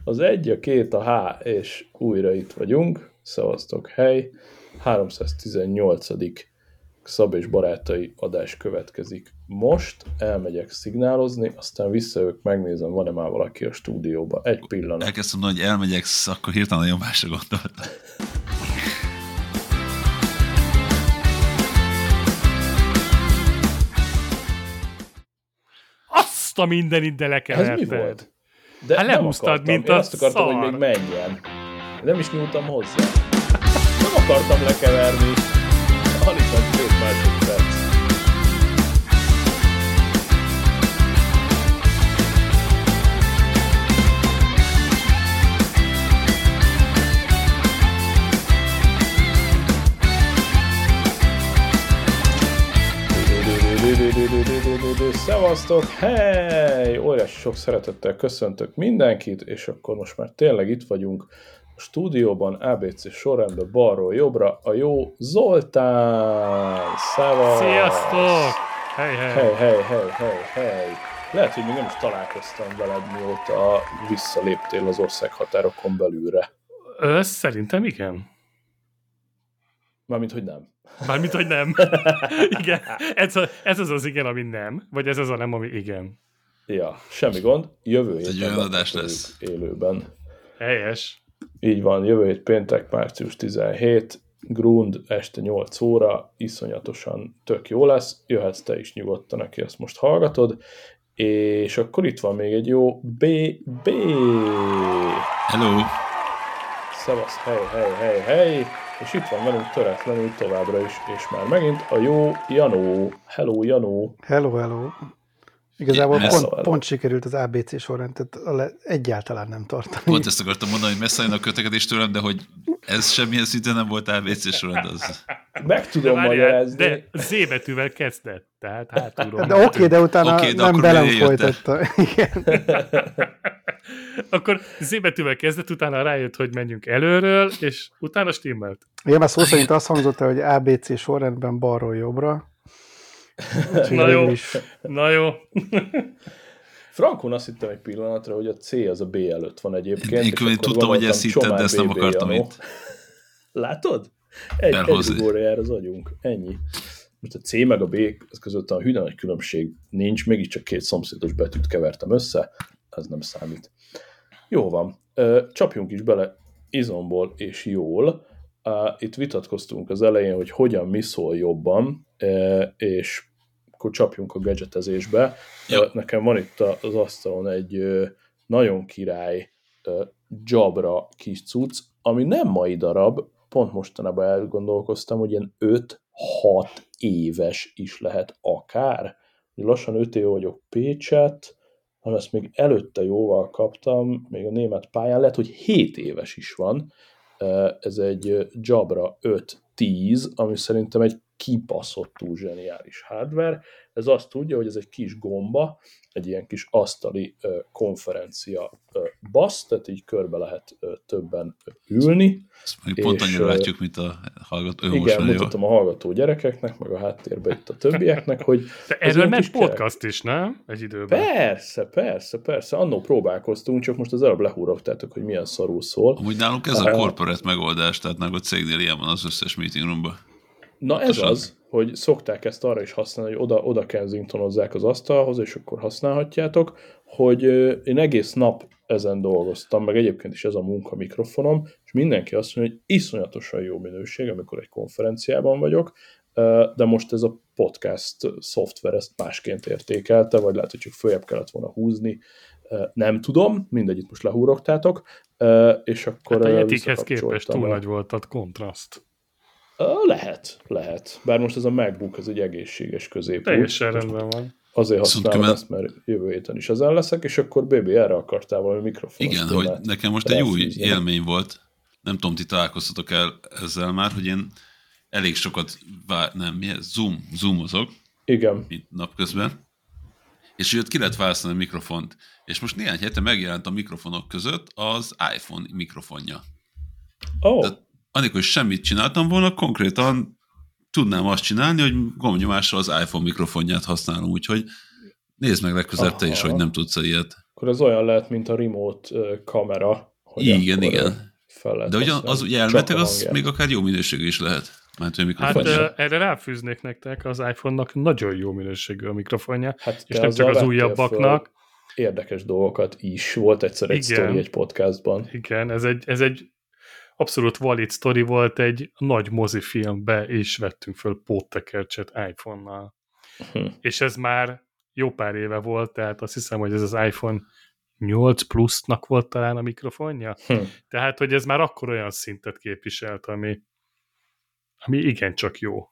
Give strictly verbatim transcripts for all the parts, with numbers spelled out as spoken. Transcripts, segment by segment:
Az egy, a két, a H, és újra itt vagyunk. Szevasztok, hely! háromszáztizennyolcadik Szab és barátai adás következik. Most elmegyek szignálozni, aztán visszajövök, megnézem, van-e már valaki a stúdióban. Egy pillanat. Elkezdtem mondani, hogy elmegyek, akkor hirtelen nagyon másra gondoltam. Azt a mindenit, de lekeverted. Ez mi volt? De hát lehúztad, mint Én a azt akartam, szar. hogy még menjen. Nem is nyúltam hozzá. Nem akartam lekeverni. Alig van két másodperc. Szevasztok, hely! Óriási sok szeretettel köszöntök mindenkit, és akkor most már tényleg itt vagyunk a stúdióban, á bé cé sorrendben, balról jobbra, a jó Zoltán! Szevasz! Sziasztok! Hely, hely! Hely, hely, hely, hely, hely! Lehet, hogy még nem is találkoztam veled, mióta visszaléptél az országhatárokon belülre. Ö, szerintem igen. Mármint, hogy nem. Mármint, hogy nem. Igen. Ez, a, ez az az igen, ami nem. Vagy ez az a nem, ami igen. Ja, semmi gond. Jövő héten egy olyan adás lesz. Élőben. Helyes. Így van, jövő hét péntek, március tizenhetedike, Grund, este nyolc óra, iszonyatosan tök jó lesz, jöhetsz te is nyugodtan, aki ezt most hallgatod, és akkor itt van még egy jó bé bé. Hello! Szevasz, hely, hely, hely, hely, és itt van velünk töretlenül továbbra is, és már megint a jó Janó. Hello, Janó! Hello, hello! Igazából Hello, pont, hello. pont sikerült az á bé cé sorrend, tehát egyáltalán nem tartani. Pont ezt akartam mondani, hogy messze jön a kötekedés tőlem, de hogy ez semmilyen szinten nem volt á bé cé sorrend, az... Meg tudom De, várjál, magyarázni. de Z betűvel kezdett, tehát hátulról. De oké, okay, de utána Oké, de nem akkor velem miért jöttek? folytatta. Igen. Akkor Z betűvel kezdett, utána rájött, hogy menjünk előről, és utána stimmelt. Igen, már szó szerint azt hangzott el, hogy á bé cé sorrendben balról jobbra. Úgyhogy Na jó, is. na jó. Frankon azt hittem egy pillanatra, hogy a C az a B előtt van egyébként. Én és külön akkor tudtam, hogy gondoltam, ezt hitted, de ezt nem Csomár bé bé akartam Janó. itt. Látod? Egy, egy Elhozni. ugorra jár az agyunk. Ennyi. Most a C meg a B között a hűden nagy különbség nincs, mégiscsak két szomszédos betűt kevertem össze, ez nem számít. Jó van. Ö, Csapjunk is bele izomból és jól. Itt vitatkoztunk az elején, hogy hogyan mi szól jobban, és akkor csapjunk a gadgetezésbe. Jó. Nekem van itt az asztalon egy nagyon király Jabra kis cucc, ami nem mai darab, pont mostanában elgondolkoztam, hogy ilyen öt-hat éves is lehet akár. Lassan öt éve vagyok Pécset, hanem ezt még előtte jóval kaptam, még a német pályán, lehet, hogy hét éves is van. Ez egy Jabra öt tíz, ami szerintem egy kibaszottul zseniális hardware. Ez azt tudja, hogy ez egy kis gomba, egy ilyen kis asztali uh, konferencia uh, basz, tehát így körbe lehet uh, többen ülni. Ezt még pont annyira uh, látjuk, mint a hallgató. Jó, igen, most mutatom a hallgató gyerekeknek, meg a háttérben itt a többieknek, hogy... De ez erről ilyen ment kis kerek. podcast is, nem? Egy időben. Persze, persze, persze. Annó próbálkoztunk, csak most az előbb lehúrogtátok, hogy milyen szarul szól. Amúgy nálunk ez a corporate megoldás, tehát nálunk a cégnél ilyen van az összes meeting roomban. Na ez Pontosan. az, hogy szokták ezt arra is használni, hogy oda, oda Kensingtonozzák az asztalhoz, és akkor használhatjátok, hogy ö, én egész nap ezen dolgoztam, meg egyébként is ez a munka mikrofonom, és mindenki azt mondja, hogy iszonyatosan jó minőség, amikor egy konferenciában vagyok, ö, de most ez a podcast szoftver ezt másként értékelte, vagy lehet, hogy csak följebb kellett volna húzni, ö, nem tudom, mindegy, itt most lehúrogtátok, ö, és akkor Hát a ö, Yetikhez képest visszakapcsoltam túl a- nagy volt a kontraszt. Lehet, lehet. Bár most ez a MacBook, ez egy egészséges középút. Teljesen Most rendben van. azért Viszont használom követ- ezt, mert jövő héten is ezen leszek, és akkor bébi, erre akartál valami mikrofon. Igen, hogy nekem most egy új élmény volt. Nem tudom, ti találkoztatok el ezzel már, hogy én elég sokat, vá- nem, mi ez? Zoom, zoomozok, Igen. mint napközben, és hogy ott ki lehet választani a mikrofont. És most néhány hete megjelent a mikrofonok között az iPhone mikrofonja. Ó, oh, Tehát anélkül, hogy semmit csináltam volna, konkrétan tudnám azt csinálni, hogy gombnyomással az iPhone mikrofonját használom, úgyhogy nézd meg legközelebb te is, Aha. hogy nem tudsz ilyet. Akkor az olyan lehet, mint a remote kamera. Hogy igen, igen. De ugyan, az ugye elmeteg, az még akár jó minőségű is lehet. Mert, hát uh, erre ráfűznék nektek, az iPhone-nak nagyon jó minőségű a mikrofonja, hát és nem csak az újabbaknak. Érdekes dolgokat is. Volt egyszer egy sztori egy podcastban. Igen, ez egy, ez egy abszolút valid sztori volt, egy nagy mozifilmbe, és vettünk föl póttekercset iPhone-nal. Hm. És ez már jó pár éve volt, tehát azt hiszem, hogy ez az iPhone nyolc plusznak volt talán a mikrofonja. Hm. Tehát, hogy ez már akkor olyan szintet képviselt, ami, ami igencsak jó.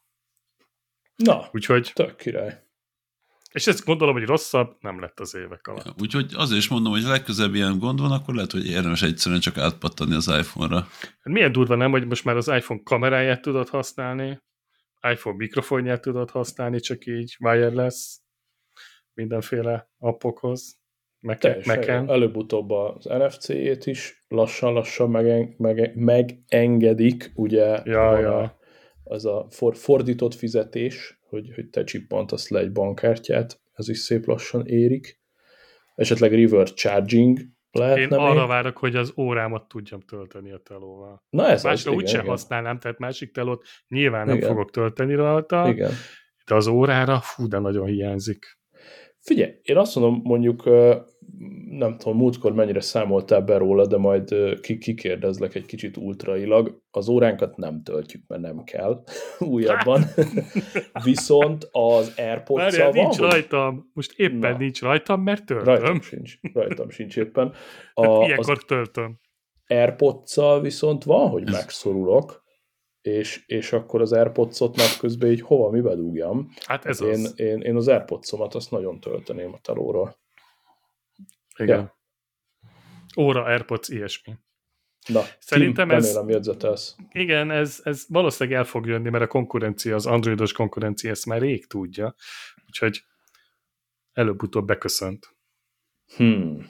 Na, úgyhogy, tök király. És ezt gondolom, hogy rosszabb nem lett az évek alatt. Ja, úgyhogy azért is mondom, hogy legközebb ilyen gond van, akkor lehet, hogy érdemes egyszerűen csak átpattani az iPhone-ra. Hát milyen durva nem, hogy most már az iPhone kameráját tudod használni, iPhone mikrofonját tudod használni, csak így wireless, mindenféle appokhoz. Mac-en. Előbb-utóbb az en ef cé-jét is lassan-lassan megen, megen, megengedik, ugye ja, ja. A, az a for, fordított fizetés, hogy, hogy te csippantasz le egy bankkártyát, ez is szép lassan érik. Esetleg reverse charging lehetne. Én arra még. várok, hogy az órámat tudjam tölteni a telóval. Na ez Másra az, úgysem igen. használnám, tehát másik telót nyilván nem igen. fogok tölteni rajta, igen. de az órára fú, de nagyon hiányzik. Figyelj, én azt mondom, mondjuk, nem tudom, múltkor mennyire számoltál be róla, de majd kikérdezlek egy kicsit ultrailag. Az óránkat nem töltjük, mert nem kell újabban. Viszont az AirPods-szal van, nincs rajtam. Most éppen Na. nincs rajtam, mert töltöm. Rajtam sincs, rajtam sincs éppen. A, ilyenkor töltöm. AirPods-szal viszont van, hogy megszorulok, És, és akkor az AirPods-ot napközben így hova, mibe dúgjam. Hát ez én, az. Én, én az AirPods-omat azt nagyon tölteném a telóról. Igen. Ja. Óra, AirPods, ilyesmi. Na, szerintem Tim, ez... remélem jegyzetelsz. Igen, ez, ez valószínűleg el fog jönni, mert a konkurencia, az androidos konkurencia ezt már rég tudja. Úgyhogy előbb-utóbb beköszönt. Hmm.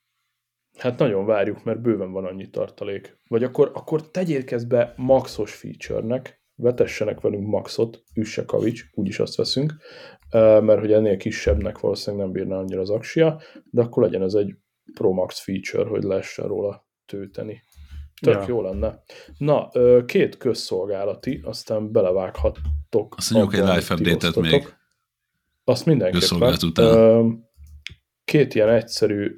Hát nagyon várjuk, mert bőven van annyi tartalék. Vagy akkor, akkor tegyél kezdbe maxos feature-nek, vetessenek velünk maxot, üsse kavics, úgyis azt veszünk, mert hogy ennél kisebbnek valószínűleg nem bírna annyira az aksia, de akkor legyen ez egy Pro Max feature, hogy lehessen róla tölteni. Tök ja. jó lenne. Na, két közszolgálati, aztán belevághattok. Azt mondjuk egy live update-et még. Azt mindenképpen. Két ilyen egyszerű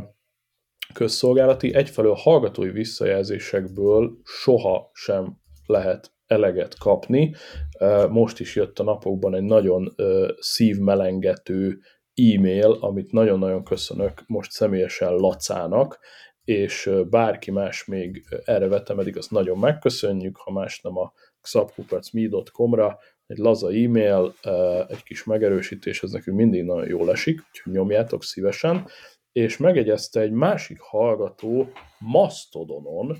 közszolgálati, egyfelől hallgatói visszajelzésekből soha sem lehet eleget kapni. Most is jött a napokban egy nagyon szívmelengető e-mail, amit nagyon-nagyon köszönök most személyesen Lacának, és bárki más még erre vetemedik, azt nagyon megköszönjük, ha más nem a xapkupac me dot com-ra, egy laza e-mail, egy kis megerősítés, ez nekünk mindig nagyon jól esik, úgyhogy nyomjátok szívesen, és megegyezte egy másik hallgató Mastodonon,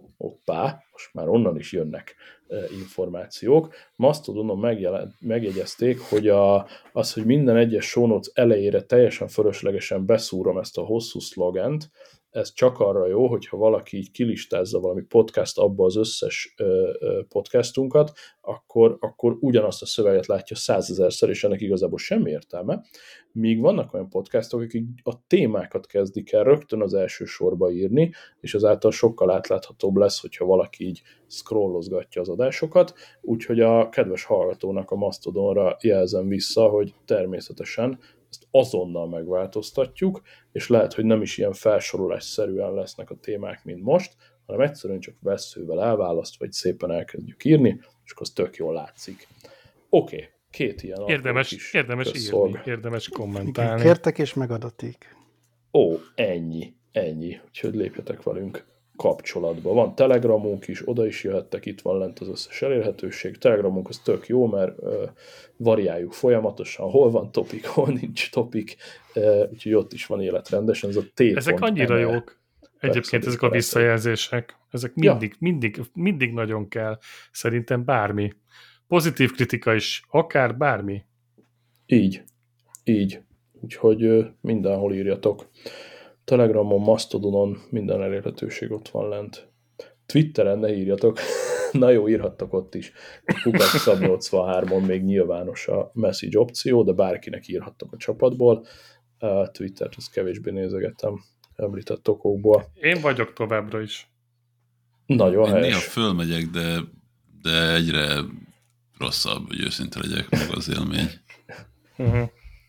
hoppá, most már onnan is jönnek e, információk, Mastodonon megjelen, megjegyezték, hogy a, az, hogy minden egyes show notes elejére teljesen fölöslegesen beszúrom ezt a hosszú szlogent, ez csak arra jó, hogyha valaki így kilistázza valami podcast abba az összes ö, ö, podcastunkat, akkor, akkor ugyanazt a szöveget látja százezerszer, és ennek igazából semmi értelme. Míg vannak olyan podcastok, akik a témákat kezdik el rögtön az első sorba írni, és ezáltal sokkal átláthatóbb lesz, hogyha valaki így scrollozgatja az adásokat, úgyhogy a kedves hallgatónak a Mastodonra jelzem vissza, hogy természetesen ezt azonnal megváltoztatjuk, és lehet, hogy nem is ilyen felsorolásszerűen lesznek a témák, mint most, hanem egyszerűen csak vesszővel elválaszt, vagy szépen elkezdjük írni, és akkor az tök jól látszik. Oké, okay, két ilyen érdemes, is érdemes írni, érdemes kommentálni. Kértek és megadatik. Ó, ennyi, ennyi, úgyhogy lépjetek velünk kapcsolatba. Van Telegramunk is, oda is jöhettek, itt van lent az összes elérhetőség. Telegramunk az tök jó, mert ö, variáljuk folyamatosan, hol van topik, hol nincs topik, ö, úgyhogy ott is van élet rendesen. Ez a T. Ezek annyira eme, jók. Egyébként ezek a visszajelzések, ezek mindig, ja. mindig, mindig nagyon kell. Szerintem bármi. Pozitív kritika is, akár bármi. Így, így. Úgyhogy ö, mindenhol írjatok. Telegramon, Mastodonon minden elérhetőség ott van lent. Twitteren ne írjatok. Na jó, írhattak ott is. Kukac nyolcvanhármon még nyilvános a message opció, de bárkinek írhattak a csapatból. A Twittert ezt kevésbé nézegettem említett okokból. Én vagyok továbbra is. Nagyon Én helyes. néha fölmegyek, de, de egyre rosszabb, hogy őszinte legyek, maga az élmény. Uh-huh.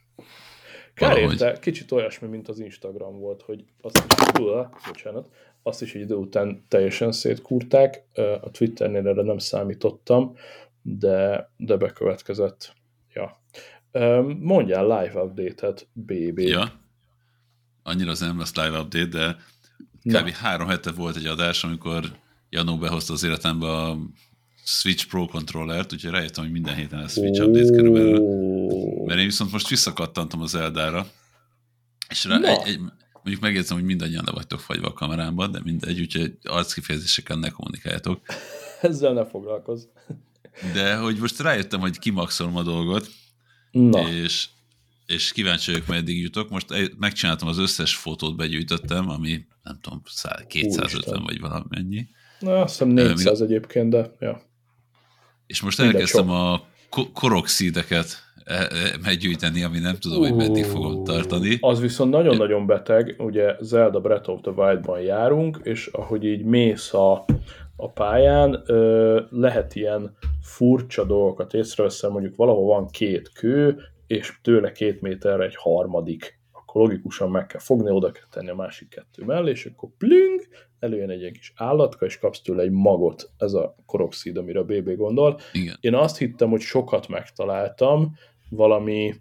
Kár érte, kicsit olyasmi, mint az Instagram volt, hogy azt is, uh, bocsánat, azt is egy idő után teljesen szétkúrták. A Twitternél erre nem számítottam, de, de bekövetkezett. Ja. Mondjál live update-et, bé bé. Ja, annyira az nem lesz live update, de kb. három hete volt egy adás, amikor Janó behozta az életembe a Switch Pro controllert, úgyhogy rájöttem, hogy minden héten lesz Switch update körülbelül. Mert én viszont most visszakattantam az Zeldára, és rá egy, egy, mondjuk megjegyzem, hogy mindannyian le vagytok fagyva a kamerámban, de mindegy, úgyhogy arckifejezésekkel ne kommunikáljatok. Ezzel ne foglalkozz. De hogy most rájöttem, hogy kimaxolom a dolgot, Na. és, és kíváncsi vagyok, meddig jutok. Most megcsináltam az összes fotót, begyűjtöttem, ami nem tudom, kétszázötven Úristen. Vagy valamennyi. Na, azt hiszem négyszáz uh, egyébként, de ja. És most Minden elkezdtem sok. a korokszídeket meggyűjteni, ami nem tudom, uh, hogy meddig fogom tartani. Az viszont nagyon-nagyon beteg, ugye Zelda Breath of the Wild-ban járunk, és ahogy így mész a, a pályán, lehet ilyen furcsa dolgokat észreveszem, mondjuk valahol van két kő, és tőle két méterre egy harmadik. Akkor logikusan meg kell fogni, oda kell tenni a másik kettő mellé, és akkor pling, előjön egy ilyen kis állatka, és kapsz tőle egy magot, ez a korokszíd, amire a bé bé gondol. Igen. Én azt hittem, hogy sokat megtaláltam, valami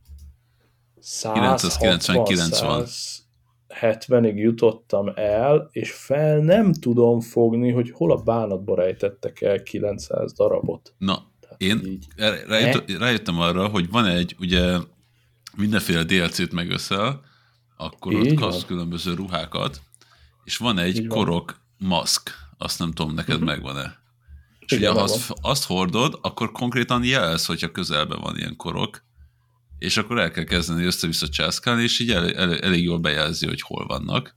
kilencszázkilencvenkilenc százhetvenig jutottam el, és fel nem tudom fogni, hogy hol a bánatba rejtettek el kilencszáz darabot. Na, tehát én így. Rájött, rájöttem arra, hogy van egy, ugye mindenféle dé el cét megöszel, akkor így ott kapsz van. Különböző ruhákat, és van egy így korok van. Maszk, azt nem tudom, neked uh-huh. megvan-e. És ugye, ha azt, azt hordod, akkor konkrétan jelz, hogyha közelben van ilyen korok, és akkor el kell kezdeni össze-vissza császkálni, és így el, el, elég jól bejelzi, hogy hol vannak.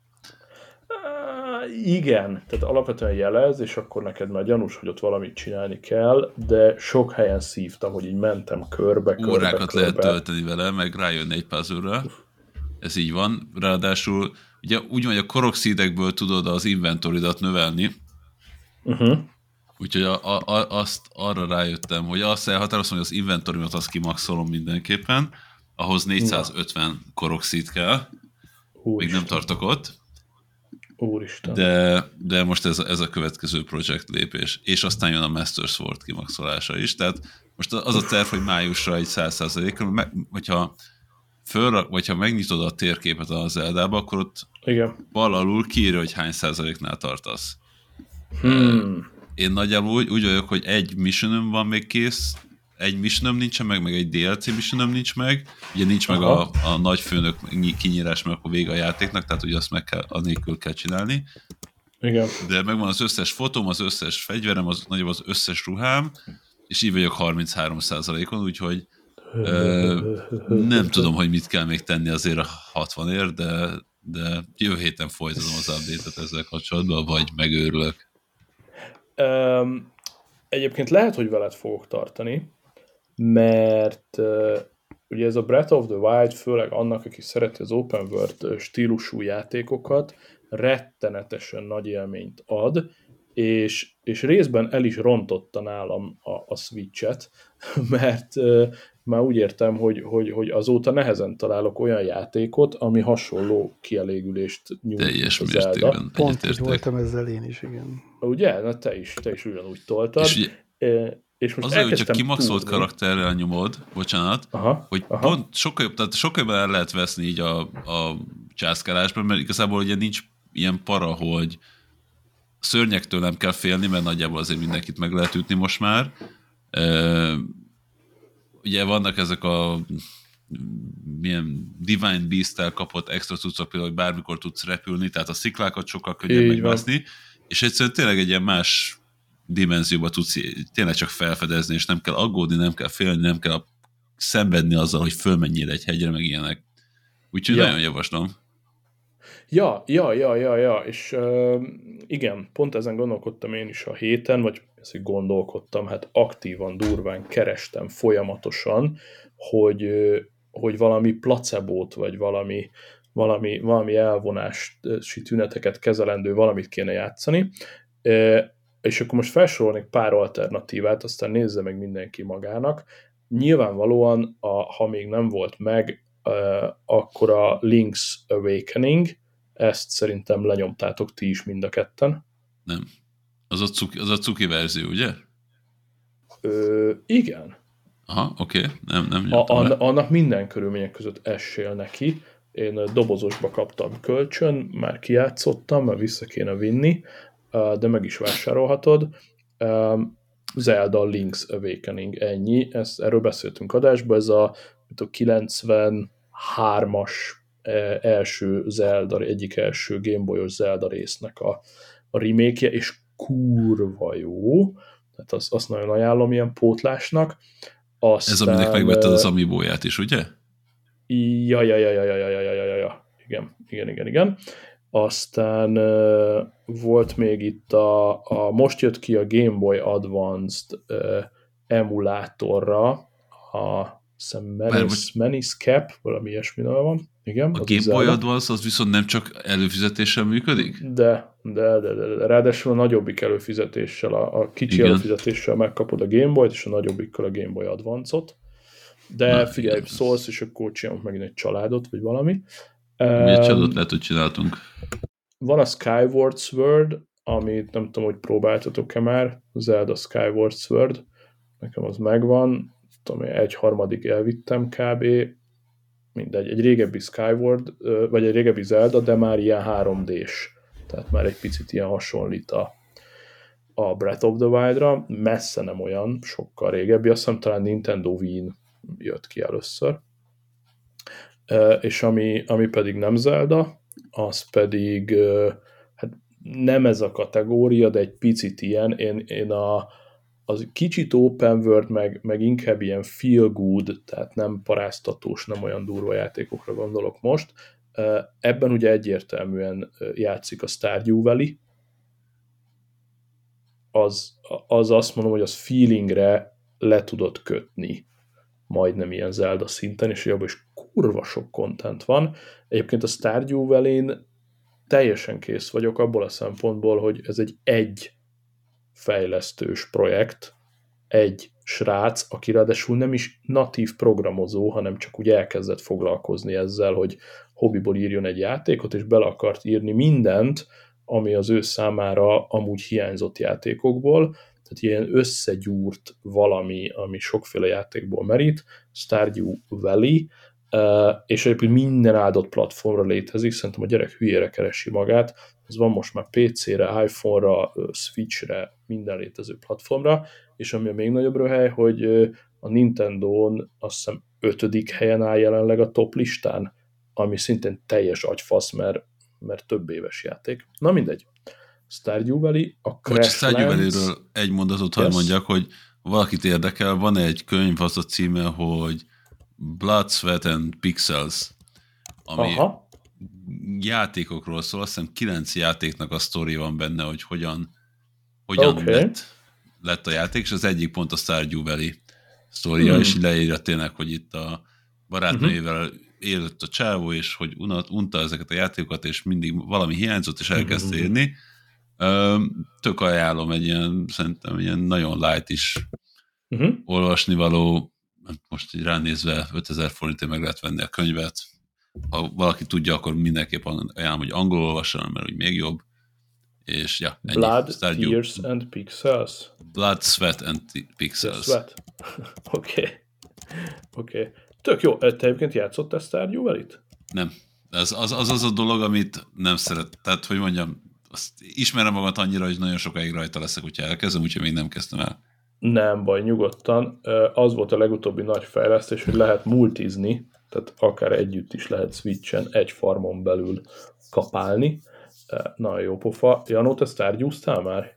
Uh, igen, tehát alapvetően jelez, és akkor neked már gyanús, hogy ott valamit csinálni kell, de sok helyen szívtam, hogy így mentem körbe, körbe, Órákat körbe. lehet tölteni vele, meg rájönni egy puzzle-re. Ez így van. Ráadásul ugye úgy vagy a korokszídekből tudod az inventoridat növelni, uh-huh. úgyhogy a, a, a, azt arra rájöttem, hogy azt elhatározom, hogy az inventorimat azt kimaxolom mindenképpen, ahhoz négyszázötven Na. korokszíd kell, Úristen. Még nem tartok ott, Úristen. de, de most ez, ez a következő projekt lépés, és aztán jön a Master Sword kimaxolása is, tehát most az a terv, hogy májusra egy száz százalékra, hogyha föl, vagy ha megnyitod a térképet a Zeldába, akkor ott Igen. bal alul kiírja, hogy hány százaléknál tartasz. Hmm. Én nagyjából úgy, úgy vagyok, hogy egy missionom van még kész, egy missionom nincsen meg, meg egy dé el cé missionom nincs meg. Ugye nincs Aha. meg a, a nagy főnök kinyírás, mert akkor vége a játéknak, tehát ugye azt meg kell, anélkül kell csinálni. Igen. De megvan az összes fotóm, az összes fegyverem, az, nagyobb az összes ruhám, és így vagyok harminchárom százalékon, úgyhogy ö, nem tudom, hogy mit kell még tenni azért a hatvanért, de, de jövő héten folytatom az update-et ezzel kapcsolatban, vagy megőrülök. Um, egyébként lehet, hogy veled fogok tartani, mert uh, ugye ez a Breath of the Wild, főleg annak, aki szereti az open world stílusú játékokat, rettenetesen nagy élményt ad, és, és részben el is rontotta nálam a, a Switch-et, mert uh, már úgy értem, hogy, hogy, hogy azóta nehezen találok olyan játékot, ami hasonló kielégülést nyújt. Teljes mértékben Pont így voltam ezzel én is, igen. Ugye? Na te is, te is ugyanúgy toltad. És, ugye, és most azért, hogy csak kimaxolt karakterrel nyomod, bocsánat, aha, hogy aha. pont sokkal jobb, tehát sokkal jobban el lehet veszni így a, a császkálásban, mert igazából ugye nincs ilyen para, hogy szörnyektől nem kell félni, mert nagyjából azért mindenkit meg lehet ütni most már. E, ugye vannak ezek a milyen Divine Beast-tel kapott extra cuccok, például, hogy bármikor tudsz repülni, tehát a sziklákat sokkal könnyebb megmászni, és egyszerűen tényleg egy ilyen más dimenzióba tudsz tényleg csak felfedezni, és nem kell aggódni, nem kell félni, nem kell szenvedni azzal, hogy fölmenjél egy hegyre, meg ilyenek. Úgyhogy ja. nagyon javaslom. Ja, ja, ja, ja, ja, és uh, igen, pont ezen gondolkodtam én is a héten, vagy ezt gondolkodtam, hát aktívan, durván kerestem folyamatosan, hogy, hogy valami placebót, vagy valami, valami, valami elvonási tüneteket kezelendő valamit kéne játszani, és akkor most felsorolnék pár alternatívát, aztán nézze meg mindenki magának. Nyilvánvalóan, a, ha még nem volt meg, akkor a Link's Awakening, ezt szerintem lenyomtátok ti is mind a ketten. Nem. Az a cuki, az a cuki verzió, ugye? Ö, igen. Aha, oké. Okay. Nem, nem a, an, Annak minden körülmények között essél neki. Én dobozosba kaptam kölcsön, már kijátszottam, mert vissza kéne vinni, de meg is vásárolhatod. Zelda Link's Awakening, ennyi. Ezt, erről beszéltünk adásban, ez a, a kilencvenhármas első Zelda, egyik első Gameboy-os Zelda résznek a, a remake-je, és kurva jó. Tehát azt, azt nagyon ajánlom ilyen pótlásnak. Aztán, ez aminek megvetted az Amiibo-ját is, ugye? Ja, ja, ja, ja, ja, ja, ja, ja, ja. Igen, igen, igen, igen. Aztán uh, volt még itt a, a, most jött ki a Game Boy Advanced uh, emulátorra a Menis, Menis Cap, valami ilyesmi neve van. Igen, a Game Boy Advance az viszont nem csak előfizetéssel működik? De, de, de, de, de. Ráadásul a nagyobbik előfizetéssel, a, a kicsi igen. előfizetéssel megkapod a Game Boy-t, és a nagyobbikkal a Game Boy Advance-ot. De na, figyelj, igen, szólsz, és akkor csinálunk megint egy családot, vagy valami. Egy családot lehet, hogy csináltunk. Van a Skyward Sword, amit nem tudom, hogy próbáltatok-e már, Zelda Skyward Sword. Nekem az megvan, tudom, egy harmadik elvittem kb. Mindegy, egy régebbi Skyward, vagy egy régebbi Zelda, de már ilyen három dés. Tehát már egy picit ilyen hasonlít a, a Breath of the Wild-ra. Messze nem olyan, sokkal régebbi. Azt hiszem talán Nintendo Wii-n jött ki először. És ami, ami pedig nem Zelda, az pedig hát nem ez a kategória, de egy picit ilyen. Én, én a, az kicsit open world, meg, meg inkább ilyen feel good, tehát nem paráztatós, nem olyan durva játékokra gondolok most. Ebben ugye egyértelműen játszik a Stardew Valley. Az, az azt mondom, hogy az feelingre le tudod kötni majdnem ilyen Zelda szinten, és abban is kurva sok content van. Egyébként a Stardew Valley-n teljesen kész vagyok abból a szempontból, hogy ez egy egy fejlesztős projekt, egy srác, aki ráadásul nem is natív programozó, hanem csak úgy elkezdett foglalkozni ezzel, hogy hobbiból írjon egy játékot, és bele akart írni mindent, ami az ő számára amúgy hiányzott játékokból, tehát ilyen összegyúrt valami, ami sokféle játékból merít, Stardew Valley, és egyébként minden áldott platformra létezik, szerintem a gyerek hülyére keresi magát, ez van most már pé cére, iPhone-ra, Switch-re, minden létező platformra, és ami a még nagyobb röhely, hogy a Nintendo-n azt hiszem ötödik helyen áll jelenleg a top listán, ami szintén teljes agyfasz, mert, mert több éves játék. Na mindegy. Stardew Valley, a Crashlands... Stardew Valley-ről egy mondatot hadd yes. mondjak, hogy valakit érdekel, van egy könyv, az a címe, hogy Blood, Sweat and Pixels, ami aha. játékokról szól, azt hiszem kilenc játéknak a sztori van benne, hogy hogyan, hogyan okay. lett, lett a játék, és az egyik pont a Stardew Valley sztoria, hmm. és leírja tényleg, hogy itt a barátnőjével uh-huh. élt a csávó, és hogy unat, unta ezeket a játékokat, és mindig valami hiányzott, és elkezdte uh-huh. írni. Tök ajánlom, egy ilyen, szerintem ilyen nagyon light is uh-huh. olvasnivaló, most így ránézve ötezer forintért meg lehet venni a könyvet. Ha valaki tudja, akkor mindenképp ajánlom, hogy angol olvasson, mert úgy még jobb. És ja, ennyi. Blood, Stardew. Tears and Pixels. Blood, Sweat and Pixels. Oké. Oké. Okay. Okay. Tök jó. Te egyébként játszottál Stardew Valley-t? Nem. Ez az, az az a dolog, amit nem szeret. Tehát, hogy mondjam, azt ismerem magamat annyira, hogy nagyon sokáig rajta leszek, hogyha elkezdem, úgyhogy még nem kezdtem el. Nem baj, nyugodtan. Az volt a legutóbbi nagy fejlesztés, hogy lehet multizni, tehát akár együtt is lehet Switchen egy farmon belül kapálni. Na, jó pofa. Janó, te Stardew-ztál már?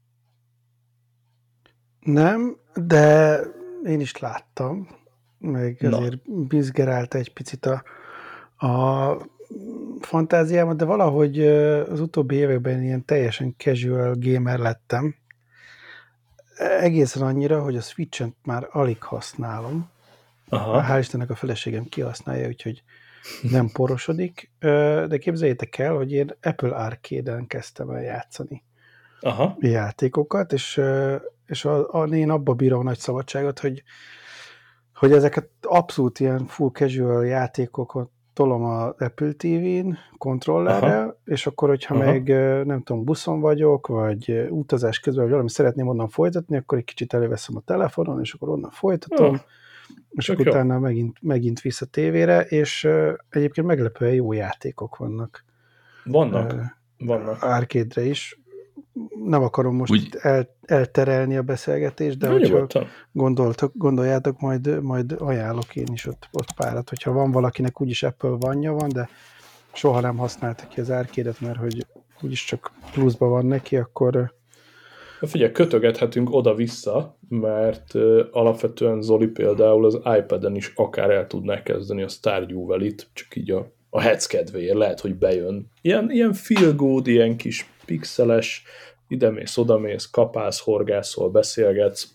Nem, de én is láttam, meg azért bizgerált egy picit a, a fantáziámat, de valahogy az utóbbi években ilyen teljesen casual gamer lettem. Egészen annyira, hogy a Switchen már alig használom. Aha. Hál' Istennek a feleségem kihasználja, úgyhogy nem porosodik, de képzeljétek el, hogy én Apple Arcade-en kezdtem el játszani Aha. játékokat, és, és a, a, én abba bírom a nagy szabadságot, hogy, hogy ezeket abszolút ilyen full casual játékokat tolom az Apple té vén kontrollerrel, aha. és akkor, hogyha aha. meg nem tudom, buszon vagyok, vagy utazás közben, vagy valami szeretném onnan folytatni, akkor egy kicsit előveszem a telefonon, és akkor onnan folytatom, oh. és akkor utána megint, megint vissza tévére, és uh, egyébként meglepően jó játékok vannak. Vannak. Uh, vannak. Arcade-re is. Nem akarom most Úgy... el, elterelni a beszélgetést, de hogyha gondoltok, gondoljátok, majd, majd ajánlok én is ott, ott párat, hogyha van valakinek úgyis Apple One-ja van, de soha nem használta ki az Arcade-et, mert hogy úgyis csak pluszban van neki, akkor... Figyelj, kötögethetünk oda-vissza, mert uh, alapvetően Zoli például az iPad-en is akár el tudná kezdeni a Stardew Valley-t, csak így a, a hetz kedvéért lehet, hogy bejön. Ilyen, ilyen feel good, ilyen kis pixeles, idemész, odamész, kapálsz, horgászol, beszélgetsz.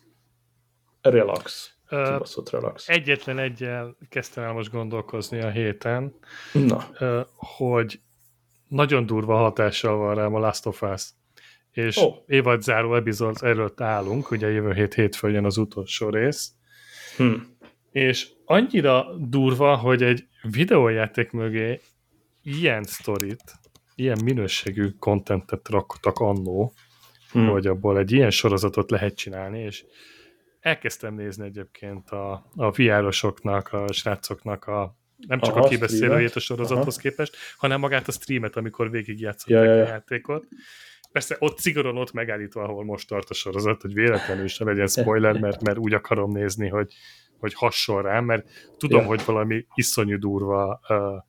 Relax. Kibaszott relax. Egyetlen egyel kezdtem el most gondolkozni a héten, Na. Uh, hogy nagyon durva hatással van rám a Last of Us. És oh. évadzáró epizód előtt állunk, ugye jövő hét hétfőn jön az utolsó rész, hmm. és annyira durva, hogy egy videójáték mögé ilyen sztorit, ilyen minőségű kontentet raktak annó, hmm. hogy abból egy ilyen sorozatot lehet csinálni, és elkezdtem nézni egyébként a, a vé er-osoknak, a srácoknak a nem csak Aha, a kibeszélőjét a sorozathoz Aha. képest, hanem magát a streamet, amikor végigjátszották ja, ja, ja. a játékot. Persze ott szigorúan ott megállítva, ahol most tart a sorozat, hogy véletlenül is ne legyen spoiler, mert, mert úgy akarom nézni, hogy, hogy hasson rám, mert tudom, ja. hogy valami iszonyú durva uh,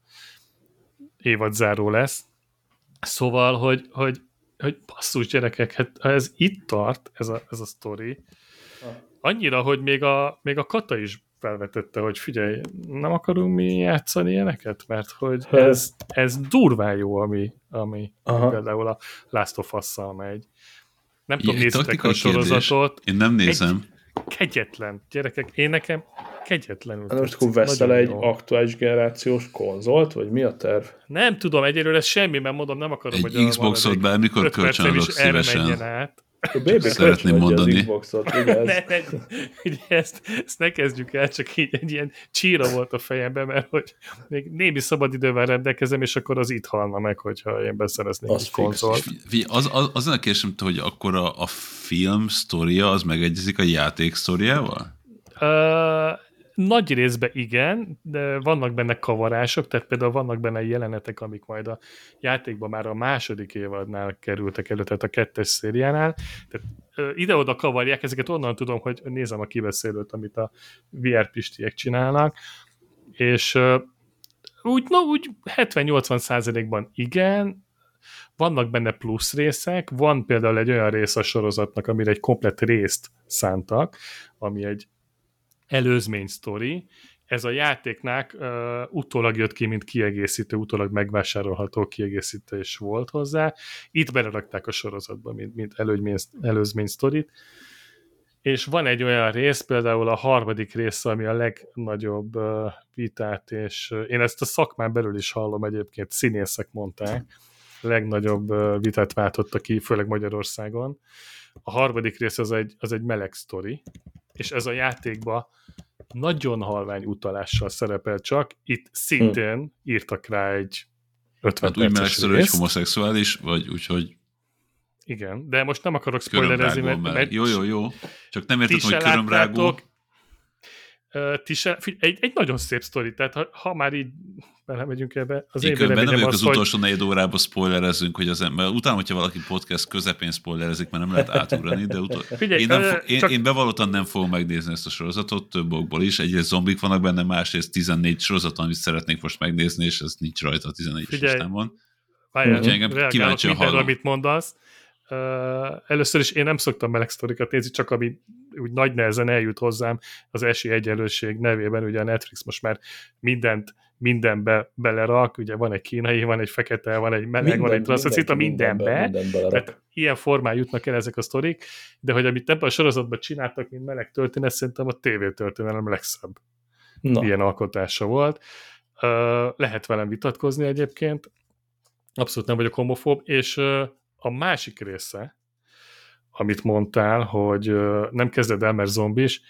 évadzáró lesz. Szóval, hogy, hogy, hogy basszus gyerekek, hát ez itt tart, ez a, ez a sztori, annyira, hogy még a, még a Kata is felvetette, hogy figyelj, nem akarunk mi játszani ilyeneket? Mert hogy ez, ez durván jó, ami, ami például a Last of Us-szal megy. Nem tudom, néztek a sorozatot. Én nem nézem. Egy kegyetlen. Gyerekek, én nekem kegyetlenül. Hát most akkor veszel egy jó. aktuális generációs konzolt, vagy mi a terv? Nem tudom, egyelőre ez semmi, mert mondom, nem akarom, egy hogy Xboxot bármikor kölcsönadok szívesen. Át. Szeretném mondani. ne, ne, ugye ezt, ezt ne kezdjük el, csak így egy ilyen csíra volt a fejemben, mert hogy még némi szabadidővel rendelkezem, és akkor az itt halna meg, hogyha én beszereznék egy konzolt. Az, az, az a kérdésem, hogy akkor a, a film sztoria, az megegyezik a játék sztoriával? Uh, nagy részben igen, de vannak benne kavarások, tehát például vannak benne jelenetek, amik majd a játékban már a második évadnál kerültek elő, tehát a kettes szériánál. Tehát uh, ide-oda kavarják, ezeket onnan tudom, hogy nézem a kibeszélőt, amit a vé er pistiek csinálnak, és uh, úgy, no, úgy hetven-nyolcvan százalékban igen, vannak benne plusz részek, van például egy olyan rész a sorozatnak, amire egy komplett részt szántak, ami egy előzmény sztori. Ez a játéknak uh, utólag jött ki, mint kiegészítő, utólag megvásárolható kiegészítő is volt hozzá. Itt belerakták a sorozatba, mint, mint előzmény, előzmény sztorit. És van egy olyan rész, például a harmadik rész, ami a legnagyobb uh, vitát, és uh, én ezt a szakmán belül is hallom egyébként, színészek mondták, a legnagyobb uh, vitát váltotta ki, főleg Magyarországon. A harmadik rész az egy, az egy meleg sztori, és ez a játékban nagyon halvány utalással szerepel csak, itt szintén hmm. írtak rá egy ötven hát perces részt. Úgy melegszerű, homoszexuális, vagy úgyhogy... Igen, de most nem akarok spoilerezni, mert, mert... Jó, jó, jó. Csak nem értem, hogy körömrágó. Ti se, egy, egy nagyon szép sztori, tehát ha, ha már így belemegyünk ebbe, az én én véleményem nem vagyok az, az hogy... utolsó negyed órában spoilerezünk, hogy az ember, utána, hogyha valaki podcast közepén spoilerezik, mert nem lehet átugrani, de utol... Figyelj, én, nem fo... én, csak... én bevallottan nem fogom megnézni ezt a sorozatot, több okból is. Egyrészt zombik vannak benne, másrészt tizennégy sorozaton, amit szeretnék most megnézni, és ez nincs rajta a tizennégyes listámon. Várjál, reagálok mindenre, amit mondasz. Uh, először is én nem szoktam meleg sztorikat nézni, csak ami úgy nagy nehezen eljut hozzám az esélyegyenlőség nevében, ugye a Netflix most már mindent mindenbe belerak, ugye van egy kínai, van egy fekete, van egy meleg, minden, van egy transzocita, mindenbe, mindenbe tehát ilyen formán jutnak el ezek a sztorik, de hogy amit ebben a sorozatban csináltak, mint meleg történet, szerintem a tévétörténelem legszebb. Na. Ilyen alkotása volt. Lehet velem vitatkozni egyébként, abszolút nem vagyok homofób, és a másik része, amit mondtál, hogy nem kezded el, mert zombis,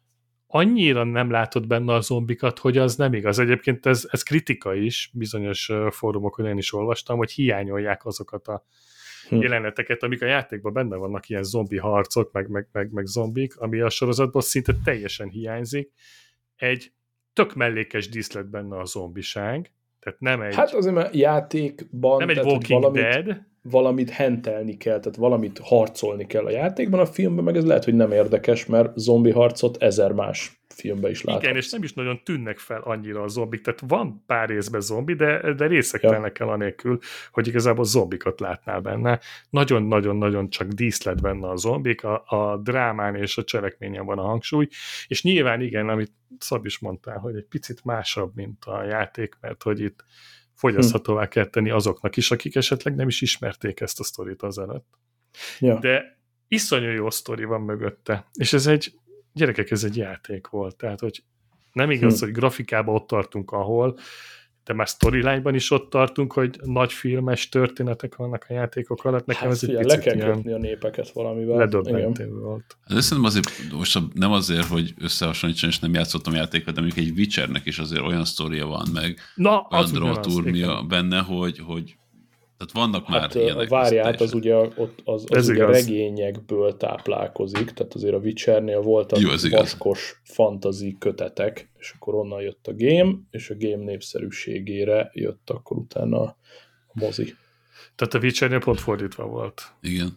annyira nem látod benne a zombikat, hogy az nem igaz. Egyébként ez, ez kritika is, bizonyos fórumokon én is olvastam, hogy hiányolják azokat a hm. jeleneteket, amik a játékban benne vannak, ilyen zombi harcok, meg, meg, meg, meg zombik, ami a sorozatból szinte teljesen hiányzik. Egy tök mellékes díszlet benne a zombiság, tehát nem egy... Hát azért, mert játékban... Nem egy Walking valamit, Dead. Valamit hentelni kell, tehát valamit harcolni kell a játékban, a filmben meg ez lehet, hogy nem érdekes, mert zombi harcot ezer más filmben is láthatsz. Igen, és nem is nagyon tűnnek fel annyira a zombik, tehát van pár részben zombi, de, de részek ja. telnek el anélkül, hogy igazából zombikat látnál benne. Nagyon-nagyon-nagyon csak díszlet benne a zombik, a, a drámán és a cselekményen van a hangsúly, és nyilván igen, amit Szab is mondtál, hogy egy picit másabb, mint a játék, mert hogy itt fogyaszthatóvá kell tenni azoknak is, akik esetleg nem is ismerték ezt a sztorit azelőtt. Ja. De iszonyú jó sztori van mögötte, és ez egy gyerekek, ez egy játék volt, tehát hogy nem igaz, hm. hogy grafikában ott tartunk, ahol, de már storyline-ban is ott tartunk, hogy nagy filmes történetek vannak a játékok alatt. Nekem hát, ez egy picit le kell kötni a népeket valamivel. Ledöbbentő volt. De szerintem azért, most nem azért, hogy összehasonlítson, és nem játszottam játékot, de mondjuk egy Witchernek is azért olyan sztoria van, meg Na, olyan dramaturgia benne, hogy, hogy tehát vannak hát, már ilyenek. Várját, az ugye, ott, az, az ugye regényekből táplálkozik, tehát azért a Witchernél voltak Jó, vaskos fantasy kötetek, és akkor onnan jött a game, és a game népszerűségére jött akkor utána a mozi. Tehát a Witchernél pont fordítva volt. Igen.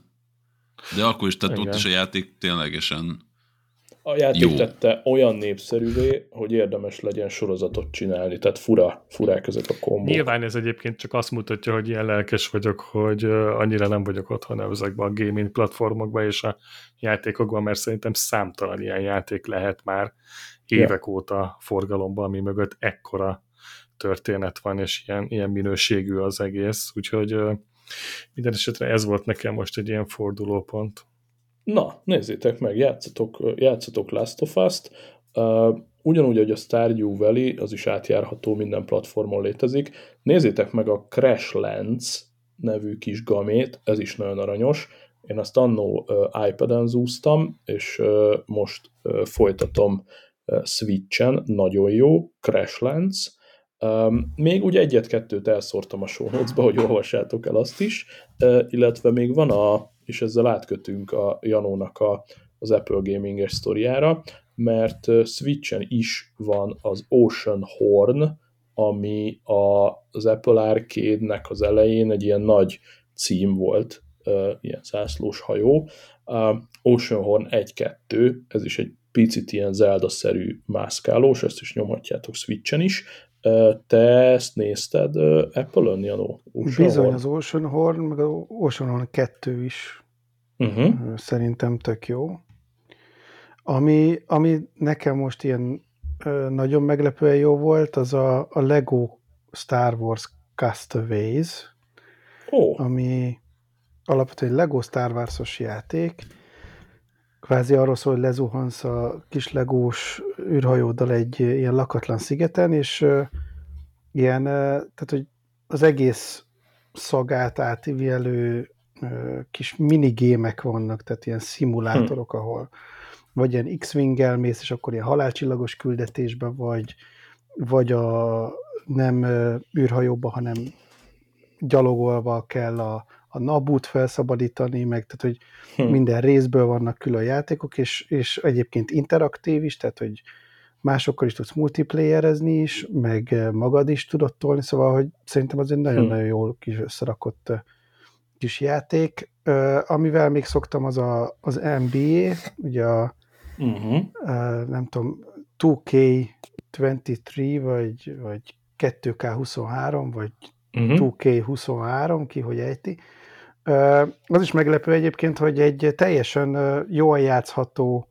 De akkor is, tehát Igen. ott is a játék ténylegesen a játék jó. Tette olyan népszerűvé, hogy érdemes legyen sorozatot csinálni, tehát fura, furák ezek a kombók. Nyilván ez egyébként csak azt mutatja, hogy ilyen lelkes vagyok, hogy annyira nem vagyok otthon ezekben a gaming platformokban és a játékokban, mert szerintem számtalan ilyen játék lehet már évek ja. óta forgalomban, ami mögött ekkora történet van, és ilyen, ilyen minőségű az egész, úgyhogy minden esetre ez volt nekem most egy ilyen fordulópont. Na, nézzétek meg, játszatok, játszatok Last of Us-t. Uh, ugyanúgy, hogy a Stardew Valley, az is átjárható, minden platformon létezik. Nézzétek meg a Crashlands nevű kis gamét, ez is nagyon aranyos. Én azt annó uh, iPad-en zúztam, és uh, most uh, folytatom uh, Switch-en, nagyon jó, Crashlands. Um, még ugye egyet-kettőt elszórtam a show notes-ba, hogy olvassátok el azt is, uh, illetve még van a és ezzel átkötünk a Janónak a, az Apple Gaming-es sztoriára, mert Switchen is van az Ocean Horn, ami a, az Apple Arcade-nek az elején egy ilyen nagy cím volt, uh, ilyen zászlós hajó. Uh, Ocean Horn egy kettő, ez is egy picit ilyen Zelda-szerű mászkálós, ezt is nyomhatjátok Switchen is. Uh, te ezt nézted uh, Apple-ön, Janó? Ocean Bizony, Horn? Az Ocean Horn, meg az Ocean Horn kettő is uh-huh. szerintem tök jó. Ami, ami nekem most ilyen uh, nagyon meglepően jó volt, az a, a Lego Star Wars Castaways, oh. ami alapvetően egy Lego Star Wars-os játék, kvázi arról szól, hogy lezuhansz a kis legós űrhajóddal egy ilyen lakatlan szigeten, és uh, ilyen, uh, tehát hogy az egész szagát átívelő uh, kis minigémek vannak, tehát ilyen szimulátorok, hm. ahol vagy ilyen X-Wing-el mész, és akkor ilyen halálcsillagos küldetésben vagy, vagy a nem uh, űrhajóba, hanem gyalogolva kell a a Naboo-t felszabadítani, meg tehát, hogy hm. minden részből vannak külön játékok, és, és egyébként interaktív is, tehát, hogy másokkal is tudsz multiplayerezni is, meg magad is tudod tolni, szóval, hogy szerintem az egy nagyon-nagyon jól kis összerakott kis játék. Uh, amivel még szoktam, az a, az en bé á, ugye a uh-huh. uh, nem tudom, two K twenty-three, vagy, vagy two K twenty-three, vagy uh-huh. two K twenty-three, ki hogy ejti. Uh, az is meglepő egyébként, hogy egy teljesen uh, jól játszható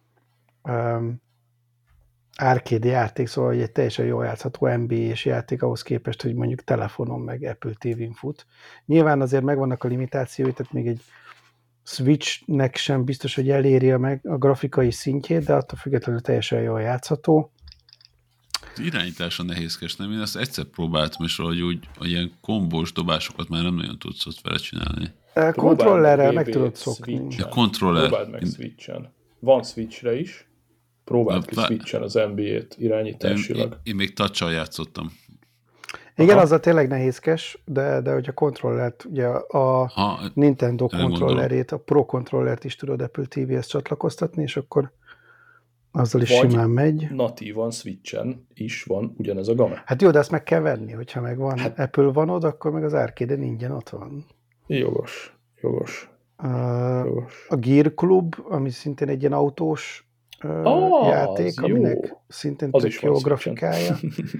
um, arcade játék, szóval egy teljesen jól játszható en bé á-s játék ahhoz képest, hogy mondjuk telefonon meg Apple té vén fut. Nyilván azért megvannak a limitációi, tehát még egy Switchnek sem biztos, hogy eléri meg a grafikai szintjét, de attól függetlenül teljesen jól játszható. irányítása nehézkes, nem? Én ezt egyszer próbáltam, és valahogy úgy, hogy ilyen kombós dobásokat már nem nagyon tudsz ott vele csinálni. Kontrollerrel meg tudod szokni. A kontroller. Próbáld meg Switchen. Van Switchre is. Próbáld ki Switchen az en bé á-t irányításilag. Én, én még touch-al játszottam. Igen, azzal tényleg nehézkes, de, de hogyha kontrollert, ugye a ha, Nintendo kontrollerét, a Pro kontrollert is tudod Apple té véhez csatlakoztatni, és akkor azzal is vagy simán megy. natívan Switchen is van ugyanez a game. Hát jó, de ezt meg kell venni, hogyha meg van hát, Apple van oda, akkor meg az arcade-en ingyen ott van. Jogos, jogos. Uh, jogos. A Gear Club, ami szintén egy ilyen autós uh, ah, játék, aminek jó. Szintén az tök jó grafikája.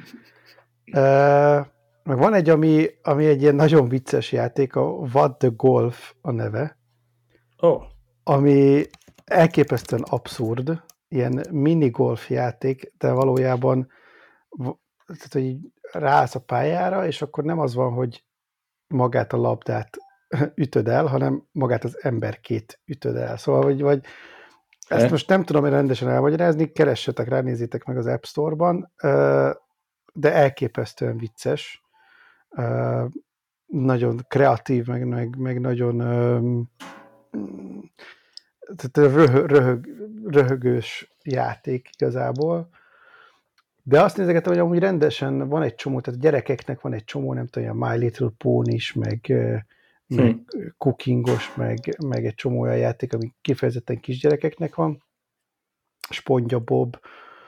Uh, meg van egy, ami, ami egy ilyen nagyon vicces játék, a What the Golf a neve, oh. ami elképesztően abszurd, ilyen minigolf játék, de valójában tehát, hogy így ráállsz a pályára, és akkor nem az van, hogy magát a labdát ütöd el, hanem magát az emberkét ütöd el. Szóval, hogy vagy ezt most nem tudom rendesen elmagyarázni, keressetek rá, nézzétek meg az App Store-ban, de elképesztően vicces, nagyon kreatív, meg, meg, meg nagyon röhög, röhög, röhögős játék igazából. De azt nézegetem, hogy amúgy rendesen van egy csomó, tehát a gyerekeknek van egy csomó, nem tudom, ilyen My Little Pony is, meg, meg hmm. cookingos, meg, meg egy csomó olyan játék, ami kifejezetten kisgyerekeknek van. SpongeBob,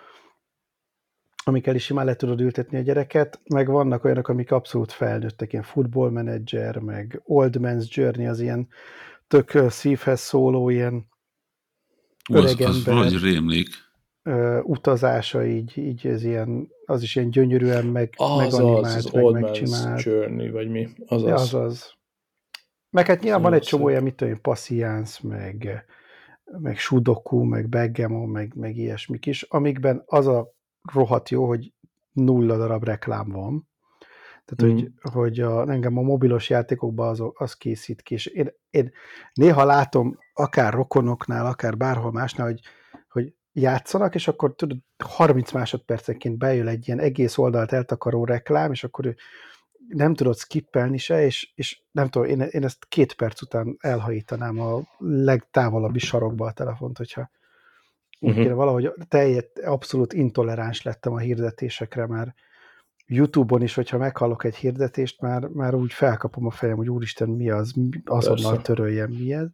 amikkel is simán le tudod ültetni a gyereket, meg vannak olyanok, amik abszolút felnőttek, ilyen Football Manager, meg Old Man's Journey, az ilyen tök szívhez szóló, ilyen öregember. Az, az valahogy rémlik. Utazása, így, így ez ilyen, az is ilyen gyönyörűen meg, az meganimált, az, az meg Old megcsinált. Man's Journey, vagy mi? Az ja, az. az az. Meg hát nyilván van egy csomó olyan, mit tudom, Patience, meg, meg Sudoku, meg Backgammon, meg, meg ilyesmik is, amikben az a rohadt jó, hogy nulla darab reklám van. Tehát, mm. hogy, hogy a, engem a mobilos játékokban az, az készít ki, és én, én néha látom, akár rokonoknál, akár bárhol másnál, hogy, hogy játszanak, és akkor tudod, harminc másodpercenként bejön egy ilyen egész oldalt eltakaró reklám, és akkor nem tudod skippelni se, és, és nem tudom, én, én ezt két perc után elhajítanám a legtávolabbi sarokba a telefont, hogyha úgy uh-huh. kéne valahogy teljes, abszolút intoleráns lettem a hirdetésekre, mert YouTube-on is, hogyha meghallok egy hirdetést, már, már úgy felkapom a fejem, hogy úristen, mi az, azonnal Persze. töröljem, mi ez.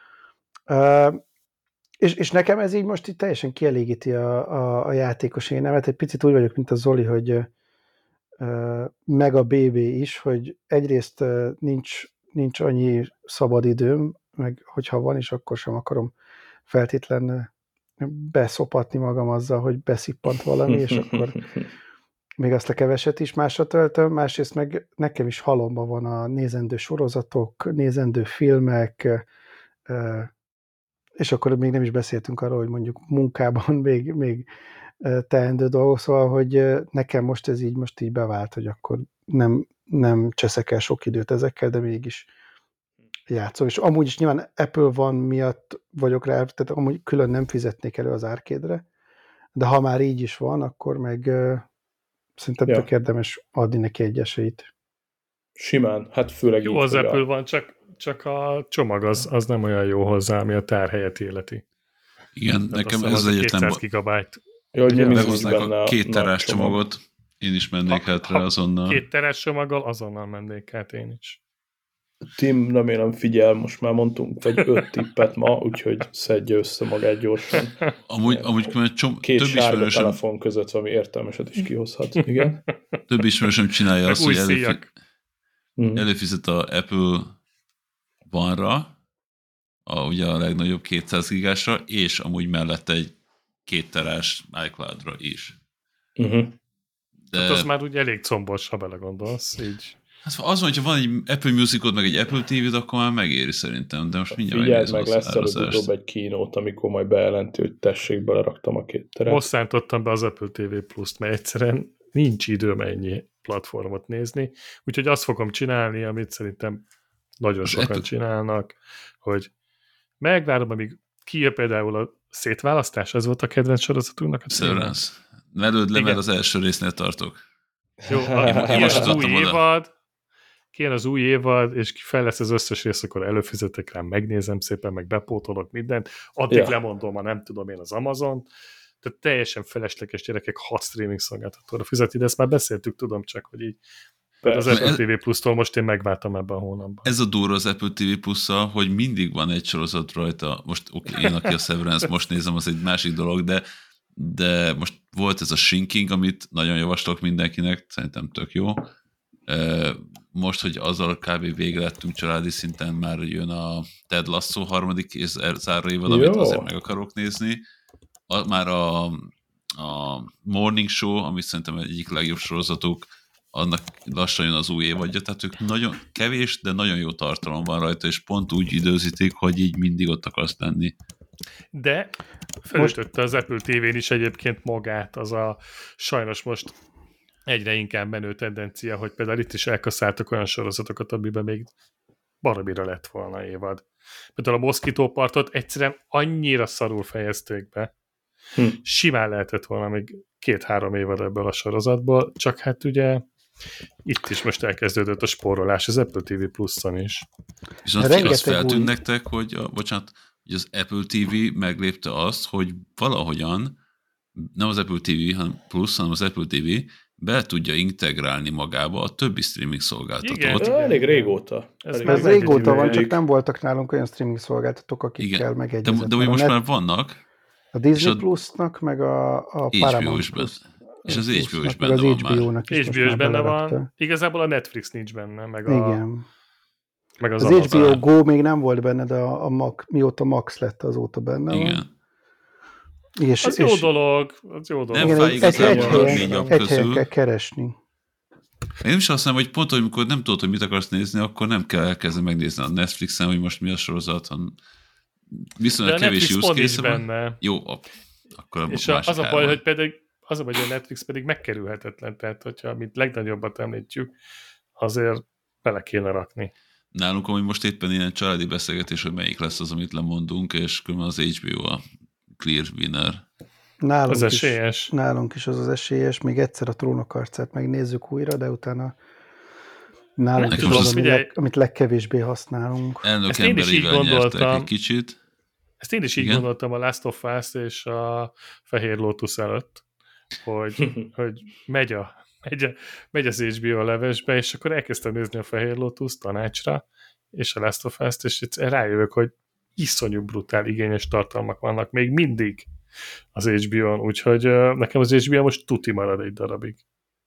Uh, és, és nekem ez így most így teljesen kielégíti a, a, a játékos énemet. Egy picit úgy vagyok, mint a Zoli, hogy uh, meg a bé bé is, hogy egyrészt uh, nincs, nincs annyi szabad időm, meg hogyha van is, akkor sem akarom feltétlen beszopatni magam azzal, hogy beszippant valami, és akkor még azt a keveset is másra töltöm, másrészt meg nekem is halomba van a nézendő sorozatok, nézendő filmek, és akkor még nem is beszéltünk arról, hogy mondjuk munkában még, még teendő dolgok, szóval, hogy nekem most ez így, most így bevált, hogy akkor nem, nem cseszek el sok időt ezekkel, de mégis játszom. És amúgy is nyilván Apple van miatt vagyok rá, tehát amúgy külön nem fizetnék elő az arcade-re, de ha már így is van, akkor meg szerintem ja. tök érdemes adni neki egy esélyt. Simán, hát főleg jó, így. az Apple a... van, csak, csak a csomag az, az nem olyan jó hozzá, ami a tárhelyet életi. Igen, tehát nekem ez az egyetlen... kétszáz gigabyte. Jó, hogy meghoznak a két terás csomagot, én is mennék ha, hát rá azonnal. Két terás csomaggal azonnal mennék hát én is. Tim, remélem figyel, most már mondtunk vagy öt tippet ma, úgyhogy szedje össze magát gyorsan. Amúgy, amúgy csom- Két több sárga ismerősöm... telefon között valami értelmeset is kihozhat. Igen? Több ismerősöm csinálja azt, hogy előfi- előfizet a Apple One-ra, a, ugye a legnagyobb kétszáz gigásra, és amúgy mellette egy két terás iCloud-ra is. Uh-huh. De... Hát az már úgy elég combos, ha belegondolsz, így... Hát az van, hogyha van egy Apple Musicod, meg egy Apple té véd, akkor már megéri szerintem, de most mindjárt figyeld meg, lesz előbb-utóbb egy keynote, amikor majd bejelenti, hogy tessék, beleraktam a két teret. Most szántottam be az Apple té vé Plus-t, mert egyszerűen nincs időm ennyi platformot nézni, úgyhogy azt fogom csinálni, amit szerintem nagyon az sokan Apple... csinálnak, hogy megvárom, amíg kijön például a szétválasztás, ez volt a kedvenc sorozatunknak a Severance. Velőd le, Igen. mert az első résznél tartok. Jó, a, Én most az új jutottam oda. évad, kijön az új évad, és fel lesz az összes rész, akkor előfizetek rá, megnézem szépen, meg bepótolok mindent, addig Ja. lemondom, ha nem tudom én az Amazon. Tehát teljesen felesleges gyerekek hat streaming szolgáltatóra fizetni, de ezt már beszéltük, tudom csak, hogy így. Tehát az Persze. Apple té vé Plus-tól most én megváltam ebben a hónapban. Ez a durva az Apple té vé Plus-szal, hogy mindig van egy sorozat rajta. Most oké, okay, én, aki a Severance most nézem, az egy másik dolog, de, de most volt ez a Shrinking, amit nagyon javaslok mindenkinek, szerintem tök jó. Most, hogy azzal kb. Vége lettünk családi szinten, már jön a Ted Lasso harmadik és záró évad, amit Jó. azért meg akarok nézni. A, már a, a Morning Show, ami szerintem egyik legjobb sorozatuk, annak lassan jön az új évadja, tehát ők nagyon kevés, de nagyon jó tartalom van rajta, és pont úgy időzítik, hogy így mindig ott akarsz lenni. De felütötte az Apple té vén is egyébként magát, az a sajnos most egyre inkább menő tendencia, hogy például itt is elkasszáltak olyan sorozatokat, amiben még baromira lett volna évad. Például a Mosquito Partot egyszerűen annyira szarul fejezték be, hm. simán lehetett volna még két-három évad ebből a sorozatból, csak hát ugye itt is most elkezdődött a spórolás az Apple té vé Plus-on is. Viszont az feltűnt új... nektek, hogy, a, bocsánat, hogy az Apple té vé meglépte azt, hogy valahogyan, nem az Apple té vé hanem Plus, hanem az Apple té vé be tudja integrálni magába a többi streaming szolgáltatót. Igen, igen. Elég régóta. Ez, elég ez régóta van, csak nem voltak nálunk olyan streaming szolgáltatók, akikkel megegyezett. De, de hogy most net... már vannak. A Disney a... Plus-nak, meg a, a Paramount Plus. És az há bé ó is benne van már. há bé ó is benne van. Igazából a Netflix nincs benne, meg a... Igen. Meg az, az há bé ó Go még nem volt benne, de a, a Max, mióta Max lett, azóta benne igen. van. És, az és, jó dolog, az jó dolog. Nem fáj igazából a négy app közül. Egy helyen kell keresni. Én is azt mondom, hogy pont, hogy amikor nem tudod, hogy mit akarsz nézni, akkor nem kell elkezdeni megnézni a Netflixen, hogy most mi a sorozat, hanem viszonylag kevés use case van. Jó, akkor és a, az a baj, hogy pedig az a baj, hogy a Netflix pedig megkerülhetetlen, tehát hogyha mint legnagyobbat említjük, azért bele kéne rakni. Nálunk, ami most éppen ilyen családi beszélgetés, hogy melyik lesz az, amit lemondunk, és különben az há bé ó a clear winner. Nálunk az esélyes. Is, nálunk is az az esélyes, még egyszer a Trónok arcát megnézzük újra, de utána nálunk nem is tudom, az, ami leg, amit legkevésbé használunk. Elnök emberével nyertek egy kicsit. Ezt én is így igen? gondoltam a Last of Us és a Fehér Lotus előtt, hogy, hogy megy, a, megy, a, megy az há bé ó a levesbe, és akkor elkezdtem nézni a Fehér Lotus tanácsra, és a Last of Us-t, és rájövök, hogy iszonyú brutál igényes tartalmak vannak még mindig az há bé ó-n, úgyhogy nekem az há bé ó most tuti marad egy darabig.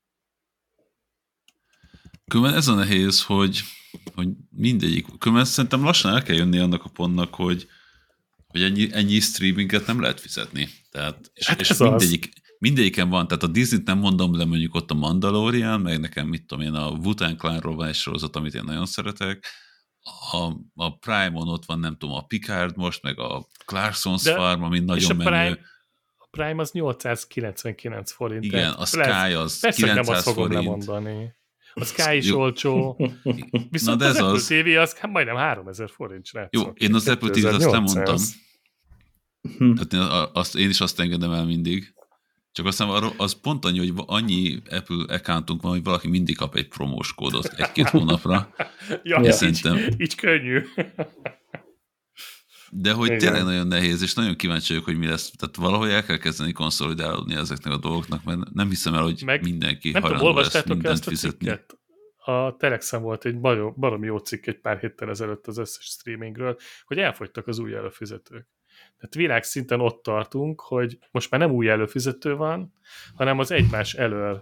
Különben ez a nehéz, hogy, hogy mindegyik, különben szerintem lassan el kell jönni annak a pontnak, hogy, hogy ennyi, ennyi streaminget nem lehet fizetni. Tehát, és, hát és mindegyik, mindegyiken van, tehát a Disney-t nem mondom, de mondjuk ott a Mandalorian, meg nekem mit tudom én, a Wu-Tang Clanról van egy sorozat, amit én nagyon szeretek, A, a Prime-on ott van, nem tudom, a Picard most, meg a Clarkson's de, Farm, ami nagyon menő. Prime, a Prime az nyolcszázkilencvenkilenc forint. Igen, a Sky az persze, kilencszáz nem azt fogom forint. Lemondani. A Sky is olcsó. Viszont az, az Apple az... té vé az majdnem háromezer forint, srácok. Jó, én az Apple té vét azt nem mondtam. Tehát én, azt, én is azt engedem el mindig. Csak aztán az pont annyi, hogy annyi Apple accountunk van, hogy valaki mindig kap egy promós kódot egy-két hónapra. ja, így, szerintem... így könnyű. De hogy igen. Tényleg nagyon nehéz, és nagyon kíváncsi vagyok, hogy mi lesz. Tehát valahogy el kell kezdeni konszolidálódni ezeknek a dolgoknak, mert nem hiszem el, hogy meg mindenki hajlandó lesz mindent fizetni. A, a Telexen volt egy baromi jó cikk egy pár héttel ezelőtt az összes streamingről, hogy elfogytak az új előfizetők. Tehát világszinten ott tartunk, hogy most már nem új előfizető van, hanem az egymás elől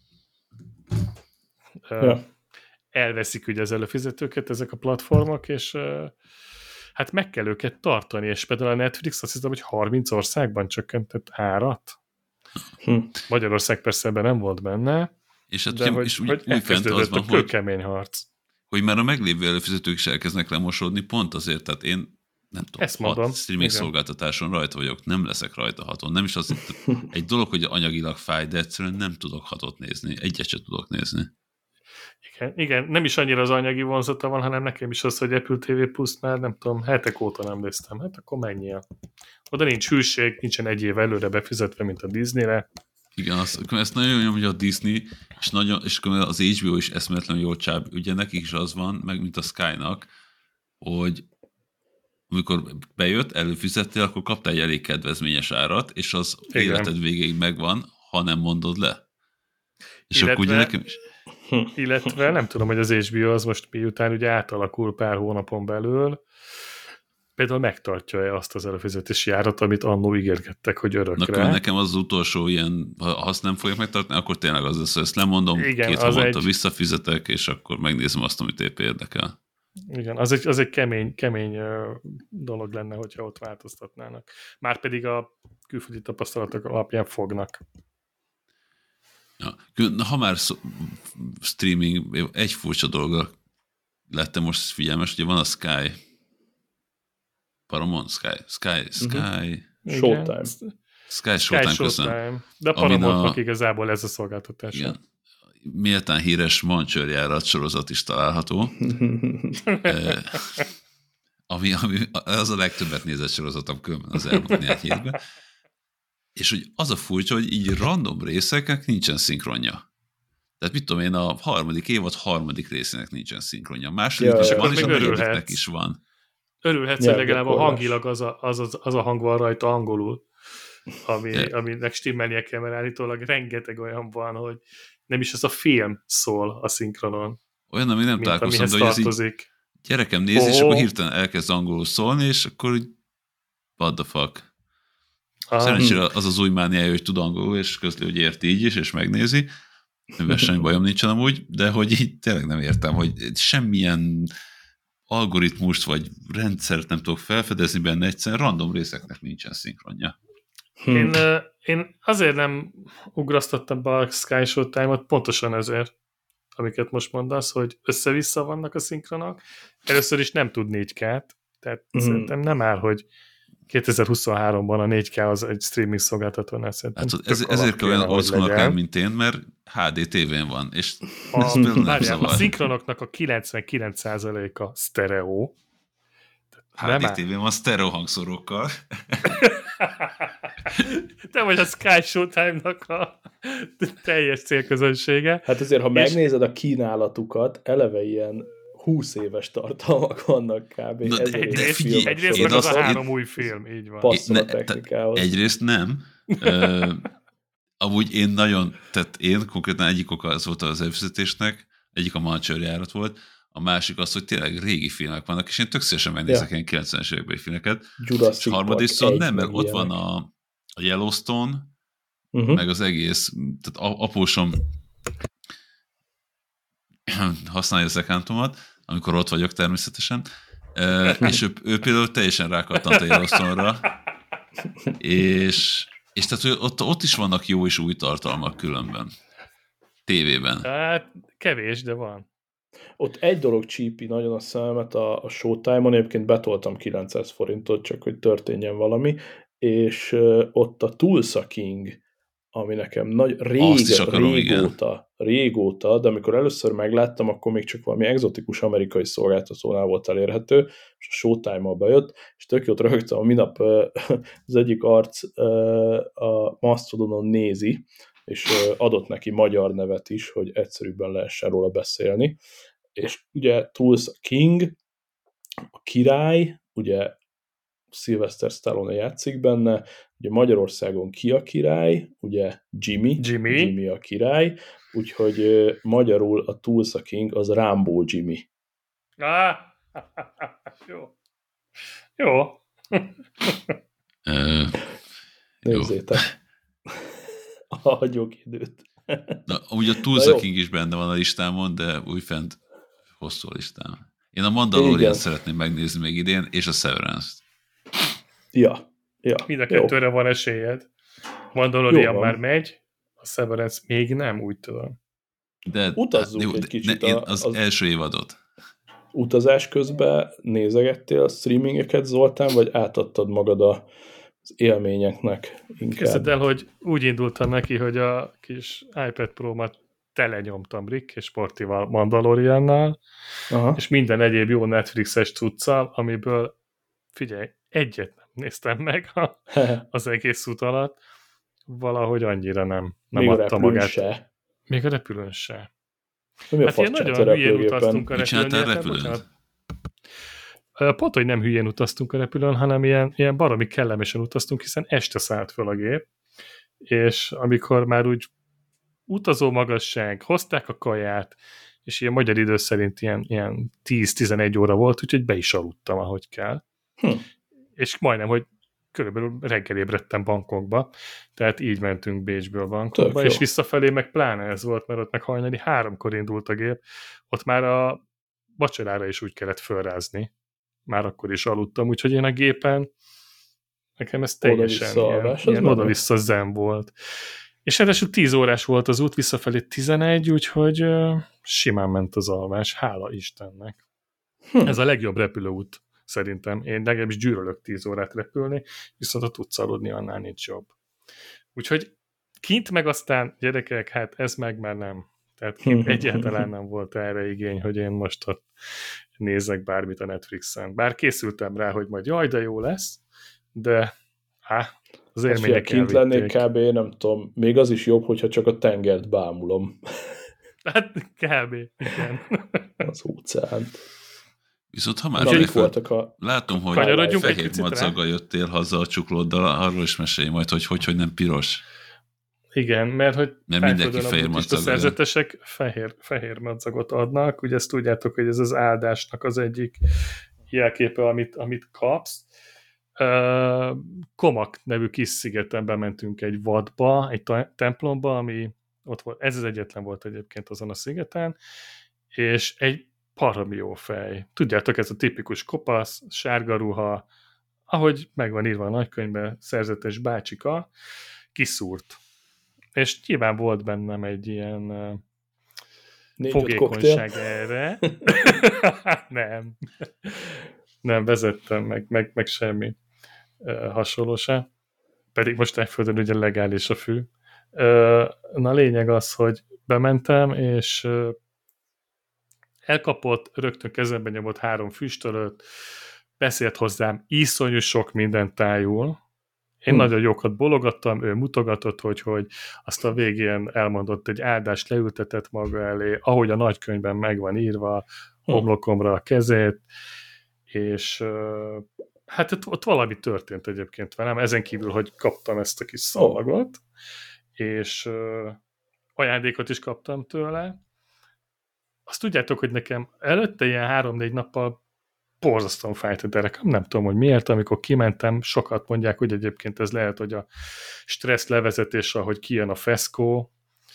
ja. elveszik ugye az előfizetőket ezek a platformok, és hát meg kell őket tartani, és például a Netflix azt hiszem, hogy harminc országban csökkentett árat. Hm. Magyarország persze ebben nem volt benne, és hát de hogy, és úgy, hogy úgy elkezdődött a kőkemény harc. Hogy már a meglévő előfizetők is elkezdnek lemosodni, pont azért, tehát én nem tudom, ezt hat mondom. streaming igen. szolgáltatáson rajta vagyok, nem leszek rajta haton. Nem is az, egy dolog, hogy anyagilag fáj, de egyszerűen nem tudok hatot nézni. Egyet sem tudok nézni. Igen, igen, nem is annyira az anyagi vonzata van, hanem nekem is az, hogy Apple té vé Plus már nem tudom, hetek óta nem néztem. Hát akkor menjél. Oda nincs hűség, nincsen egy év előre befizetve, mint a Disneyre. Igen, azt, ezt nagyon nyomja a Disney, és, nagyon, és az há bé o is eszméletlenül jól csáb. Ugye nekik is az van, meg mint a Sky-nak, hogy amikor bejött, előfizettél, akkor kaptál egy elég kedvezményes árat, és az igen. életed végéig megvan, ha nem mondod le. És illetve, akkor ugye nekem is... Illetve nem tudom, hogy az há bé o az most miután ugye átalakul pár hónapon belül, például megtartja-e azt az előfizetési árat, amit annó ígérgettek, hogy örökre. Na, nekem az utolsó ilyen, ha azt nem fogják megtartani, akkor tényleg az lesz, hogy ezt lemondom, igen, két havonta egy... visszafizetek, és akkor megnézem azt, amit épp érdekel. Igen, az egy, az egy kemény, kemény dolog lenne, hogyha ott változtatnának. Márpedig a külföldi tapasztalatok alapján fognak. Ja. Ha már szó, streaming, egy furcsa dolga lettem most figyelmes, ugye van a Sky Paramount, Sky, Sky, Sky... Uh-huh. Showtime. Sky Showtime, Sky Showtime. De a Paramountnak a... igazából ez a szolgáltatás. Igen. Méltán híres Mancsőrjárat sorozat is található. eh, ami, ami az a legtöbbet nézett sorozatom különben az elmúlt néhány hétben. És hogy az a furcsa, hogy így random részeknek nincsen szinkronja. Tehát mit tudom én, a harmadik évad harmadik részének nincsen szinkronja. A második ja, is van, és a negyediknek is van. Örülhetsz, ja, hogy legalább a hangilag az a, az, az, az a hang van rajta angolul, ami, ja. aminek stimmelnie kell, mert állítólag rengeteg olyan van, hogy nem is az a film szól a szinkronon. Olyan, ami nem találkoztam, de hogy ez így gyerekem nézi, oh. és akkor hirtelen elkezd angolul szólni, és akkor úgy what the fuck. Ah. Szerencsére az az új mániája, hogy tud angolul, és közli, hogy érti így is, és megnézi. Mivel semmi bajom nincsen amúgy, de hogy így tényleg nem értem, hogy semmilyen algoritmust vagy rendszert nem tudok felfedezni benne, egyszerűen random részeknek nincsen szinkronja. Hm. Én, én azért nem ugrasztottam be a Sky Showtime-ot, pontosan ezért, amiket most mondasz, hogy össze-vissza vannak a szinkronok. Először is nem tud négy ká-t, tehát hm. szerintem nem áll, hogy kétezer-huszonháromban a négy ká az egy streaming szolgáltatónál szerintem. Hát, ez, ezért kell olyan oldschool mint én, mert há dé tévén van, és a, várjál, a szinkronoknak a kilencvenkilenc százaléka sztereó. há dé tévén van sztereó hangszorokkal. Te vagy a Sky Showtime-nak a teljes célközönsége. Hát azért, ha és... megnézed a kínálatukat, eleve ilyen húsz éves tartalmak vannak kb. Na, de, de figyelj, egyrészt meg az a három én, új film, így van. Passzol a technikához. Egyrészt nem. uh, amúgy én nagyon, tehát én konkrétan egyik oka az volt az előfizetésnek, egyik a Mancsőrjárat volt, a másik az, hogy tényleg régi filmek vannak, és én tök szívesen megnézek ja. ilyen kilencvenes évekbeli filmeket. Jurassic és harmadszor nem, mert ott van a, a Yellowstone, uh-huh. meg az egész, tehát apósom használja az accountomat, amikor ott vagyok természetesen, uh, és ő, ő például teljesen rákattant a Yellowstone-ra, és, és tehát hogy ott, ott is vannak jó és új tartalmak különben. Tévében. Hát kevés, de van. Ott egy dolog csípi nagyon a szememet a, a Showtime-on, egyébként betoltam kilencszáz forintot, csak hogy történjen valami, és uh, ott a Tulsa King, ami nekem nagy, rég, akarom, régóta, régóta, de amikor először megláttam, akkor még csak valami egzotikus amerikai szolgáltatónál volt elérhető, és a Showtime-mal bejött, és tök jót rögtön, a minap az egyik arc a Mastodonon nézi, és adott neki magyar nevet is, hogy egyszerűbben lehessen róla beszélni. És ugye Tulsa King, a király, ugye Sylvester Stallone játszik benne, ugye Magyarországon ki a király, ugye Jimmy, Jimmy, Jimmy a király, úgyhogy uh, magyarul a Tulsa King az Rambo Jimmy. Ah, jó. Jó. uh, Nézzétek. Hagyok időt. Na, ugye a Tulsa King is benne van a listámon, de újfent hosszú a listám. Én a Mandalorian szeretném megnézni még idén, és a Severance-t. Ja, ja. Mind a kettőre van esélyed. Mandalorian már megy, a Severance még nem, úgy tudom. De utazzunk hát, egy kicsit. Ne, az, az első évadot. Utazás közben nézegettél a streamingeket, Zoltán, vagy átadtad magad a, az élményeknek inkább? Képzeld el, hogy úgy indultam neki, hogy a kis iPad Pro-mat telenyomtam Rick és Sportival Mandaloriannal, aha. és minden egyéb jó Netflixes cuccal, amiből figyelj, egyet nem néztem meg a, az egész út alatt, valahogy annyira nem, nem Még adta a magát. Se. Még a repülőn se. Mi a Hát ilyen nagyon hülyén utaztunk a Mit csináltál repülőn? Pont, hogy nem hülyén utaztunk a repülőn, hanem ilyen, ilyen baromi kellemesen utaztunk, hiszen este szállt fel a gép, és amikor már úgy utazó magasság, hozták a kaját, és ilyen magyar idő szerint ilyen, ilyen tíz-tizenegy óra volt, úgyhogy be is aludtam, ahogy kell. Hm. És majdnem, hogy körülbelül reggel ébredtem Bangkokba, tehát így mentünk Bécsből Bangkokba, és visszafelé meg pláne ez volt, mert ott meg hajnali háromkor indult a gép, ott már a vacsorára is úgy kellett fölrázni. Már akkor is aludtam, úgyhogy én a gépen nekem ez teljesen ilyen, ilyen oda-vissza zen volt. És ráadásul tíz órás volt az út, visszafelé tizenegy, úgyhogy uh, simán ment az alvás, hála Istennek. Hm. Ez a legjobb repülőút szerintem. Én legalábbis gyűrölök tíz órát repülni, viszont ha tudsz aludni, annál nincs jobb. Úgyhogy kint meg aztán, gyerekek, hát ez meg már nem. Tehát kint egyáltalán nem volt erre igény, hogy én most ott nézzek bármit a Netflixen. Bár készültem rá, hogy majd jaj, de jó lesz, de há, az élmények kint lennék kb. Nem tudom, még az is jobb, hogyha csak a tengert bámulom. Hát kb. Igen. Az utcán. Viszont ha már voltak a... látom, hogy fehér macaggal jöttél haza a csuklóddal, arról is mesélj majd, hogy hogy, hogy nem piros. Igen, mert hogy mert mindenki fehér macag. A szerzetesek fehér, fehér madzagot adnak, ugye ezt tudjátok, hogy ez az áldásnak az egyik jelképe, amit, amit kapsz. Uh, Komak nevű kis szigeten bementünk egy vadba, egy templomba, ami ott volt, ez az egyetlen volt egyébként azon a szigeten, és egy baromi jó fej. Tudjátok, ez a tipikus kopasz, sárga ruha, ahogy megvan írva a nagykönyvben, szerzetes bácsika, kiszúrt. És nyilván volt bennem egy ilyen uh, fogékonyság erre. Nem. Nem vezettem meg, meg, meg semmi uh, hasonló se. Pedig most Tájföldön ugye legális a fű. Uh, na lényeg az, hogy bementem, és uh, elkapott, rögtön kezembe nyomott három füstölöt, beszélt hozzám iszonyú sok mindent tájul. Én hmm. nagyon jókat bologattam, ő mutogatott, hogy, hogy azt a végén elmondott, egy áldást leültetett maga elé, ahogy a nagykönyvben meg van írva, homlokomra a kezét, és uh, hát ott, ott valami történt egyébként velem, ezen kívül, hogy kaptam ezt a kis szalagot, oh. és uh, ajándékot is kaptam tőle. Azt tudjátok, hogy nekem előtte ilyen három-négy nappal borzasztóan fájt a derekam, nem tudom, hogy miért, amikor kimentem, sokat mondják, hogy egyébként ez lehet, hogy a stressz levezetése, ahogy kijön a feszkó,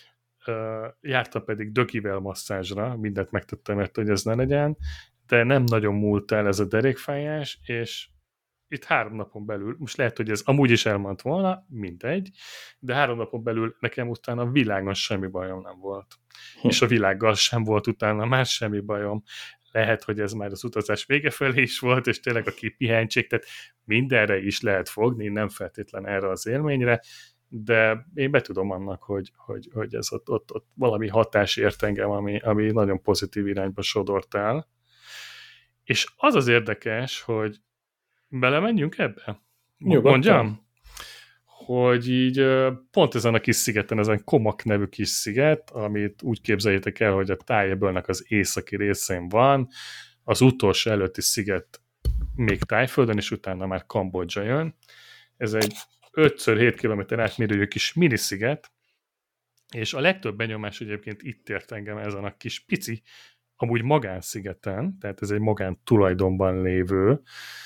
jártam pedig dögivel masszázsra, mindent megtettem, mert hogy ez ne legyen, de nem nagyon múlt el ez a derékfájás, és itt három napon belül, most lehet, hogy ez amúgy is elment volna, mindegy, de három napon belül nekem utána a világon semmi bajom nem volt. Hm. És a világgal sem volt utána már semmi bajom. Lehet, hogy ez már az utazás vége felé is volt, és tényleg a kipihentség, tehát mindenre is lehet fogni, nem feltétlen erre az élményre, de én betudom annak, hogy, hogy, hogy ez ott, ott, ott valami hatás ért engem, ami, ami nagyon pozitív irányba sodort el. És az az érdekes, hogy belemenjünk ebbe? Nyugodtan. Mondjam? Hogy így pont ezen a kis szigeten, ezen Komak nevű kis sziget, amit úgy képzeljétek el, hogy a Tájföldnek az északi részén van, az utolsó előtti sziget még Tájföldön, és utána már Kambodzsa jön. Ez egy öt-hét kilométer átmérőjű kis minisziget, és a legtöbb benyomás egyébként itt ért engem ezen a kis pici, amúgy magánszigeten, tehát ez egy magán tulajdonban lévő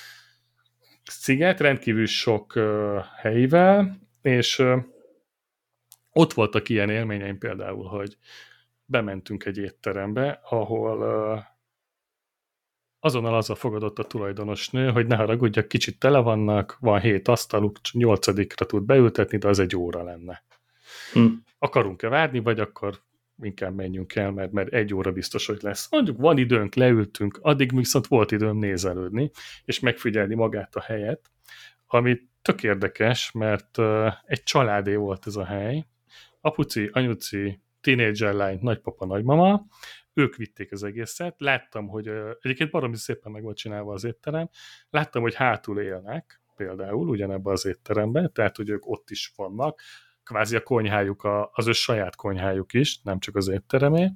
sziget, rendkívül sok uh, helyivel, és uh, ott voltak ilyen élményeim például, hogy bementünk egy étterembe, ahol uh, azonnal azzal fogadott a tulajdonos nő, hogy ne haragudjak, kicsit tele vannak, van hét asztaluk, nyolcadikra tud beültetni, de az egy óra lenne. Hm. Akarunk-e várni, vagy akkor inkább menjünk el, mert, mert egy óra biztos, hogy lesz. Mondjuk van időnk, leültünk, addig viszont volt időm nézelődni, és megfigyelni magát a helyet, ami tök érdekes, mert uh, egy családé volt ez a hely. Apuci, anyuci, tínédzser lány, nagypapa, nagymama, ők vitték az egészet. Láttam, hogy uh, egyébként baromi szépen meg volt csinálva az étterem, láttam, hogy hátul élnek, például ugyanebben az étteremben, tehát, hogy ők ott is vannak, kvázi a konyhájuk a, az ő saját konyhájuk is, nem csak az étteremé,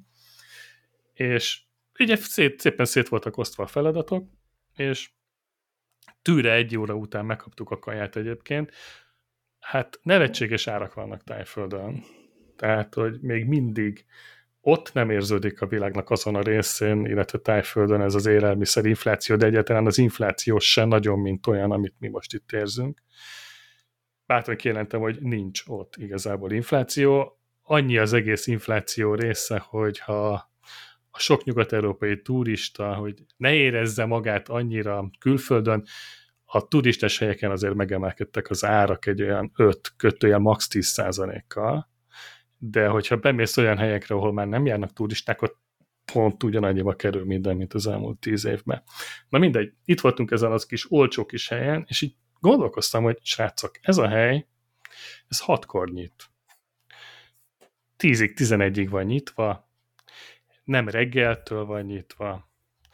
és ugye szét, szépen szét voltak osztva a feladatok, és tűre egy óra után megkaptuk a kaját egyébként. Hát nevetséges árak vannak Tájföldön. Tehát, hogy még mindig ott nem érződik a világnak azon a részén, illetve Tájföldön ez az élelmiszer infláció, de egyáltalán az infláció sem nagyon, mint olyan, amit mi most itt érzünk. Bátran kijelentem, hogy nincs ott igazából infláció. Annyi az egész infláció része, hogyha a sok nyugat-európai turista, hogy ne érezze magát annyira külföldön, a turistás helyeken azért megemelkedtek az árak egy olyan öt kötőjel max. tíz százalékkal, de hogyha bemész olyan helyekre, ahol már nem járnak turisták, ott pont ugyanannyiba kerül minden, mint az elmúlt tíz évben. Na mindegy, itt voltunk ezen az kis olcsó kis helyen, és így gondolkoztam, hogy srácok, ez a hely, ez hatkor nyit. Tízig, tizenegyig van nyitva, nem reggeltől van nyitva,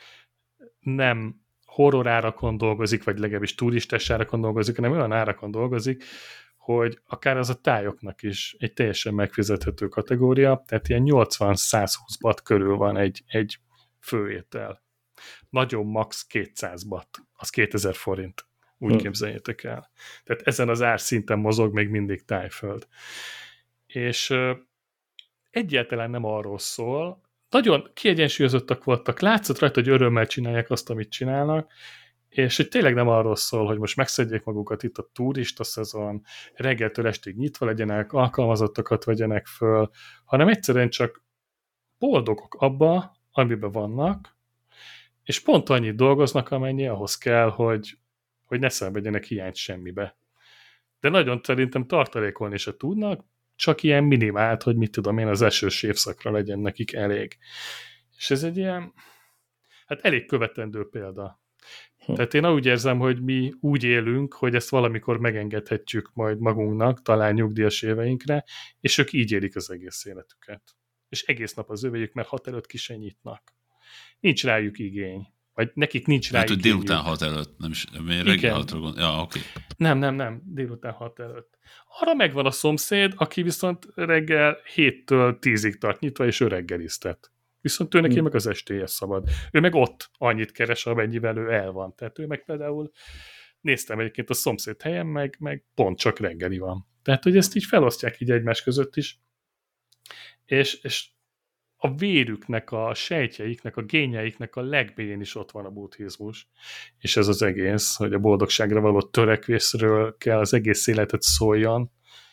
nem horror árakon dolgozik, vagy legalábbis turistás árakon dolgozik, hanem olyan árakon dolgozik, hogy akár az a tájoknak is egy teljesen megfizethető kategória, tehát ilyen nyolcvan-százhúsz bat körül van egy, egy főétel. Nagyon max. kétszáz bat, az kétezer forint. Úgy hmm. képzeljétek el. Tehát ezen az árszinten mozog még mindig Tájföld. És uh, egyáltalán nem arról szól, nagyon kiegyensúlyozottak voltak, látszott rajta, hogy örömmel csinálják azt, amit csinálnak, és hogy tényleg nem arról szól, hogy most megszedjék magukat itt a turista szezon, reggeltől estig nyitva legyenek, alkalmazottakat vegyenek föl, hanem egyszerűen csak boldogok abba, amiben vannak, és pont annyit dolgoznak, amennyi ahhoz kell, hogy, hogy ne szenvedjenek hiányt semmibe. De nagyon szerintem tartalékolni se tudnak, csak ilyen minimált, hogy mit tudom én, az esős évszakra legyen nekik elég. És ez egy ilyen, hát elég követendő példa. Hm. Tehát én úgy érzem, hogy mi úgy élünk, hogy ezt valamikor megengedhetjük majd magunknak, talán nyugdíjas éveinkre, és ők így élik az egész életüket. És egész nap az övéjük, mert hat előtt ki se nyitnak. Nincs rájuk igény. Vagy nekik nincs rájuk igény. Hát, hogy délután hat előtt, nem is, reggel hatra gond. Ja, oké. Okay. Nem, nem, nem, délután hat előtt. Arra megvan a szomszéd, aki viszont reggel héttől tízig tart nyitva, és ő reggeliztet. Viszont ő neki hmm. meg az estéje szabad. Ő meg ott annyit keres, amennyivel ő el van. Tehát ő meg például, néztem egyébként a szomszéd helyen, meg, meg pont csak reggeli van. Tehát, hogy ezt így felosztják így egymás között is. És, és a vérüknek, a sejtjeiknek, a génjeiknek a legmélyén is ott van a buddhizmus. És ez az egész, hogy a boldogságra való törekvésről kell az egész életet szóljon.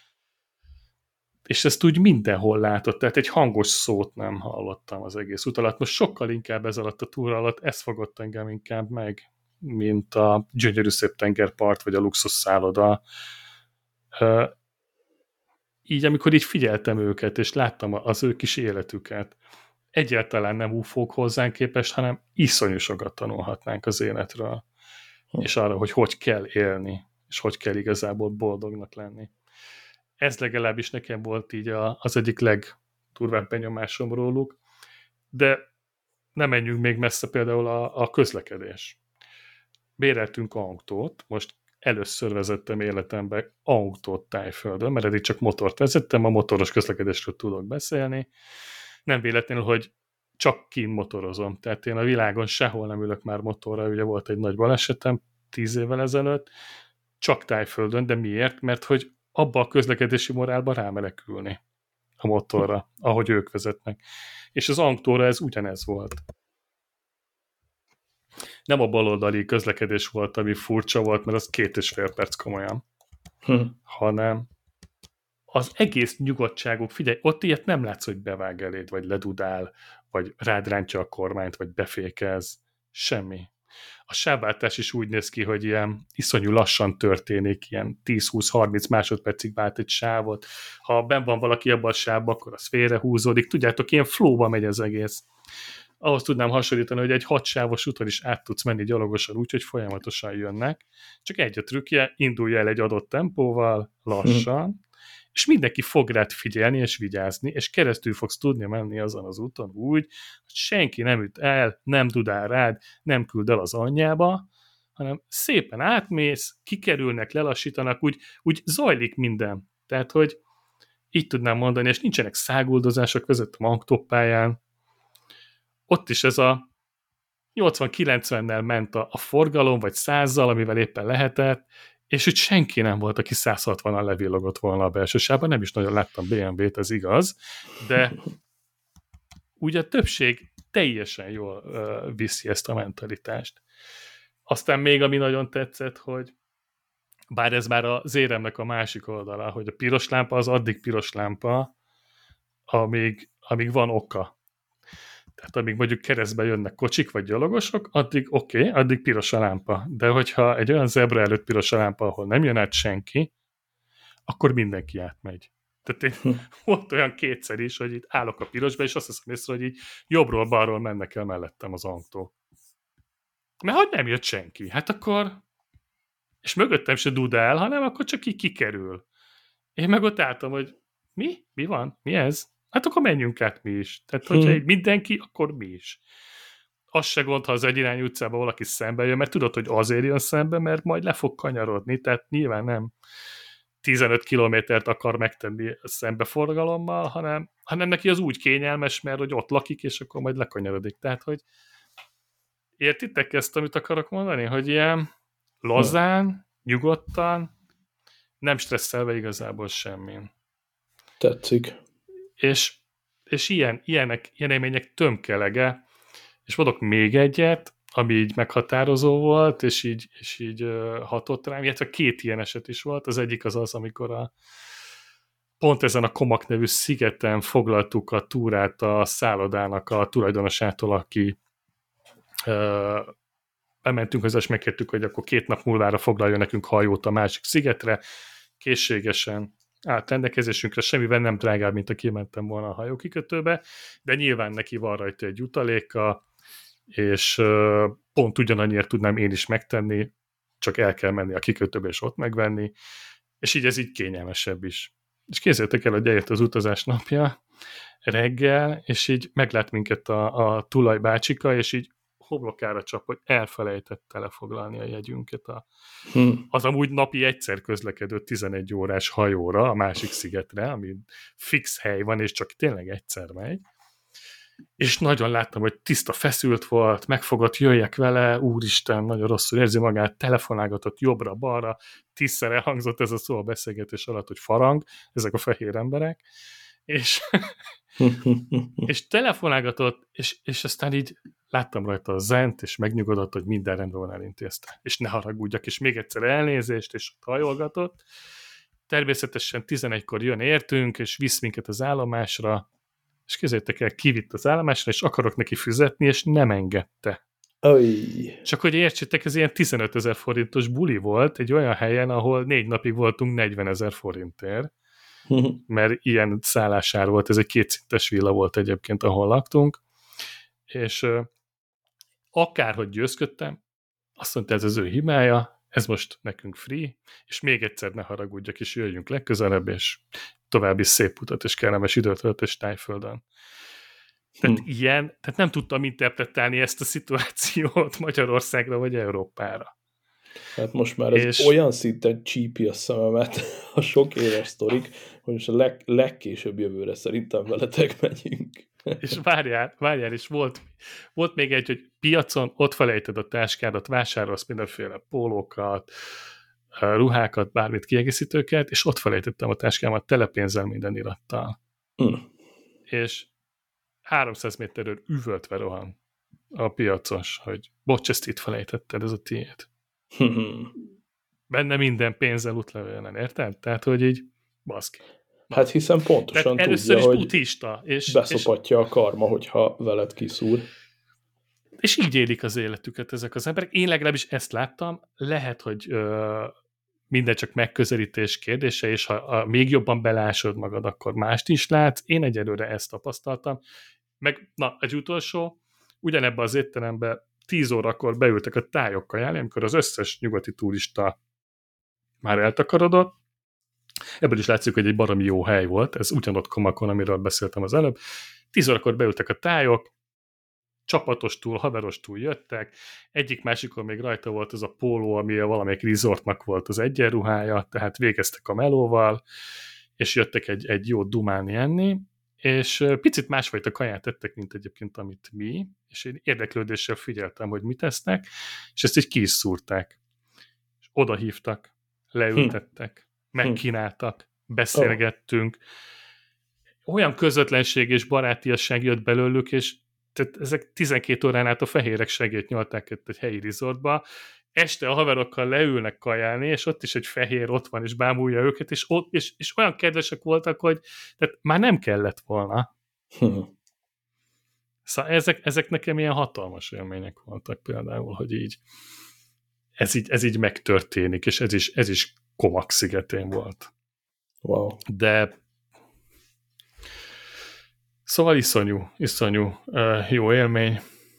És ezt úgy mindenhol látott, tehát egy hangos szót nem hallottam az egész út alatt. Most sokkal inkább ez alatt a túra alatt, ez fogott engem inkább meg, mint a gyönyörű szép tengerpart, vagy a luxus szálloda. Így, amikor így figyeltem őket, és láttam az ő kis életüket, egyáltalán nem ufók hozzánk képest, hanem iszonyú sokat tanulhatnánk az életről. Hm. És arra, hogy hogy kell élni, és hogy kell igazából boldognak lenni. Ez legalábbis nekem volt így a, az egyik legturvább benyomásom róluk, de nem menjünk még messze, például a, a közlekedés. Béreltünk autót, most először vezettem életemben autót Tájföldön, mert eddig csak motort vezettem, a motoros közlekedésről tudok beszélni. Nem véletlenül, hogy csak kint motorozom. Tehát én a világon sehol nem ülök már motorra, ugye volt egy nagy balesetem tíz évvel ezelőtt, csak Tájföldön, de miért? Mert hogy abba a közlekedési morálba rámenekülni a motorra, ahogy ők vezetnek. És az autóra ez ugyanez volt. Nem a baloldali közlekedés volt, ami furcsa volt, mert az két és fél perc komolyan, hm. hanem az egész nyugodtságuk, figyelj, ott ilyet nem látsz, hogy bevág eléd, vagy ledudál, vagy rád rántja a kormányt, vagy befékez. Semmi. A sávváltás is úgy néz ki, hogy ilyen iszonyú lassan történik, ilyen tíz-húsz-harminc másodpercig vált egy sávot. Ha benn van valaki abban a sávban, akkor az félrehúzódik. Tudjátok, ilyen flowba megy az egész. Ahhoz tudnám hasonlítani, hogy egy hatsávos úton is át tudsz menni gyalogosan úgy, hogy folyamatosan jönnek. Csak egy a trükkje, indulj el egy adott tempóval, lassan, hm. és mindenki fog rád figyelni és vigyázni, és keresztül fogsz tudni menni azon az úton úgy, hogy senki nem üt el, nem dudál rád, nem küld el az anyjába, hanem szépen átmész, kikerülnek, lelassítanak, úgy, úgy zajlik minden. Tehát, hogy így tudnám mondani, és nincsenek száguldozások között a Magtok-pályán. Ott is ez a nyolcvan-kilencvennel ment a, a forgalom, vagy százzal, amivel éppen lehetett, és úgy senki nem volt, aki száz hatvannal levillogott volna a belsősában, nem is nagyon láttam bé em vé-t, ez igaz, de ugye a többség teljesen jól uh, viszi ezt a mentalitást. Aztán még ami nagyon tetszett, hogy bár ez már az éremnek a másik oldala, hogy a piros lámpa az addig piros lámpa, amíg, amíg van oka. Tehát amíg mondjuk keresztbe jönnek kocsik vagy gyalogosok, addig oké, okay, addig piros a lámpa. De hogyha egy olyan zebra előtt piros a lámpa, ahol nem jön át senki, akkor mindenki átmegy. Tehát én volt olyan kétszer is, hogy itt állok a pirosba, és azt hiszem észre, hogy így jobbról-balról mennek el mellettem az autó. Mert hogy nem jött senki. Hát akkor, és mögöttem se dudál, hanem akkor csak így kikerül. Én meg ott álltam, hogy mi? Mi van? Mi ez? Hát akkor menjünk át mi is. Tehát, hogyha hmm. mindenki, akkor mi is. Az se gond, ha az egyirányú utcában valaki szembe jön, mert tudod, hogy azért jön szembe, mert majd le fog kanyarodni, tehát nyilván nem tizenöt kilométert akar megtenni a szembeforgalommal, hanem, hanem neki az úgy kényelmes, mert hogy ott lakik, és akkor majd lekanyarodik. Tehát, hogy értitek ezt, amit akarok mondani? Hogy ilyen lazán, nyugodtan, nem stresszelve igazából semmin. Tetszik. És, és ilyen, ilyenek, ilyen élmények tömkelege, és mondok még egyet, ami így meghatározó volt, és így, és így uh, hatott rám, illetve két ilyen eset is volt. Az egyik az az, amikor a, pont ezen a Komak nevű szigeten foglaltuk a túrát a szállodának a tulajdonosától, aki uh, bementünk hozzá, és megkértük, hogy akkor két nap múlvára foglaljon nekünk hajót a másik szigetre, készségesen állt rendelkezésünkre, semmivel nem drágább, mint a kimentem volna a hajókikötőbe, de nyilván neki van rajta egy jutaléka, és uh, pont ugyanannyiért tudnám én is megtenni, csak el kell menni a kikötőbe és ott megvenni, és így ez így kényelmesebb is. És képzeljétek el, hogy eljött az utazás napja reggel, és így meglát minket a, a tulajbácsika, és így homlokára csap, hogy elfelejtette lefoglalni a jegyünket a, hmm. az amúgy napi egyszer közlekedő tizenegy órás hajóra, a másik szigetre, ami fix hely van, és csak tényleg egyszer megy. És nagyon láttam, hogy tiszta feszült volt, megfogott, jöjjek vele, úristen, nagyon rosszul érzi magát, telefonálgatott jobbra-balra, tízszer elhangzott ez a szó a beszélgetés alatt, hogy farang, ezek a fehér emberek, és, és telefonálgatott, és, és aztán így láttam rajta a zent, és megnyugodott, hogy minden rendben van, elintézte. És ne haragudjak, és még egyszer elnézést, és hajolgatott. Természetesen tizenegykor jön értünk, és visz minket az állomásra, és képzeljétek el, kivitt az állomásra, és akarok neki fizetni, és nem engedte. Oly. Csak hogy értsétek, ez ilyen tizenötezer forintos buli volt, egy olyan helyen, ahol négy napig voltunk negyvenezer forintért, mert ilyen szállásár volt, ez egy kétszintes villa volt egyébként, ahol laktunk, és uh, akárhogy győzködtem, azt mondta, ez az ő hibája, ez most nekünk free, és még egyszer ne haragudjak, és jöjjünk legközelebb, és további szép utat, és kellemes időtöltés Tájföldön. Tehát hmm. ilyen, tehát nem tudtam interpretálni ezt a szituációt Magyarországra, vagy Európára. Hát most már ez és... olyan szinten csípi a szememet a sok éves sztorik, hogy most a leg, legkésőbb jövőre szerintem veletek megyünk. És várjál, várjál, és volt, volt még egy, hogy piacon ott felejted a táskádat, vásárolsz mindenféle pólókat, ruhákat, bármit, kiegészítőket, és ott felejtettem a táskámat telepénzzel, minden irattal. Mm. És háromszáz méterről üvöltve rohan a piacos, hogy bocs, ezt itt felejtetted, ez a tiéd. Benne minden pénzzel útlevélen, érted? Tehát, hogy így baszki. Hát hiszen pontosan tehát tudja, is hogy buddhista, és, beszopatja és, a karma, hogyha veled kiszúr. És így élik az életüket ezek az emberek. Én legalábbis ezt láttam. Lehet, hogy ö, minden csak megközelítés kérdése, és ha a, még jobban belásod magad, akkor mást is látsz. Én egyelőre ezt tapasztaltam. Meg, na, egy utolsó, ugyanebben az étteremben tíz órakor beültek a tájok kajálni, amikor az összes nyugati turista már eltakarodott. Ebből is látszik, hogy egy baromi jó hely volt, ez ugyanott Komakon, amiről beszéltem az előbb. Tíz órakor beültek a tájok, csapatostól, haverostól jöttek, egyik-másikon még rajta volt az a póló, ami valamelyik resortnak volt az egyenruhája, tehát végeztek a melóval, és jöttek egy, egy jó dumálni enni, és picit másfajta kaját tettek, mint egyébként, amit mi, és én érdeklődéssel figyeltem, hogy mit tesznek, és ezt így ki is szúrták. És oda hívtak, leültettek, hm. megkínáltak, beszélgettünk, olyan közvetlenség és barátiasság jött belőlük, és tehát ezek tizenkét órán át a fehérek segélyt nyalták itt egy helyi resortba, este a haverokkal leülnek kajálni, és ott is egy fehér ott van, és bámulja őket, és, ott, és, és olyan kedvesek voltak, hogy tehát már nem kellett volna. Hm. Szóval ezek, ezek nekem ilyen hatalmas élmények voltak például, hogy így ez így, ez így megtörténik, és ez is, ez is Comox szigetén volt. Wow. De szóval iszonyú, iszonyú uh, jó élmény.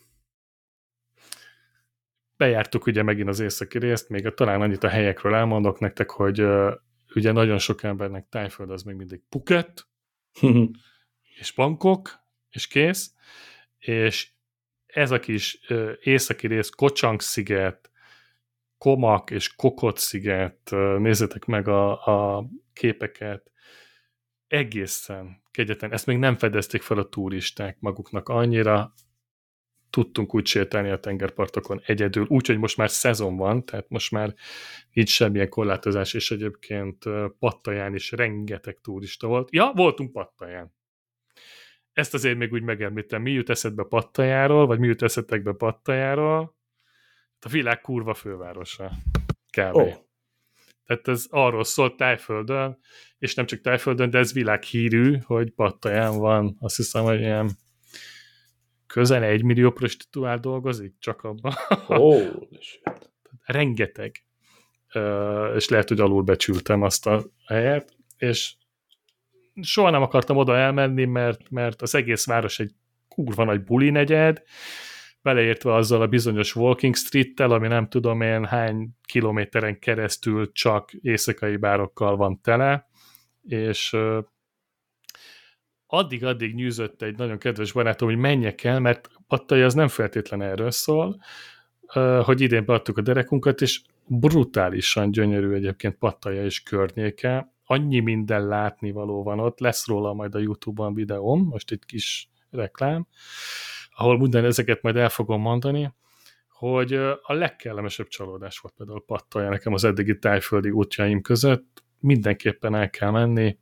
Bejártuk ugye megint az északi részt, még talán annyit a helyekről elmondok nektek, hogy uh, ugye nagyon sok embernek Tájföld az még mindig Phuket, és Bangkok, és kész, és ez a kis uh, északi rész, Ko-Chang sziget, Komak és Kokot sziget, uh, nézzétek meg a, a képeket, egészen kegyetlen. Ezt még nem fedezték fel a turisták maguknak annyira, tudtunk úgy sétálni a tengerpartokon egyedül, úgyhogy most már szezon van, tehát most már így semmilyen korlátozás, és egyébként Pattaján is rengeteg turista volt. Ja, voltunk Pattaján. Ezt azért még úgy megemlítem. Mi jut eszedbe Pattajáról, vagy mi jut eszetekbe Pattajáról? A világ kurva fővárosa. Kb. Oh. Tehát ez arról szól Tájföldön, és nem csak Tájföldön, de ez világhírű, hogy Pattaján van, azt hiszem, hogy ilyen közel egy millió prostituál dolgozik, csak abban. Oh, rengeteg. És lehet, hogy alulbecsültem azt a helyet, és soha nem akartam oda elmenni, mert, mert az egész város egy kurva nagy buli negyed, beleértve azzal a bizonyos Walking Street-tel, ami nem tudom én hány kilométeren keresztül csak éjszakai bárokkal van tele, és addig-addig nyűzött egy nagyon kedves barátom, hogy menjek el, mert Pattaya az nem feltétlen erről szól, hogy idén beadtuk a derekunkat, és brutálisan gyönyörű egyébként Pattaya és környéke. Annyi minden látnivaló van ott, lesz róla majd a YouTube-on videóm, most egy kis reklám, ahol minden ezeket majd el fogom mondani, hogy a legkellemesebb csalódás volt például Pattaya nekem az eddigi tájföldi útjaim között. Mindenképpen el kell menni.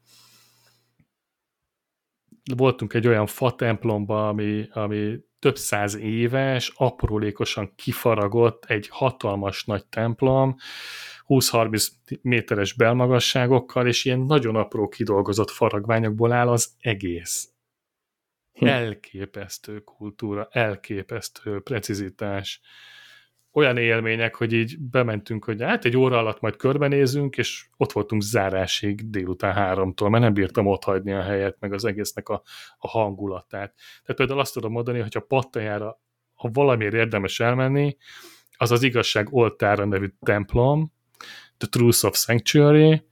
Voltunk egy olyan fa templomba, ami, ami több száz éves, aprólékosan kifaragott, egy hatalmas nagy templom, húsz-harminc méteres belmagasságokkal, és ilyen nagyon apró kidolgozott faragványokból áll az egész. Hm. Elképesztő kultúra, elképesztő precizitás. Olyan élmények, hogy így bementünk, hogy hát egy óra alatt majd körbenézünk, és ott voltunk zárásig délután háromtól, mert nem bírtam otthagyni a helyet, meg az egésznek a, a hangulatát. Tehát például azt tudom mondani, hogy a Pattajára, ha valamiért érdemes elmenni, az az Igazság oltára nevű templom, The Truth of Sanctuary,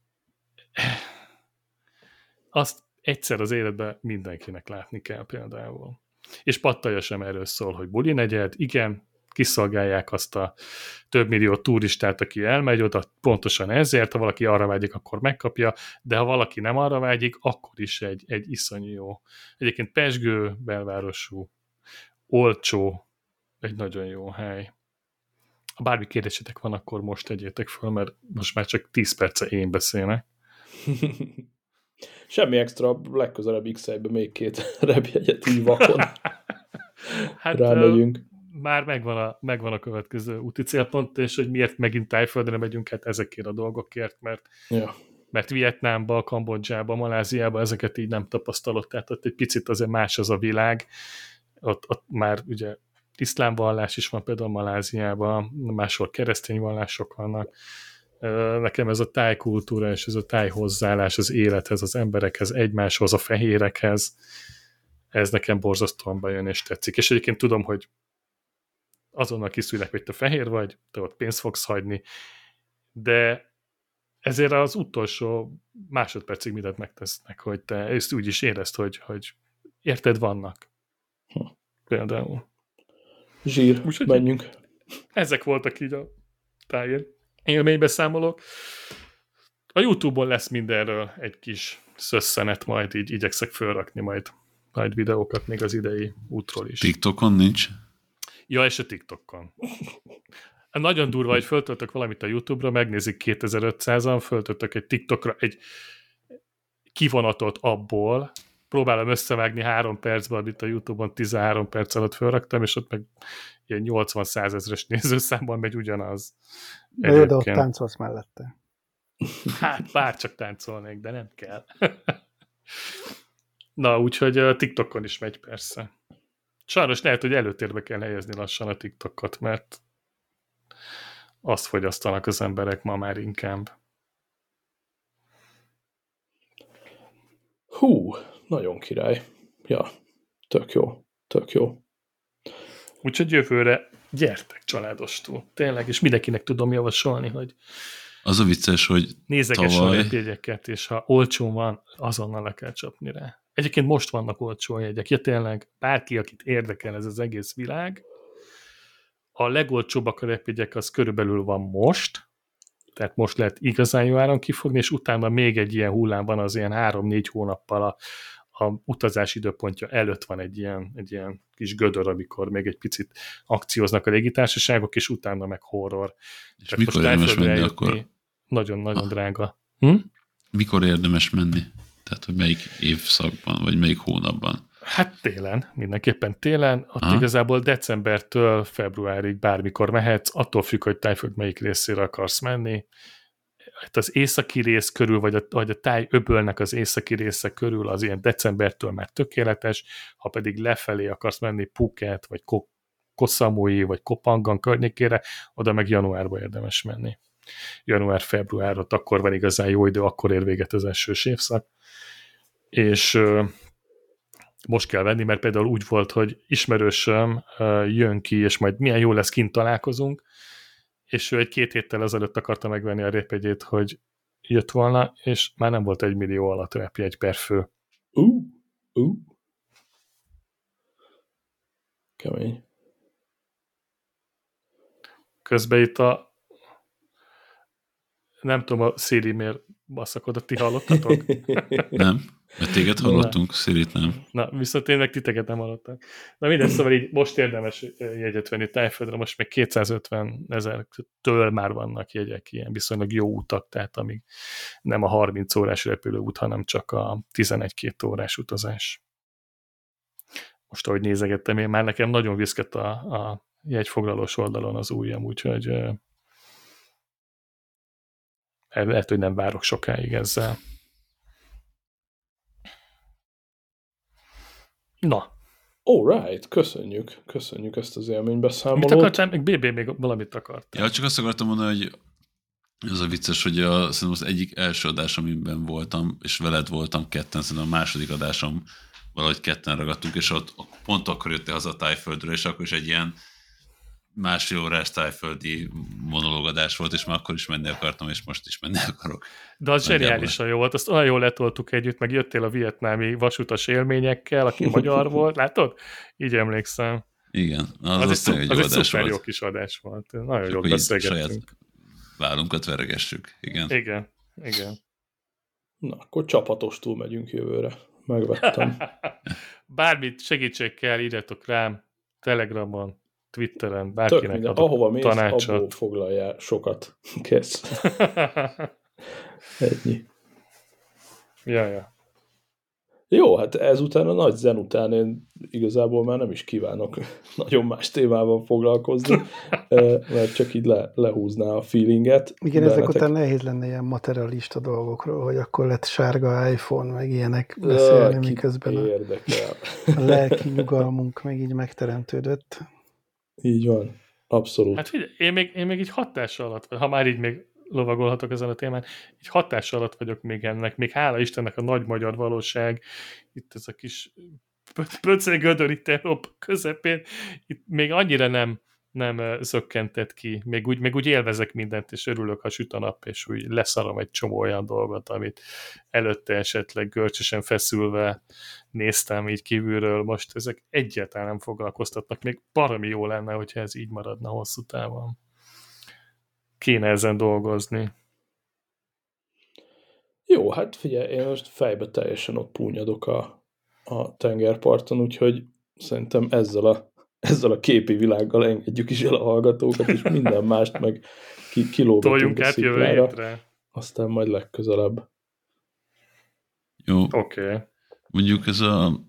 azt egyszer az életben mindenkinek látni kell például. És Pattaya sem erről szól, hogy buli negyed, igen, kiszolgálják azt a több millió turistát, aki elmegy oda, pontosan ezért, ha valaki arra vágyik, akkor megkapja, de ha valaki nem arra vágyik, akkor is egy, egy iszonyú jó. Egyébként pezsgő, belvárosú, olcsó, egy nagyon jó hely. Ha bármi kérdésetek van, akkor most tegyétek föl, mert most már csak tíz perce én beszélnek. Semmi extra, legközelebb X-be még két repjegyet így vakon. Hát rámegyünk. Már megvan a, megvan a következő úti célpont, és hogy miért megint Tájföldre megyünk, hát ezekért a dolgokért, mert, ja. mert Vietnámba, Kambodzsába, Maláziába ezeket így nem tapasztalott, tehát ott egy picit azért más az a világ, ott, ott már ugye iszlám vallás is van például Maláziában, máshol keresztény vallások vannak. Nekem ez a táj kultúra és ez a táj hozzáállás az élethez, az emberekhez, egymáshoz, a fehérekhez, ez nekem borzasztóan bejön és tetszik. És egyébként tudom, hogy azonnal kiszűrnek, hogy te fehér vagy, te ott pénzt fogsz hagyni, de ezért az utolsó másodpercig mindent megtesznek, hogy te ezt úgy is érezd, hogy, hogy érted vannak. Hm. Például. Zsír, úgy, menjünk. Ezek voltak így a tájér élménybeszámolók. A YouTube-on lesz mindenről egy kis szösszenet, majd így igyekszek felrakni majd, majd videókat még az idei útról is. TikTokon nincs? Ja, és a TikTokon. Nagyon durva, hogy föltöltök valamit a YouTube-ra, megnézik kétezer-ötszázan, föltöltök egy TikTokra egy kivonatot abból, próbálom összevágni három percben, amit a YouTube-on tizenhárom perc alatt felraktam, és ott meg ilyen nyolcvan-százezres nézőszámban megy ugyanaz. De jó, de ott táncolsz mellette. Hát bárcsak táncolnék, de nem kell. Na, úgyhogy a TikTokon is megy persze. Sajnos lehet, hogy előtérbe kell helyezni lassan a TikTokot, mert azt fogyasztanak az emberek ma már inkább. Hú, nagyon király. Ja, tök jó, tök jó. Úgyhogy jövőre gyertek családostul. Tényleg, és mindenkinek tudom javasolni, hogy az a vicces, hogy nézeges tavaly... a repjegyeket, és ha olcsón van, azonnal le kell csapni rá. Egyébként most vannak olcsó jegyek. Ja, tényleg, bárki, akit érdekel ez az egész világ, a legolcsóbbak a repjegyek, az körülbelül van most, tehát most lehet igazán jó áron kifogni, és utána még egy ilyen hullám van, az ilyen három-négy hónappal a, a utazási időpontja előtt van egy ilyen, egy ilyen kis gödör, amikor még egy picit akcióznak a légitársaságok, és utána meg horror. És tehát mikor érdemes menni akkor? Nagyon-nagyon ah. drága. Hm? Mikor érdemes menni? Tehát, hogy melyik évszakban, vagy melyik hónapban? Hát télen, mindenképpen télen. Ott ha? Igazából decembertől februárig bármikor mehetsz, attól függ, hogy Tájföld melyik részére akarsz menni. Hát az északi rész körül, vagy a, vagy a táj öbölnek az északi része körül az ilyen decembertől már tökéletes, ha pedig lefelé akarsz menni Phuket, vagy Koh Samui, vagy Koh Phangan környékére, oda meg januárba érdemes menni. Január-februárot, akkor van igazán jó idő, akkor ér véget az esős évszak. És ö, most kell venni, mert például úgy volt, hogy ismerősöm ö, jön ki, és majd milyen jó lesz, kint találkozunk, és ő egy két héttel ezelőtt akarta megvenni a repjegyét, hogy jött volna, és már nem volt egy millió alatt repjegy per fő. Uh, uh. Kemény. Közben itt a nem tudom, a Siri miért basszakodott, ti hallottatok? Nem, mert téged hallottunk, Sirit nem. Na, viszont én meg titeket nem hallottam. Na minden, szóval így most érdemes jegyet venni Tájföldre, most még kétszázötven ezer-től már vannak jegyek, ilyen viszonylag jó utak, tehát amíg nem a harminc órás repülőút, hanem csak a tizenegy-két órás utazás. Most, ahogy nézegettem, én már nekem nagyon viszket a, a jegyfoglalós oldalon az ujjam, úgyhogy lehet, hogy nem várok sokáig ezzel. Na. Alright, köszönjük. Köszönjük ezt az élménybeszámolót. Mit akartál? Még bé bé még valamit akartál. Ja, csak azt akartam mondani, hogy ez a vicces, hogy a, szerintem az egyik első adás, amiben voltam, és veled voltam ketten, szerintem a második adásom valahogy ketten ragadtunk, és ott pont akkor jöttél haza Tájföldről, és akkor is egy ilyen másfél órás tájföldi monológadás volt, és már akkor is menni akartam, és most is menni akarok. De az zseniálisan jó volt, azt olyan jól letoltuk együtt, meg jöttél a vietnámi vasutas élményekkel, aki magyar volt, látod? Így emlékszem. Igen, az, az, az, egy, egy az egy szuper jó kis adás volt. Nagyon jól beszélgettünk. Vállunkat veregessük. Igen. Igen, igen. Na, akkor csapatostul megyünk jövőre. Megvettem. Bármit segítség kell, írjatok rám, Telegramon, Twitteren, bárkinek minden, adok ahova mész, tanácsot. abból foglaljál sokat. Kész. Ennyi. Ja, ja. Jó, hát ezután a nagy zen után én igazából már nem is kívánok nagyon más témával foglalkozni, mert csak így le, lehúzná a feelinget. Igen, ezek netek... után nehéz lenne ilyen materialista dolgokról, hogy akkor lett sárga iPhone, meg ilyenek beszélni, Ki miközben érdekel. a, a lelki nyugalmunk meg így megteremtődött. Így van, abszolút. Hát figyelj, én még, én még így hatás alatt, ha már így még lovagolhatok ezen a témán, így hatás alatt vagyok még ennek, még hála Istennek a nagy magyar valóság, itt ez a kis pöcegödör itt Európa közepén, itt még annyira nem, nem zökkentett ki, még úgy, még úgy élvezek mindent, és örülök, ha süt a nap, és úgy leszarom egy csomó olyan dolgot, amit előtte esetleg görcsösen feszülve néztem így kívülről, most ezek egyáltalán nem foglalkoztatnak, még baromi jó lenne, hogyha ez így maradna hosszú távon. Kéne ezen dolgozni. Jó, hát figyelj, én most fejbe teljesen ott púnyadok a, a tengerparton, úgyhogy szerintem ezzel a, ezzel a képi világgal engedjük is el a hallgatókat, és minden mást meg ki, kilógatunk Toljunk a át jövő sziklára, hétre. aztán majd legközelebb. Jó. Oké. Okay. Mondjuk ez a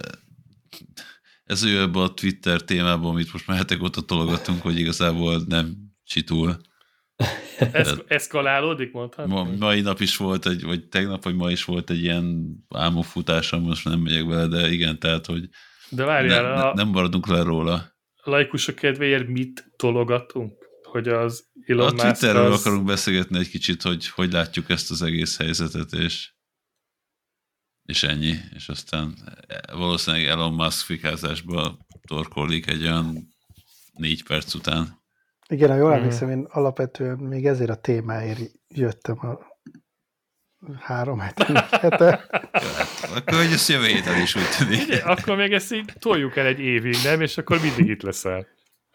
ez olyan ebben a Twitter témában, amit most már hetek óta tologatunk, hogy igazából nem csitul. Ez, eszkalálódik, mondhatni? Ma, mai nap is volt egy, vagy tegnap, vagy ma is volt egy ilyen álmokfutásom, most nem megyek vele, de igen, tehát, hogy de várjál, ne, ne, nem maradunk le róla. A laikusok kedvéért mit tologatunk? Hogy az Elon A Musk Twitterről az... akarunk beszélgetni egy kicsit, hogy hogy látjuk ezt az egész helyzetet, és és ennyi, és aztán valószínűleg Elon Musk fikázásba torkollik egy olyan négy perc után. Igen, ha jól emlékszem, én alapvetően még ezért a témáért jöttem a három hete, négy hete. Akkor, hogy ezt jövő héten is úgy tűnik. Igen, akkor még ezt így toljuk el egy évig, nem? És akkor mindig itt leszel.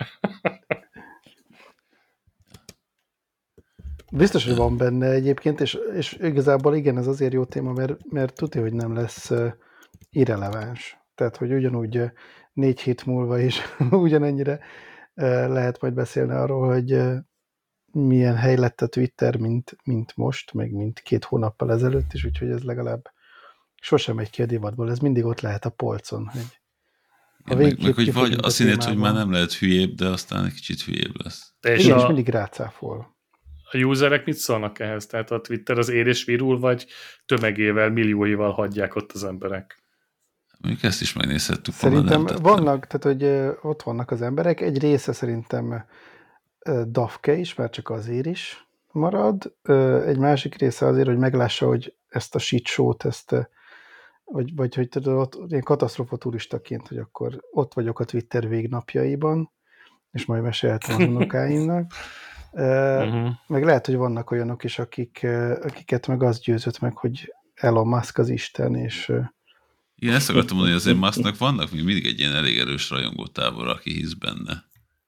Biztos, hogy van benne egyébként, és, és igazából igen, ez azért jó téma, mert, mert tudja, hogy nem lesz uh, irreleváns. Tehát, hogy ugyanúgy uh, négy hét múlva is ugyanennyire uh, lehet majd beszélni arról, hogy uh, milyen hely lett a Twitter, mint, mint most, meg mint két hónappal ezelőtt is, úgyhogy ez legalább sosem megy ki a divatból, ez mindig ott lehet a polcon. Hogy ja, meg, meg hogy vagy azt hinnéd, hogy már nem lehet hülyébb, de aztán egy kicsit hülyébb lesz. És igen, a... és mindig rácáfol. A userek mit szólnak ehhez? Tehát a Twitter az ér és virul, vagy tömegével, millióival hagyják ott az emberek? Mondjuk ezt is megnézhettük. Szerintem vannak, tehát hogy ott vannak az emberek, egy része szerintem dafke is, mert csak azért is marad, egy másik része azért, hogy meglássa, hogy ezt a shit show-t, ezt, vagy, vagy hogy tudod, ott ilyen katasztrófa turistaként, hogy akkor ott vagyok a Twitter végnapjaiban, és majd meséltem az unokáimnak. Uh-huh. Meg lehet, hogy vannak olyanok is, akik, akiket meg az győzött meg, hogy Elon Musk az Isten, és... Igen, ezt akartam mondani, hogy azért Musknak vannak még mindig egy ilyen elég erős rajongótábor, aki hisz benne.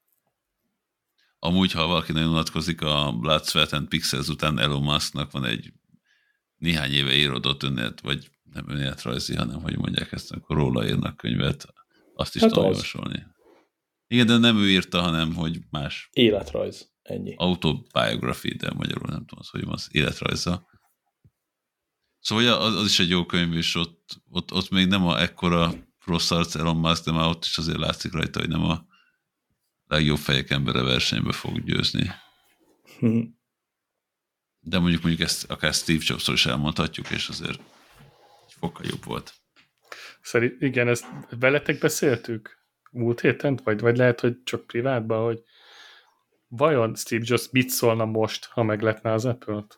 Amúgy, ha valaki nagyon unatkozik a Blood, Sweat and Pixels után, Elon Musknak van egy néhány éve írodott önélet, vagy nem önéletrajzi, hanem hogy mondják ezt, akkor róla írnak könyvet, azt is hát tudom javasolni. Igen, de nem ő írta, hanem hogy más. Életrajz. Ennyi. Autobiography, de magyarul nem tudom, hogy az életrajza. Szóval az, az is egy jó könyv, és ott, ott, ott még nem a ekkora rossz arc Elon Musk, de már ott is azért látszik rajta, hogy nem a legjobb fejek embere versenybe fog győzni. Hmm. De mondjuk mondjuk ezt akár Steve Jobs-ról is elmondhatjuk, és azért egy fokkal jobb volt. Szerint igen, ezt veletek beszéltük múlt héten? Vagy, vagy lehet, hogy csak privátban, hogy vajon Steve Jobs mit szólna most, ha megletne az Apple-t?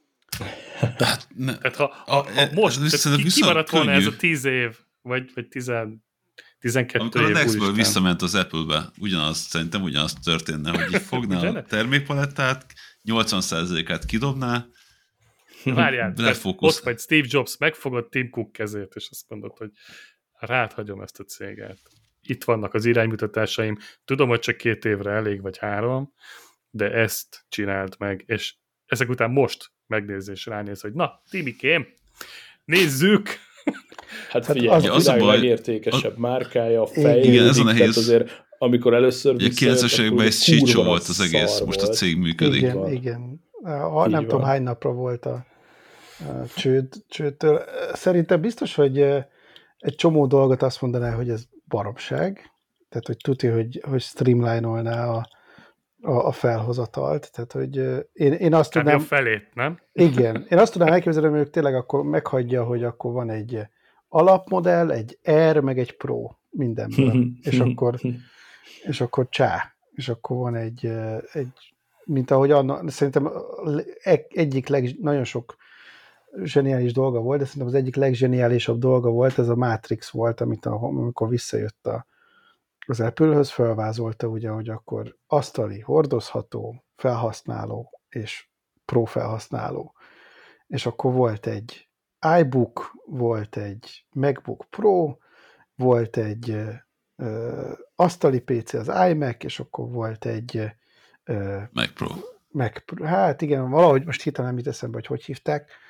Hát, ne, tehát ha, ha, ha most ki, kimaradt volna ez a tíz év, vagy, vagy tizen, tizenkettő amikor év. Amikor a Nextből visszament az Apple-be, ugyanaz, szerintem ugyanaz történne, hogy így fogná a termékpalettát, nyolcvan százalékát kidobná, várjál, ott vagy Steve Jobs, megfogod Tim Cook kezét, és azt mondod, hogy rád hagyom ezt a céget. Itt vannak az iránymutatásaim, tudom, hogy csak két évre elég, vagy három, de ezt csináld meg, és ezek után most megnézni és ránéz, hogy na, Timikém, nézzük! Hát figyelj, hát az a világ legértékesebb a... márkája, fejlődik, tehát azért, amikor először visszajött, a kilencvenes években egy shit show volt az egész, most a cég működik. Igen, van. igen. Ha nem van. tudom, hány napra volt a, a csőd, csődtől. Szerintem biztos, hogy egy csomó dolgot azt mondaná, hogy ez baromság, tehát hogy tudja, hogy, hogy streamline-olná a, a, a felhozatalt, tehát hogy én, én azt tudnám... a felét, nem? Igen, én azt tudnám elképzelni, hogy ők tényleg akkor meghagyja, hogy akkor van egy alapmodell, egy R, meg egy Pro mindenből, és akkor és akkor csá, és akkor van egy, egy mint ahogy anna, szerintem egyik leg, nagyon sok zseniális dolga volt, de szerintem az egyik legzseniálisabb dolga volt, ez a Matrix volt, amit a, amikor visszajött a, az Apple-höz, felvázolta ugye, hogy akkor asztali, hordozható, felhasználó és pro felhasználó. És akkor volt egy iBook, volt egy MacBook Pro, volt egy ö, asztali pé cé, az iMac, és akkor volt egy ö, Mac Pro. Mac Pro. Hát igen, valahogy most hirtelen nem jut eszembe, hogy hogy hívták.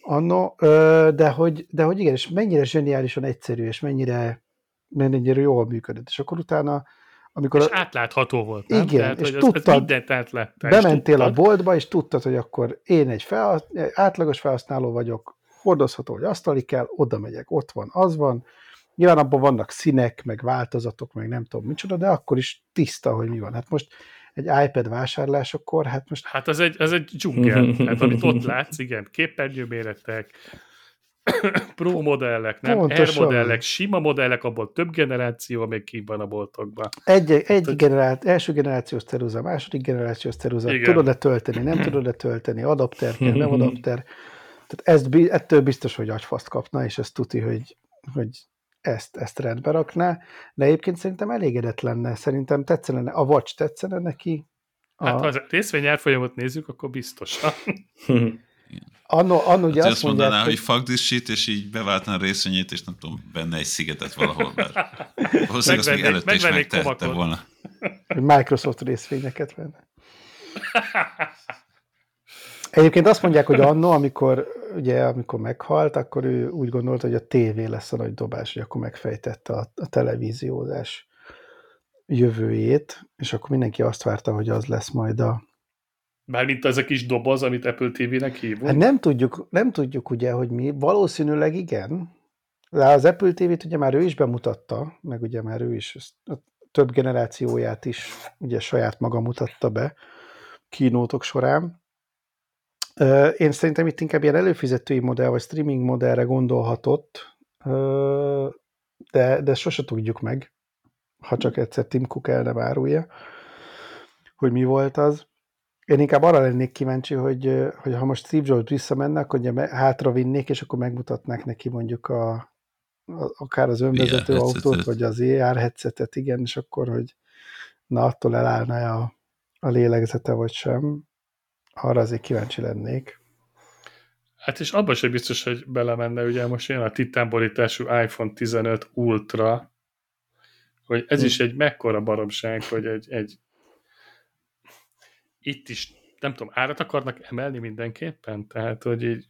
Anno, de hogy, de hogy igen, és mennyire zseniálisan egyszerű, és mennyire, mennyire jól működött. És akkor utána, amikor... És a, átlátható volt, nem? igen, Tehát, és hogy tudtad, ez, ez mindent átláttál. bementél a boltba, és tudtad, hogy akkor én egy fel, átlagos felhasználó vagyok, hordozható, hogy asztali kell, oda megyek, ott van, az van. Nyilván abban vannak színek, meg változatok, meg nem tudom micsoda, de akkor is tiszta, hogy mi van. Hát most egy iPad vásárlásakor, hát most... Hát az egy, az egy dzsungel. Hát amit ott látsz, igen, képernyőméretek, Pro modellek, nem? Pontosan. R modellek, sima modellek, abból több generáció, még kint van a boltokban. Egy, egy hát, generá- első generációs ceruza, második generációs ceruza, tudod-e tölteni, nem tudod-e tölteni, adapter kell, nem adapter. Tehát ezt, ettől biztos, hogy agyfaszt kapna, és ezt tuti, hogy, hogy ezt, ezt rendbe rakná, de egyébként szerintem elégedett lenne, szerintem tetszene, a Watch tetszene neki. A... Hát ha a részvényárfolyamot nézzük, akkor biztosan. Anno, anno ugye hát azt, azt mondaná, mondják, hogy fuck this shit, és így beváltana a részvényét, és nem tudom, benne egy szigetet valahol. Valószínűleg azt még előtte is megtehette volna. Hogy Microsoft részvényeket venne. Egyébként azt mondják, hogy anno, amikor, ugye, amikor meghalt, akkor ő úgy gondolta, hogy a tévé lesz a nagy dobás, hogy akkor megfejtette a, a televíziózás jövőjét, és akkor mindenki azt várta, hogy az lesz majd a... Bármint ez a kis doboz, amit Apple té vének hívunk. Hát nem tudjuk, nem tudjuk ugye, hogy mi. Valószínűleg igen. De az Apple té vét ugye már ő is bemutatta, meg ugye már ő is a több generációját is ugye saját maga mutatta be kínótok során. Én szerintem itt inkább ilyen előfizetői modell, vagy streaming modellre gondolhatott, de, de sose tudjuk meg, ha csak egyszer Tim Cook el nem árulja, hogy mi volt az. Én inkább arra lennék kíváncsi, hogy, hogy ha most Steve Jobs visszamenne, akkor ugye hátra vinnék, és akkor megmutatnák neki mondjuk a, a, akár az önvezető autót, vagy az á er headsetet, igen, és akkor, hogy na, attól elállna a, a lélegzete, vagy sem. Arra azért kíváncsi lennék. Hát és abban sem biztos, hogy belemenne, ugye most jön a titánborítású iPhone tizenöt Ultra, hogy ez hm. is egy mekkora baromság, hogy egy, egy itt is, nem tudom, árat akarnak emelni mindenképpen? Tehát, hogy így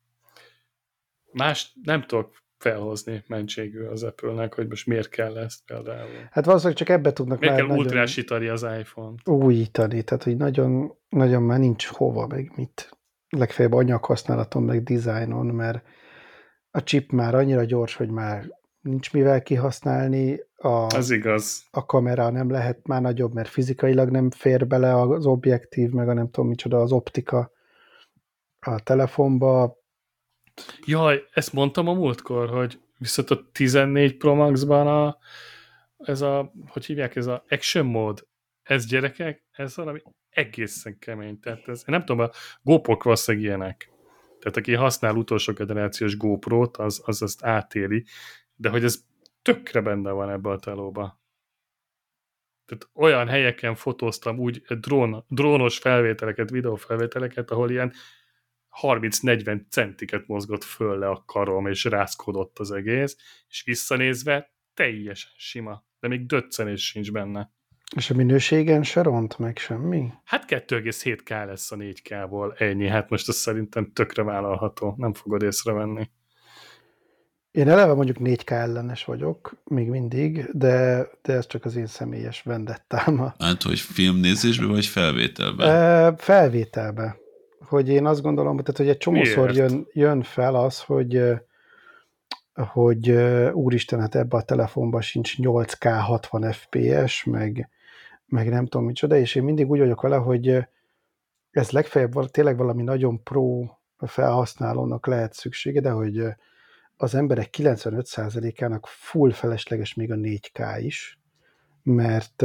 más nem tudok felhozni mentségű az Apple-nek, hogy most miért kell ezt például. Hát valószínűleg csak ebbe tudnak miért már kell ultrásítani az iPhone-t? Újítani, tehát hogy nagyon, nagyon már nincs hova, meg mit. Legfeljebb anyaghasználaton, meg dizájnon, mert a chip már annyira gyors, hogy már nincs mivel kihasználni. A, az igaz. A kamera nem lehet már nagyobb, mert fizikailag nem fér bele az objektív, meg a nem tudom micsoda, az optika a telefonba. Jaj, ezt mondtam a múltkor, hogy viszont a tizennégy Pro Max-ban a, ez a, hogy hívják, ez a action mód, ez gyerekek, ez valami egészen kemény. Tehát ez, nem tudom, a GoPro-k valószínűleg ilyenek. Tehát aki használ utolsó generációs GoPro-t, az, az azt átéli, de hogy ez tökre benne van ebbe a telóba. Tehát olyan helyeken fotóztam úgy drón, drónos felvételeket, videófelvételeket, ahol ilyen harminc-negyven centiket mozgott föl le a karom, és rázkodott az egész, és visszanézve teljesen sima, de még döccenés sincs benne. És a minőségen se ront meg semmi? Hát kettő egész hét ká lesz a négy ká-ból, ennyi. Hát most azt szerintem tökre vállalható, nem fogod észrevenni. Én eleve mondjuk négy ká ellenes vagyok, még mindig, de, de ez csak az én személyes vendettáma. Hát, hogy filmnézésbe vagy felvételbe? E, felvételbe. Hogy én azt gondolom, tehát, hogy egy csomószor jön, jön fel az, hogy, hogy úristen, hát ebbe a telefonban sincs nyolc ká hatvan ef pé es, meg, meg nem tudom micsoda, és én mindig úgy vagyok vele, hogy ez legfeljebb tényleg valami nagyon pro felhasználónak lehet szüksége, de hogy az emberek kilencvenöt százalékának full felesleges még a négy ká is, mert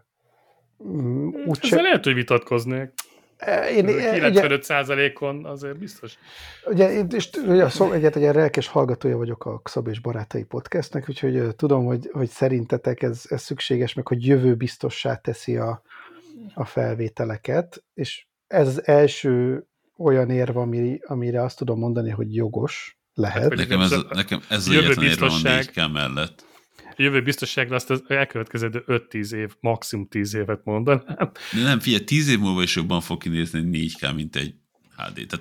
úgy ezzel se... lehet, hogy vitatkoznék. Én, kilencvenöt százalékon azért biztos. Ugye, és, ugye, szó, egyáltalán egy lelkes hallgatója vagyok a Xab és Barátai podcastnek, úgyhogy tudom, hogy, hogy szerintetek ez, ez szükséges, meg hogy jövőbiztossá teszi a, a felvételeket, és ez az első olyan érv, ami, amire azt tudom mondani, hogy jogos lehet. Hát, nekem ez, nekem ez egyetlen érve a négy ká mellett. Jövő biztonságra azt az elkövetkező öt-tíz év, maximum tíz évet mondanám. De nem, figyelj, tíz év múlva is jobban fog kinézni egy négy ká, mint egy há dé. Tehát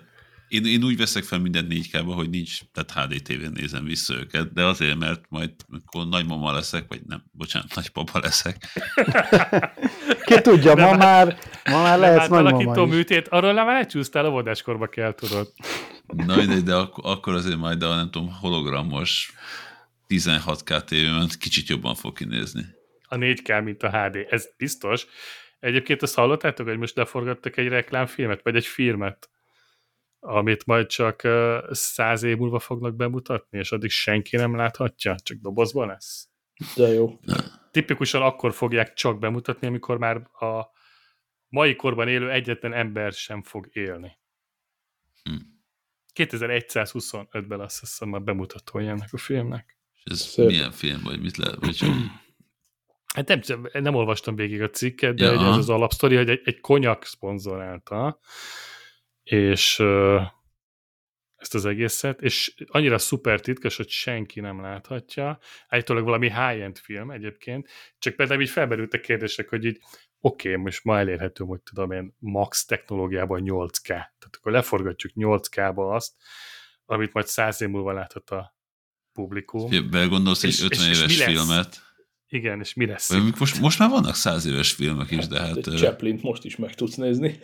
Én, én úgy veszek fel mindent négy ká-ba, hogy nincs, tehát há dé tévén nézem vissza őket, de azért, mert majd akkor nagymama leszek, vagy nem, bocsánat, nagypapa leszek. Ki tudja, ma nem, már, ma már lehetsz nagymama alakító is. műtét, arról már elcsúsztál, a óvodáskorba kell, tudod. Na, de, de ak- akkor azért majd a, nem tudom, hologramos tizenhat ká tévében kicsit jobban fog kinézni. A négy ká, mint a há dé, ez biztos. Egyébként azt hallottátok, hogy most leforgattak egy reklámfilmet, vagy egy filmet, amit majd csak száz év múlva fognak bemutatni, és addig senki nem láthatja, csak dobozban lesz. De jó. Tipikusan akkor fogják csak bemutatni, amikor már a mai korban élő egyetlen ember sem fog élni. Hm. kétezer-százhuszonötben lesz azt hiszem már bemutatója ennek a filmnek. És ez Szép. milyen film, vagy mit lehet, vagy csak... Hát nem, nem olvastam végig a cikket, de Ja. ugye ez az alapsztori, hogy egy, egy konyak szponzorálta, és uh, ezt az egészet, és annyira szuper titkos, hogy senki nem láthatja. Állítólag valami high-end film egyébként, csak például így felmerültek kérdések, hogy így oké, okay, most ma elérhető, hogy tudom én, max technológiában nyolc ká. Tehát akkor leforgatjuk nyolc ká-ba azt, amit majd száz év múlva láthat a publikum. Belegondolsz egy És- ötven és- és éves mi lesz? filmet. Igen, és mi lesz? Vagy most, most már vannak száz éves filmek is, de hát... Hát, ö, Chaplint most is meg tudsz nézni.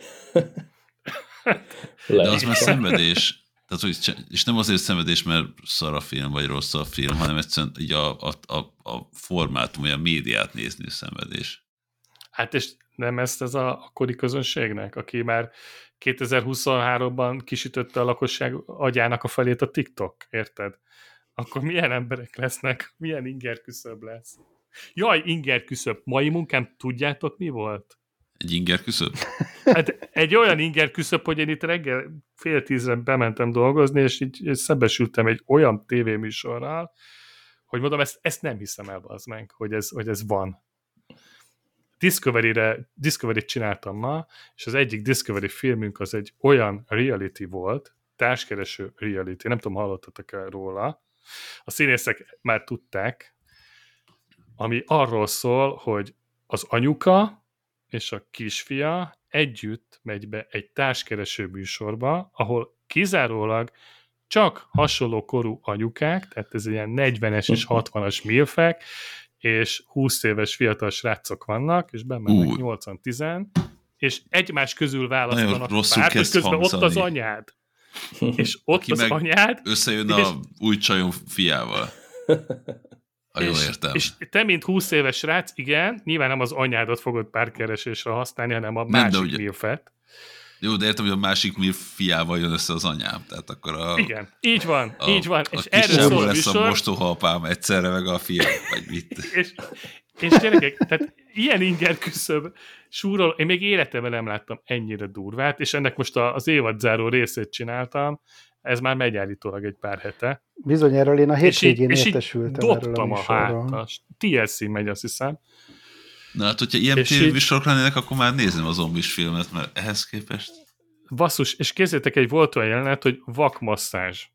De az már szenvedés. Tehát, hogy, cse- és nem azért szenvedés, mert szar a film, vagy rossz a film, hanem egyszerűen így a, a, a, a formátum, vagy a médiát nézni szenvedés. Hát és nem ezt ez a akkori közönségnek, aki már kétezer-huszonháromban kisütötte a lakosság agyának a felét a TikTok, érted? Akkor milyen emberek lesznek? Milyen inger küszöb lesz? Jaj, inger küszöb. Mai munkám tudjátok mi volt? Egy inger küszöb? Hát egy olyan inger küszöb, hogy én itt reggel fél tízre bementem dolgozni, és így szembesültem egy olyan tévéműsorral, hogy mondom, ezt, ezt nem hiszem el, az meg, hogy ez, hogy ez van. Discovery-re, Discovery-t csináltam ma, és az egyik Discovery filmünk az egy olyan reality volt, társkereső reality, nem tudom, hallottatok-e róla, a színészek már tudták, ami arról szól, hogy az anyuka és a kisfia együtt megy be egy társkereső műsorba, ahol kizárólag csak hasonló korú anyukák, tehát ez ilyen negyvenes és hatvanas milfek, és húsz éves fiatal srácok vannak, és bemennek Új. nyolcvan-tíz, és egymás közül Nagyon választanak rosszul párt, hogy kezd közben ott az hangzani. anyád. És ott Aki az meg anyád, Összejön és- a új csajom fiával. Ha jól és, értem. és te, mint húsz éves srác, igen, nyilván nem az anyádat fogod párkeresésre használni, hanem a Nem, de másik ugye- milfet. Jó, de értem, hogy a másik mi fiával jön össze az anyám. Tehát akkor a, Igen, így van, a, így van. a És erről kisebb szól a lesz a műsor, mostoha apám egyszerre, meg a fiam, vagy mit. és, és gyerekek, tehát ilyen inger küszöb súrol, én még életemben nem láttam ennyire durvát, és ennek most a, az évadzáró részét csináltam, ez már megy állítólag egy pár hete. Bizony, erről én a És így, hétvégén és így értesültem erről a dobtam a műsorról. hátra. té el cé megy, azt hiszem. Na hát, hogyha ilyen És így- tévéműsorok lennének, akkor már nézem a zombis filmet, mert ehhez képest... Basszus, és kézzétek, egy volt olyan jelenet, hogy vakmasszázs.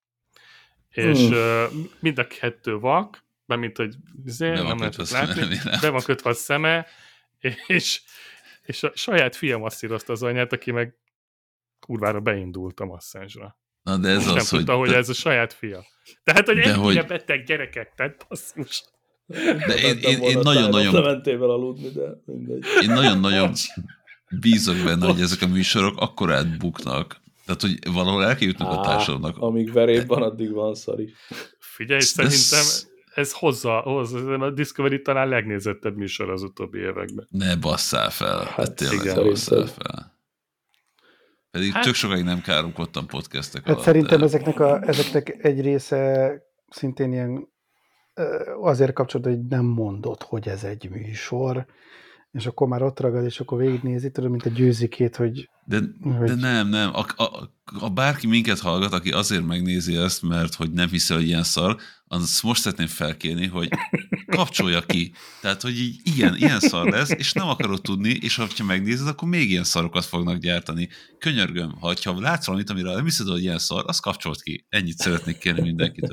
És Mm. uh, mind a kettő vak, mert mint hogy izé, Be nem van lehetett kötve a szeme, látni, remélem. be van kötve a szeme, és, és a saját fia masszírozta az anyát, aki meg kurvára beindult a masszázsra. Na de ez És nem az, hogy... tudta, hogy de, ez a saját fia. Tehát, hogy De ennyire hogy- beteg gyerekek, tehát basszus. de én, én, én nagyon-nagyon... Lementével aludni, de mindegy. Én nagyon-nagyon bízok benne, hogy ezek a műsorok akkorát buknak. Tehát, hogy valahol el kell jutnunk a Á, társadalomnak. amíg veréb van, addig van szari. Figyelj, De szerintem ez- ez hozza, hozza, a Discovery talán legnézettebb műsor az utóbbi években. Ne basszál fel. Hát, Hát tényleg igen, ne basszál szerintem. fel. Pedig Hát- tök sokáig nem káromkodtam podcastek Hát alatt. szerintem de- ezeknek, a, ezeknek egy része szintén ilyen ö, azért kapcsolatban, hogy nem mondod, hogy ez egy műsor, és akkor már ott ragad, és akkor végignézi, tudod, mint a győzikét, hogy De, Hogy- de nem, nem. A, a, a bárki minket hallgat, aki azért megnézi ezt, mert hogy nem hiszi, hogy ilyen szar, azt most szeretném felkérni, hogy kapcsolja ki. Tehát, hogy így ilyen, ilyen szar lesz, és nem akarod tudni, és ha megnézed, akkor még ilyen szarokat fognak gyártani. Könyörgöm, ha látsz valamit, amire nem hiszed, hogy ilyen szar, azt kapcsolt ki. Ennyit szeretnék kérni mindenkitől.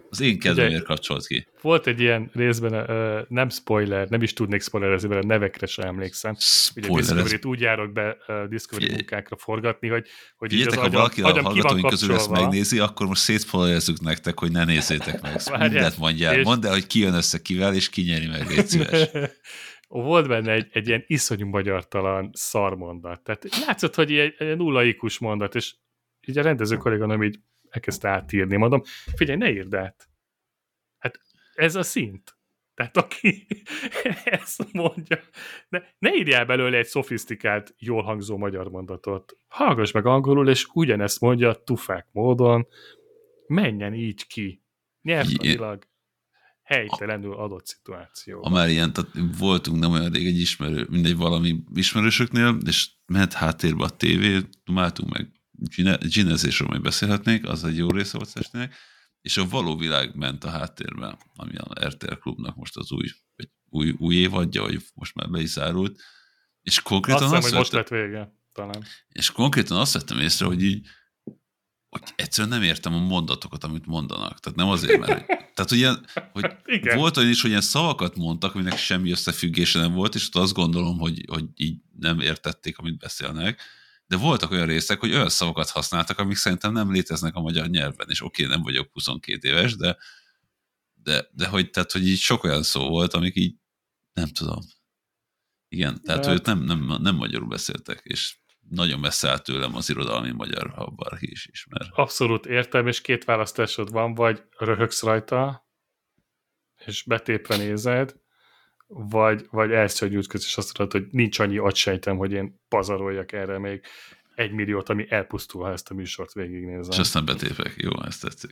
Az én kedvemért kapcsolt ki. Volt egy ilyen részben, uh, nem spoiler, nem is tudnék spoilerezni, mert a nevekre sem emlékszem. Ugye Discovery-t úgy járok be uh, Discovery Figyelj. munkákra forgatni, hogy, hogy így az ha agyam, valaki agyam a hallgatóink közül ezt kapcsolva. megnézi, akkor most szétszpoilerezzük nektek, hogy ne nézzétek meg. Mindent mondjál. És... Mondd el, hogy ki jön össze kivel, és ki nyeri meg, légy szíves. Volt benne egy, egy ilyen iszonyú magyartalan szarmondat. Tehát látszott, hogy egy, egy nullaikus mondat, és így a rendező kolléganom így elkezdte átírni. Mondom, figyelj, ne írd át. Hát ez a szint. Tehát aki ezt mondja, ne, ne írjál belőle egy szofisztikált, jól hangzó magyar mondatot. Hallgass meg angolul, és ugyanezt mondja tufák módon, menjen így ki. Nyelvtanilag helytelenül adott szituáció. Ha már ilyen, tehát voltunk nem olyan rég egy ismerő, mindegy valami ismerősöknél, és ment háttérbe a tévé, dumáltunk meg ginezésről majd beszélhetnék, az egy jó része volt estének, és a való világ ment a háttérben, ami a er té el Klubnak most az új, új, új évadja, vagy most már be is zárult, és konkrétan azt azt, hiszem, azt hogy most lett vége, talán. És konkrétan azt vettem észre, hogy így hogy egyszerűen nem értem a mondatokat, amit mondanak. Tehát nem azért, mert... Tehát ugye, hogy Igen. volt olyan is, hogy ilyen szavakat mondtak, aminek semmi összefüggése nem volt, és ott azt gondolom, hogy, hogy így nem értették, amit beszélnek. De voltak olyan részek, hogy olyan szavakat használtak, amik szerintem nem léteznek a magyar nyelven, és oké, nem vagyok huszonkét éves, de, de, de hogy, tehát, hogy így sok olyan szó volt, amik így nem tudom. Igen, tehát, hogy nem, nem, nem magyarul beszéltek, és nagyon messze állt tőlem az irodalmi magyar, ha bárki is ismer. Abszolút értem, és két választásod van, vagy röhögsz rajta, és betépve nézed, vagy, vagy elsz, hogy ütközés, és azt mondod, hogy nincs annyi agysejtem, hogy én pazaroljak erre még egy milliót, ami elpusztul, ha ezt a műsort végignézem. És aztán betépek. Jó, ezt tetszik.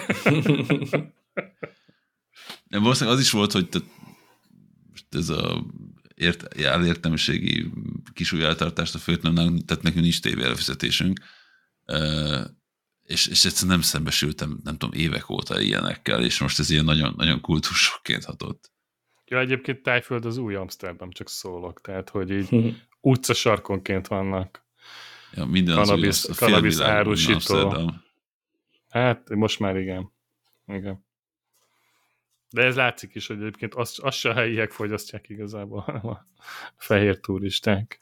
De valószínűleg az is volt, hogy te, ez a ért, elértelmiségi kisúlyáltartást a főtlenül, tehát nekünk nincs tévé előfizetésünk, és, és egyszerűen nem szembesültem, nem tudom, évek óta ilyenekkel, és most ez ilyen nagyon, nagyon kultussokként hatott. Ja, egyébként Tájföld az új Amsterdam, csak szólok, tehát, hogy így utcasarkonként vannak. Ja, minden Cannabis, az új, cannabis árusító. Amsterdam. Hát, most már igen. Igen. De ez látszik is, hogy egyébként azt, azt se a helyiek fogyasztják igazából, hanem a fehér turisták.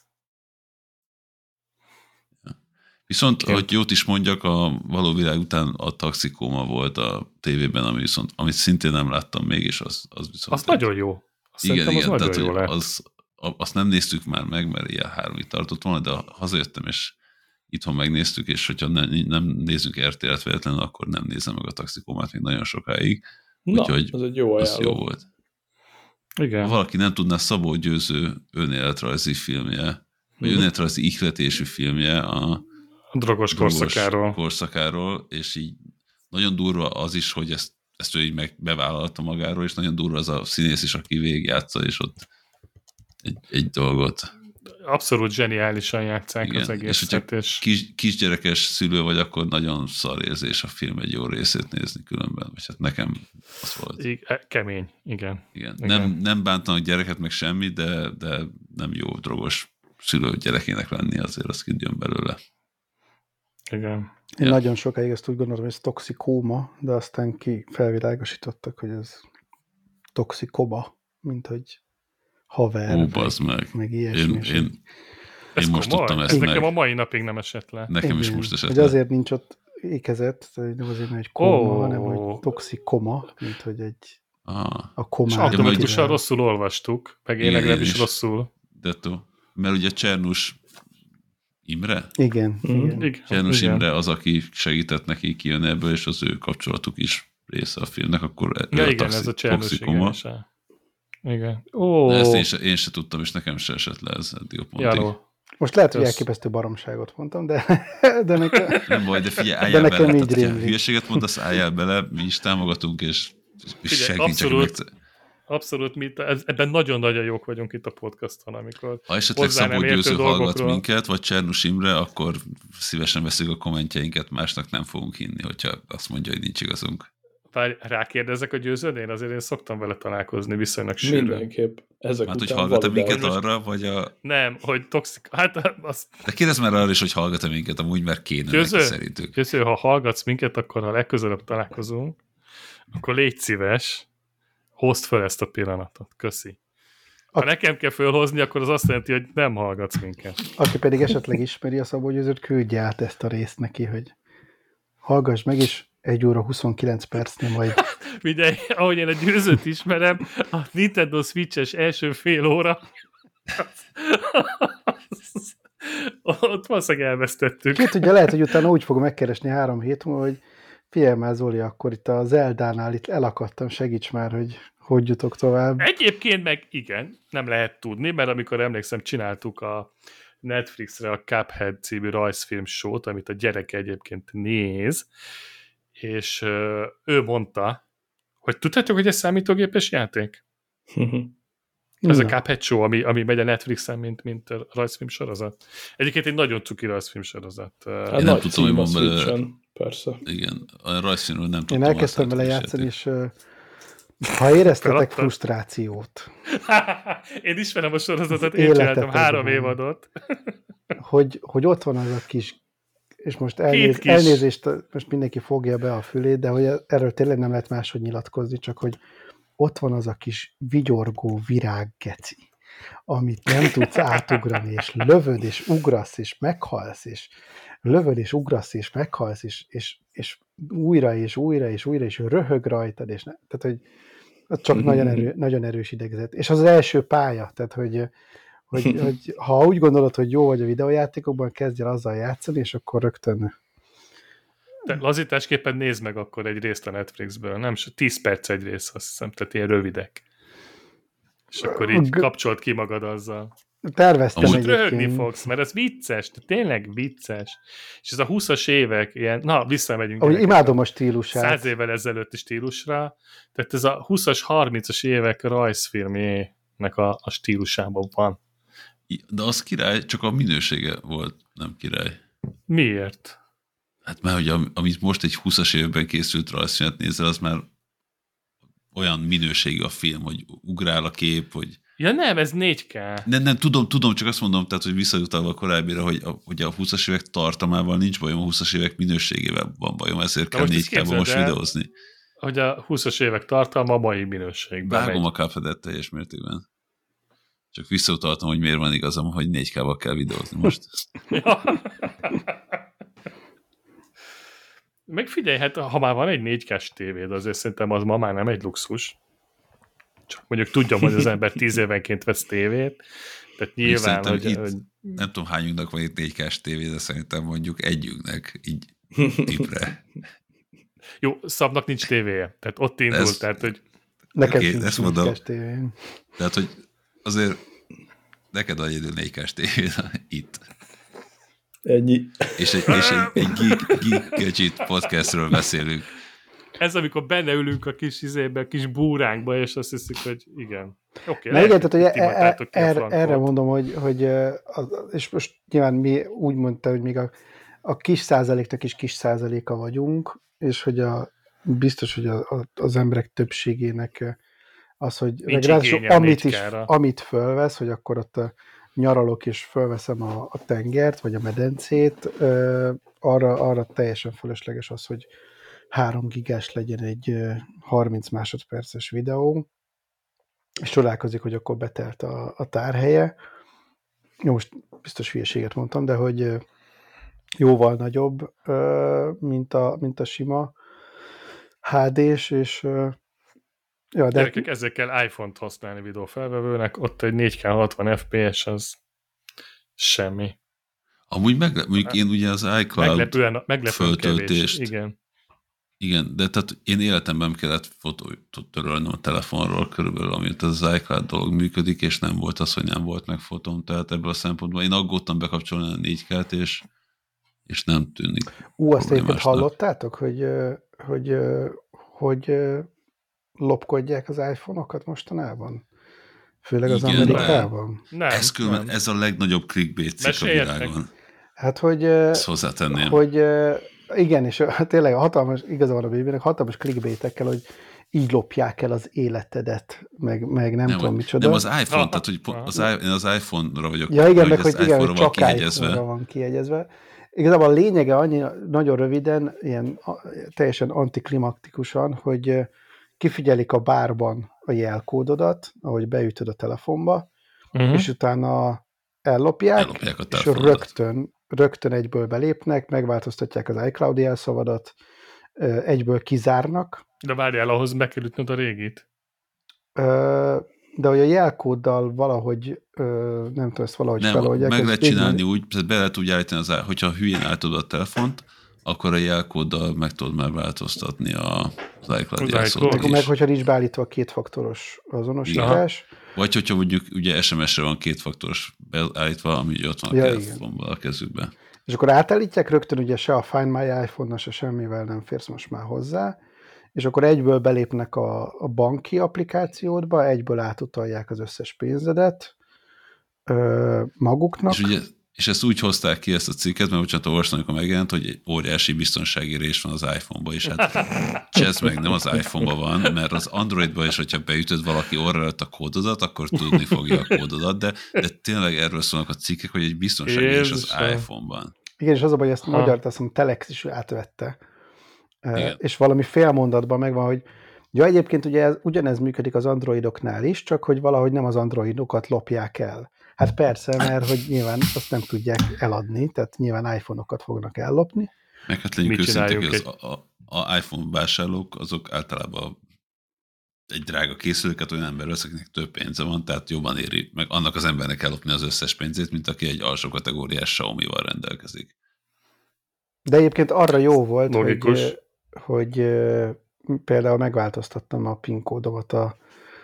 Viszont, igen. Hogy jót is mondjak, a való világ után a Taxikóma volt a tévében, ami viszont, amit szintén nem láttam még, és az, az viszont... Az egy... nagyon jó. Azt igen, igen, az tehát, nagyon jó az, azt nem néztük már meg, mert ilyen háromig tartott volna, de hazajöttem, és itthon megnéztük, és hogyha ne, nem nézzük er té el-et véletlenül, akkor nem nézem meg a Taxikómát még nagyon sokáig. Na, úgyhogy az egy jó ajánló. jó volt. Igen. Ha valaki nem tudná, Szabó Győző önéletrajzi filmje, vagy mm. önéletrajzi ihletésű filmje a drogos, drogos korszakáról. korszakáról, és így nagyon durva az is, hogy ezt, ezt ő így meg bevállalta magáról, és nagyon durva az a színész is, aki végigjátsza, és ott egy, egy dolgot. Abszolút zseniálisan játsszák igen, az egészet. És, és... Kis, kisgyerekes szülő vagy, akkor nagyon szar érzés a film egy jó részét nézni különben, vagy hát nekem az volt. I- kemény, igen. igen. igen. Nem, nem bántanak gyereket meg semmi, de, de nem jó drogos szülő gyerekének lenni, azért az kijön belőle. Igen. Én ja. nagyon sokáig ezt úgy gondolom, hogy ez toxikóma, de aztán ki felvilágosítottak, hogy ez toxikoba, mint hogy haver, Ó, meg, meg. meg ilyesmi. Én, én, ez én most komoly? tudtam ezt ez meg. Nekem a mai napig nem esett le. Nekem igen, is most esett hogy le. azért nincs ott ékezet, nem azért, mert egy kóma, oh. hanem hogy toxikoma, mint hogy egy ah. a komát. És automatikusan rosszul olvastuk, meg én legalábbis is rosszul. Detto. Mert ugye Csernus Imre? Igen. Mm, igen. igen. Csernus igen. Imre az, aki segített neki kijönni ebből, és az ő kapcsolatuk is része a filmnek, akkor ja, a igen, taxi, ez a Csernus, toxikoma. igen. Igen. Oh. De ezt én se, én se tudtam, és nekem se esett le ez eddig a pontig. Járó. Most lehet, hogy Kösz. elképesztő baromságot mondtam, de, de nekem... Nem baj, de figyelj, álljál de bele. nekem így Tehát, rémlik. hülyeséget mondasz, álljál bele, mi is támogatunk, és, és Figyelj, segítsek. abszolút, meg... abszolút mi, ez, ebben nagyon-nagyon jók vagyunk itt a podcaston, amikor ha esetleg hozzá nem Szabó értő Győző hallgat dolgokról. minket, vagy Csernus Imre, akkor szívesen veszünk a kommentjeinket, másnak nem fogunk hinni, hogyha azt mondja, hogy nincs igazunk. Várj, rákérdezek a Győzőnél? Azért én szoktam vele találkozni viszonylag sűrűn. Mindenképp. Ezek Hát, hogy után hallgat-e validál. minket arra, vagy a... Nem, hogy toxik... Hát az... De kérdezz már arra is, hogy hallgat-e minket, amúgy, mert kéne Győző? neki szerintük. Győző, ha hallgatsz minket, akkor ha legközelebb találkozunk, akkor légy szíves, hozd fel ezt a pillanatot. Köszi. Ha a... nekem kell fölhozni, akkor az azt jelenti, hogy nem hallgatsz minket. Aki pedig esetleg ismeri a Szabó Győzőt, küldje át ezt a részt neki, hogy hallgass meg, és egy óra huszonkilenc percnél majd... Figyelj, ahogy én a Győzőt ismerem, a Nintendo Switch-es első fél óra ott valószínűleg elvesztettük. Két ugye lehet, hogy utána úgy fogom megkeresni három hét múlva, hogy figyelj már Zoli, akkor itt a Zeldánál itt elakadtam, segíts már, hogy hogy jutok tovább. Egyébként meg igen, nem lehet tudni, mert amikor emlékszem, csináltuk a Netflixre a Cuphead című rajzfilm show-t, amit a gyerek egyébként néz, és ő mondta, hogy tudjátok, hogy ez számítógépes játék? Ez a Cuphead show, ami, ami megy a Netflixen, mint, mint a rajzfilm sorozat. Egyébként egy nagyon cuki rajzfilm sorozat. Hát nem tudtam, hogy van belőle. Persze. Igen, a rajzfilmről nem tudtam. Én elkezdtem vele játszani, és uh, ha éreztetek frusztrációt. Én ismerem a sorozatot, én csináltam három évadot. hogy, hogy ott van az a kis, és most elnéz, elnézést, most mindenki fogja be a fülét, de hogy erről tényleg nem lehet máshogy nyilatkozni, csak hogy ott van az a kis vigyorgó virággeci, amit nem tudsz átugrani, és lövöd, és ugrasz, és meghalsz, és lövöd, és ugrasz, és meghalsz, és, és, és újra, és újra, és újra, és röhög rajtad, és ne, tehát, hogy az csak mm-hmm. nagyon, erő, nagyon erős idegzet. És az az első pálya, tehát, hogy, hogy, hogy ha úgy gondolod, hogy jó vagy a videójátékokban, kezdj el azzal játszani, és akkor rögtön... Te lazításképpen nézd meg akkor egy részt a Netflixből, nem? tíz perc egy rész, azt hiszem, tehát ilyen rövidek. És akkor így kapcsolt ki magad azzal. Terveztem egyébként. Röhögni fogsz, mert ez vicces, de tényleg vicces. És ez a húszas évek, ilyen, na, visszamegyünk. Ahogy imádom a stílusát. Száz évvel ezelőtti stílusra, tehát ez a húszas, harmincas évek rajzfilmjének a, a stílusában van. De az király, csak a minősége volt, nem király. Miért? Hát mert, hogy amit most egy húszas évben készült rajzfilmet nézel, az már olyan minőségű a film, hogy ugrál a kép, hogy... Ja nem, ez négy ká. Nem, nem, tudom, tudom, csak azt mondom, tehát, hogy visszajutalva a korábbira, hogy a, hogy a húszas évek tartalmával nincs bajom, a húszas évek minőségével van bajom, ezért kell négy ká-ban most videózni. Hogy a húszas évek tartalma a mai minőségben vágom megy. A Cupheadet teljes mértékben. Csak visszautaltam, hogy miért van igazam, hogy négy ká-val kell videózni most. Megfigyelj, hát ha már van egy négy ká-s tévéd, azért szerintem az ma már nem egy luxus. Csak mondjuk tudjam, hogy az ember tíz évenként vesz tévét, tehát nyilván, hogy, itt, hogy... Nem tudom, hányunknak van itt négy ká-s tévé, de szerintem mondjuk együnknek így tipre. Jó, Szabnak nincs tévéje, tehát ott indult, ez, tehát hogy... Nekem okay, sincs négy ká-s tévén. Tehát, hogy azért neked van egyedül négy ká-s tévé itt. Ennyi. És egy, és egy, egy geek, geek gadget podcastről beszélünk. Ez, amikor benne ülünk a kis izébe, a kis búránkba, és azt hiszik, hogy igen. Oké, okay, igen, tehát, hogy e, e, erre, erre mondom, hogy, hogy az, és most nyilván mi úgy mondta, hogy még a, a kis százaléknak is kis százaléka vagyunk, és hogy a, biztos, hogy a, a, az emberek többségének az, hogy amit, is, amit fölvesz, hogy akkor ott a nyaralok és fölveszem a, a tengert, vagy a medencét, ö, arra, arra teljesen fölösleges az, hogy három gigás legyen egy harminc másodperces videó, és csodálkozik, hogy akkor betelt a, a tárhelye. Jó, most biztos hülyeséget mondtam, de hogy jóval nagyobb, mint a, mint a sima há dés, és ja, de... Gyerekek, ezzel kell iPhone-t használni videófelvevőnek, ott egy négy ká hatvan ef pé es az semmi. Amúgy meglep, mondjuk én ugye az iCloud meglepően, meglepően föltöltést, kevés. Igen. Igen, de tehát én életemben kellett fotót törölnöm a telefonról körülbelül, amit az iCloud dolog működik, és nem volt az, hogy nem volt meg fotóm, tehát ebből a szempontból én aggódtam bekapcsolni a négy ká-t, és, és nem tűnik. Ú, azt egyébként hallottátok, hogy, hogy, hogy, hogy lopkodják az iPhone-okat mostanában? Főleg az igen, Amerikában? Nem, ez, külön, ez a legnagyobb clickbait cikk a világon. Hát, hogy... Ezt hozzátenném. Hogy igen, és tényleg hatalmas, igaza van a bébinek, hatalmas clickbaitekkel, hogy így lopják el az életedet, meg, meg nem, nem tudom micsoda. Nem az iPhone, ah, tehát hogy az, én az iPhone-ra vagyok. Ja igen, meg hogy igen, hogy csak iPhone-ra van kiegyezve. igazából a lényege annyi, nagyon röviden, ilyen teljesen antiklimaktikusan, hogy kifigyelik a bárban a jelkódodat, ahogy beütöd a telefonba, uh-huh. és utána ellopják, ellopják a és rögtön, rögtön egyből belépnek, megváltoztatják az iCloud jelszavadat, egyből kizárnak. De várjál, ahhoz be kell ütnöd a régit. De hogy a jelkóddal valahogy, nem tudom, ezt valahogy nem, feloldják. Meg lehet csinálni úgy, tehát be lehet úgy állítani, az, hogyha hülyén állítod a telefont, akkor a jelkóddal meg tudod már változtatni a, az iCloud jelszót is. Meg, hogyha nincs beállítva a kétfaktoros azonosítás. Ja. Vagy hogyha mondjuk ugye es em es-re van kétfaktoros beállítva, ami ugye ott van a ja, telefonban a kezükben. És akkor átállítják rögtön, ugye se a Find My iPhone-nal, se semmivel nem férsz most már hozzá, és akkor egyből belépnek a, a banki applikációdba, egyből átutalják az összes pénzedet ö, maguknak. És, ugye, és ezt úgy hozták ki ezt a cikket, mert bocsánat, olvastam, amikor megjelent, hogy egy óriási biztonsági rés van az iPhone-ba, és hát ez meg nem az iPhone-ba van, mert az Android-ba is, hogyha beütöd valaki orra előtt a kódodat, akkor tudni fogja a kódodat, de, de tényleg erről szólnak a cikkek, hogy egy biztonsági rés az iPhone-ban. Igen, és az a baj, hogy ezt magyar, azt hiszem, Telex is átvette. Igen. És valami fél mondatban megvan, hogy ja, egyébként ugye ez, ugyanez működik az androidoknál is, csak hogy valahogy nem az androidokat lopják el. Hát persze, mert hogy nyilván azt nem tudják eladni, tehát nyilván iPhone-okat fognak ellopni. Meg hát legyünk őszinték, hogy az a, a, a iPhone vásárlók, azok általában egy drága készüléket olyan ember vesz, akinek több pénze van, tehát jobban éri, meg annak az embernek ellopni az összes pénzét, mint aki egy alsó kategóriás Xiaomi-val rendelkezik. De egyébként arra jó volt, Logikus. hogy hogy például megváltoztattam a PIN kódomat a,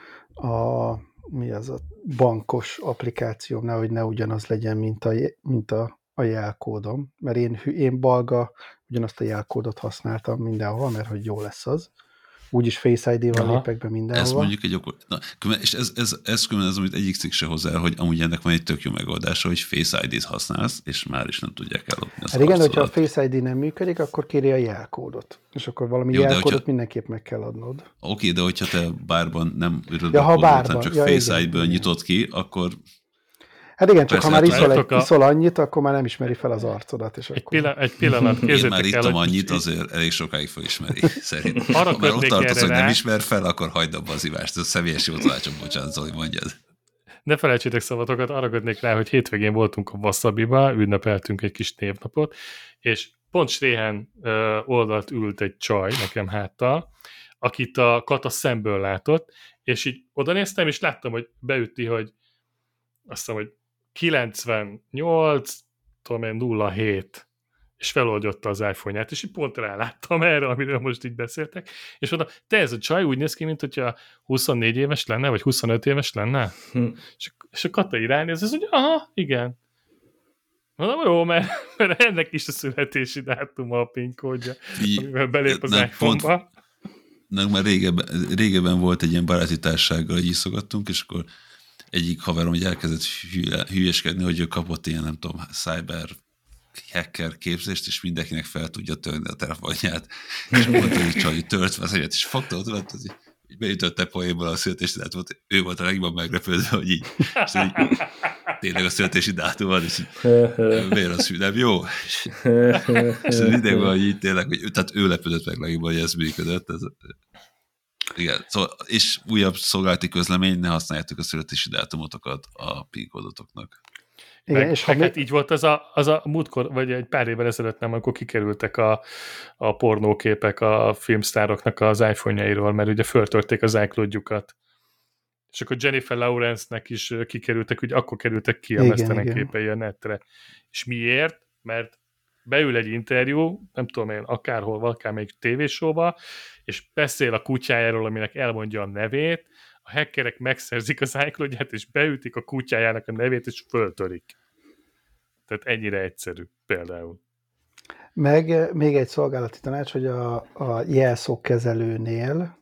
a, mi az a bankos applikációmnál, hogy ne ugyanaz legyen, mint a, mint a, a jelkódom, mert én, én balga ugyanazt a jelkódot használtam mindenhol, mert hogy jó lesz az. Úgyis Face i dé-val lépek be mindenhova. Ez mondjuk egy okos... Na, és ez, ez, ez külön az, amit egyik cikk se hozzá, hogy amúgy ennek van egy tök jó megoldása, hogy Face i dé-t használsz, és már is nem tudják ellopni az hát igen, hogyha a Face i dé nem működik, akkor kéri a jelkódot. És akkor valami jó, jelkódot hogyha... mindenképp meg kell adnod. Oké, de hogyha te bárban nem üröd ja, a kódot, bárban. hanem csak ja, Face i dé-ből nyitod ki, akkor... Hát igen, csak persze, ha már iszol, egy, a... iszol annyit, akkor már nem ismeri fel az arcodat. És egy, akkor... pillanat, egy pillanat, képzeljétek el. Én már ittam annyit, azért elég sokáig felismeri, szerint. Arra ha már ott tartasz, hogy nem ismer fel, akkor hagyd abba az ivást. Ez személyes jó tanácsom, bocsánat, Zoli, mondjad. Ne felejtsétek szavatokat, arra kötnék rá, hogy hétvégén voltunk a Wasabiba, ünnepeltünk egy kis névnapot, és pont Stréhen oldalt ült egy csaj nekem háttal, akit a Kata szemből látott, és így oda néztem, és láttam, hogy beütti, hogy azt hiszem, hogy kilencvennyolc, tudom én, nulla hét, és feloldotta az iPhone-ját, és így pont ráláttam erre, amiről most így beszéltek, és mondom, te ez a csaj úgy néz ki, mint hogyha huszonnégy éves lenne, vagy huszonöt éves lenne? Hm. És, és a Kata így ránéz, ez, hogy aha, igen. Mondom, jó, mert, mert ennek is a születési dátuma a PIN kódja, amivel belép az iPhone-ba. Pont, már régebben, régebben volt egy ilyen baráti társasággal, hogy iszogattunk, és akkor egyik haverom hogy elkezdett hülye, hülyeskedni, hogy ő kapott ilyen, nem tudom, cyber hacker képzést, és mindenkinek fel tudja törni a telefonját. És mondta, hogy csaj, tört az egyet, és fogta ott, ott hogy beütötte poénból a születési dátumot. Ő volt a legjobban meglepődve, hogy így, így tényleg a születési dátum van, és így, miért az nem jó? És, és az idegben, hogy így tényleg, hogy, tehát ő lepődött meg legjobban, hogy ez működött. Ez, igen, szóval, és újabb szolgálati közlemény, ne használjátok a születési dátumotokat a PIN kódotoknak. Igen, meg, és meg hát így volt az a, az a múltkor, vagy egy pár évvel ezelőtt nem, amikor kikerültek a, a pornóképek a filmsztároknak az iPhone-jairól, mert ugye föltörték az iCloud-jukat. És akkor Jennifer Lawrence-nek is kikerültek, hogy akkor kerültek ki a mesztelen képei a netre. És miért? Mert beül egy interjú, nem tudom én, akárhol, akármelyik tévésóba, és beszél a kutyájáról, aminek elmondja a nevét, a hackerek megszerzik az iCloud-ját, és beütik a kutyájának a nevét, és föltörik. Tehát ennyire egyszerű például. Meg még egy szolgálati tanács, hogy a, a jelszókezelőnél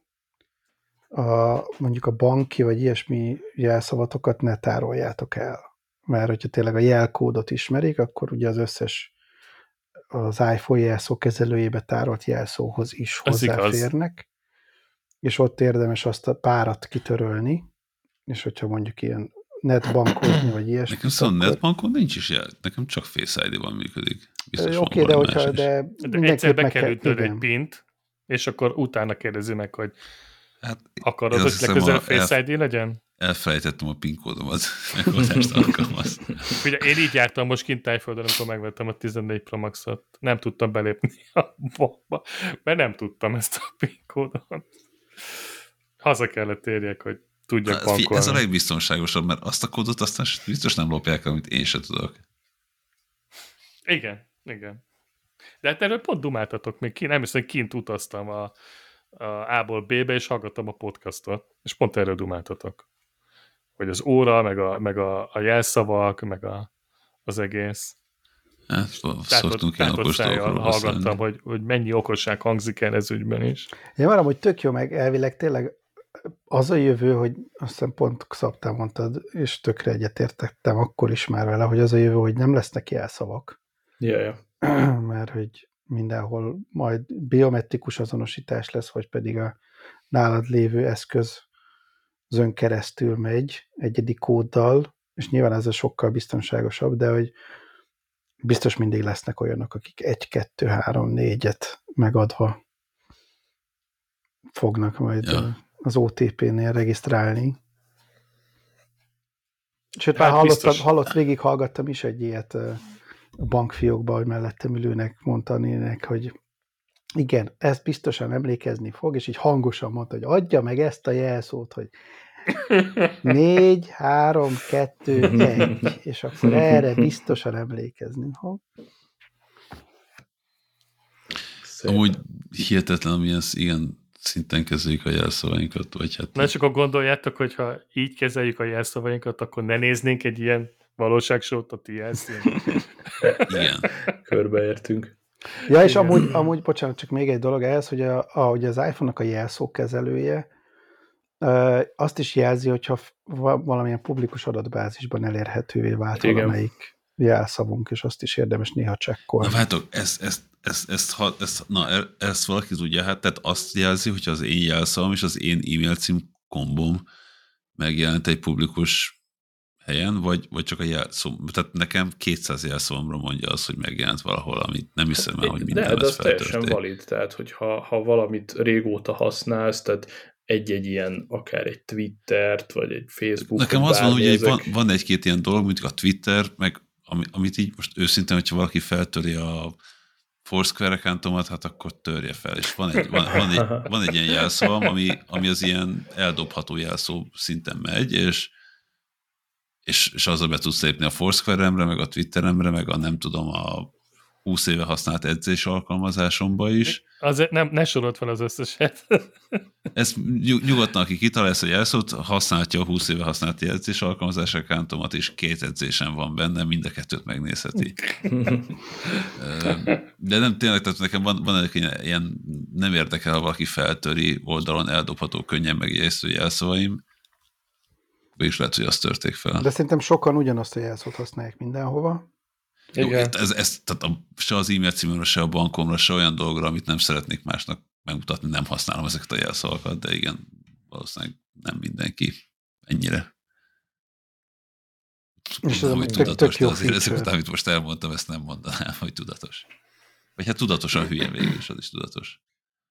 a, mondjuk a banki vagy ilyesmi jelszavatokat ne tároljátok el. Mert hogyha tényleg a jelkódot ismerik, akkor ugye az összes az iPhone jelszókezelőjébe tárolt jelszóhoz is hozzáférnek, és ott érdemes azt a párat kitörölni, és hogyha mondjuk ilyen netbankozni, vagy ilyesmi. Nekem szóval akkor... netbankon nincs is jel. Nekem csak Face I D-ban működik. Oké, okay, de hogyha, de, de egyszer be kell ütnöd egy pint, és akkor utána kérdezi meg, hogy hát, akarod, hogy legközelebb Face I D legyen? Elfelejtettem a PIN kódomat, megoldást alkalmaz. Ugye én így jártam most kint Tájföldön, amikor megvettem a tizennégy Pro Max-ot. Nem tudtam belépni a bankba, mert nem tudtam ezt a PIN kódot. Haza kellett érjek, hogy tudjak bankolni. Ez a legbiztonságosabb, mert azt a kódot aztán biztos nem lopják, amit én se tudok. Igen, igen. De hát erről pont dumáltatok még ki. Nem hiszem, kint utaztam a, a A-ból B-be, és hallgattam a podcastot, és pont erről dumáltatok. Hogy az óra, meg a, meg a, a jelszavak, meg a, az egész. Hát, szoktunk ilyen okos dolgokról hallgattam, hogy, hogy mennyi okosság hangzik el ez ügyben is. Én valam, hogy tök jó, meg elvileg tényleg az a jövő, hogy azt hiszem pont Szabtán mondtad, és tökre egyetértettem akkor is már vele, hogy az a jövő, hogy nem lesznek jelszavak. Yeah, yeah. Mert hogy mindenhol majd biometrikus azonosítás lesz, vagy pedig a nálad lévő eszköz zön keresztül megy egyedi kóddal, és nyilván ez a sokkal biztonságosabb, de hogy biztos mindig lesznek olyanok, akik egy, kettő, három, négyet megadva fognak majd ja. az o té pé-nél regisztrálni. Sőt, hát már hallottam, hallott, végig hallgattam is egy ilyet a bankfiókban, hogy mellettem ülőnek mondta nének, hogy igen, ezt biztosan emlékezni fog, és így hangosan mondta, hogy adja meg ezt a jelszót, hogy négy, három, kettő, egy, és akkor erre biztosan emlékezni fog. Amúgy hihetetlen, amilyen igen, szinten kezeljük a jelszavainkat. Vagy hát... Na, csak akkor gondoljátok, hogyha így kezeljük a jelszavainkat, akkor ne néznénk egy ilyen valóságsót a té el cén. Igen. Körbeértünk. Ja, és amúgy, amúgy, bocsánat, csak még egy dolog ehhez, hogy a, ahogy az iPhone-nak a jelszókezelője azt is jelzi, hogyha valamilyen publikus adatbázisban elérhetővé vált Igen. valamelyik jelszavunk, és azt is érdemes néha csekkolni. Na vártok, ezt, ezt, ezt, ezt, ezt, ezt, na, ezt valaki tudja, hát tehát azt jelzi, hogyha az én jelszavam és az én e-mail cím kombom megjelent egy publikus helyen, vagy, vagy csak a jelszó. Tehát nekem kétszáz jelszavamra mondja az, hogy megjelent valahol, amit nem hiszem el, hogy minden de, lesz de az teljesen valid, tehát hogyha ha valamit régóta használsz, tehát egy-egy ilyen, akár egy Twittert, vagy egy Facebookot. Nekem az van, hogy ezek... van, van egy-két ilyen dolog, mint a Twitter, meg amit így most őszintén, hogyha valaki feltöri a Foursquare accountomat, hát akkor törje fel. És van egy, van, van egy, van egy ilyen jelszavam, ami, ami az ilyen eldobható jelszó szinten megy, és, és, és azzal be tudsz lépni a Foursquare-emre, meg a Twitteremre, meg a nem tudom, a húsz éve használt edzés alkalmazásomba is. Azért nem, ne sorolt fel az összeset. Ezt nyugodtan, aki kitalál ezt a jelszót, használja a húsz éve használt edzés alkalmazás accountomat, és két edzésem van benne, mind a kettőt megnézheti. De nem tényleg, tehát nekem van, van egy ilyen, nem érdekel, ha valaki feltöri oldalon eldobható, könnyen megjegyeztő jelszavaim, és lehet, hogy azt törték fel. De szerintem sokan ugyanazt a jelszót használják mindenhova. Jó, ez, ez, tehát a, se az e-mail címemre, se a bankomra, se olyan dolgra, amit nem szeretnék másnak megmutatni, nem használom ezeket a jelszavakat, de igen, valószínűleg nem mindenki ennyire. És ez hogy tudatos, tök, tök de azért ezeket, amit most elmondtam, ezt nem mondanám, hogy tudatos. Vagy hát tudatosan hülye végül is, az is tudatos.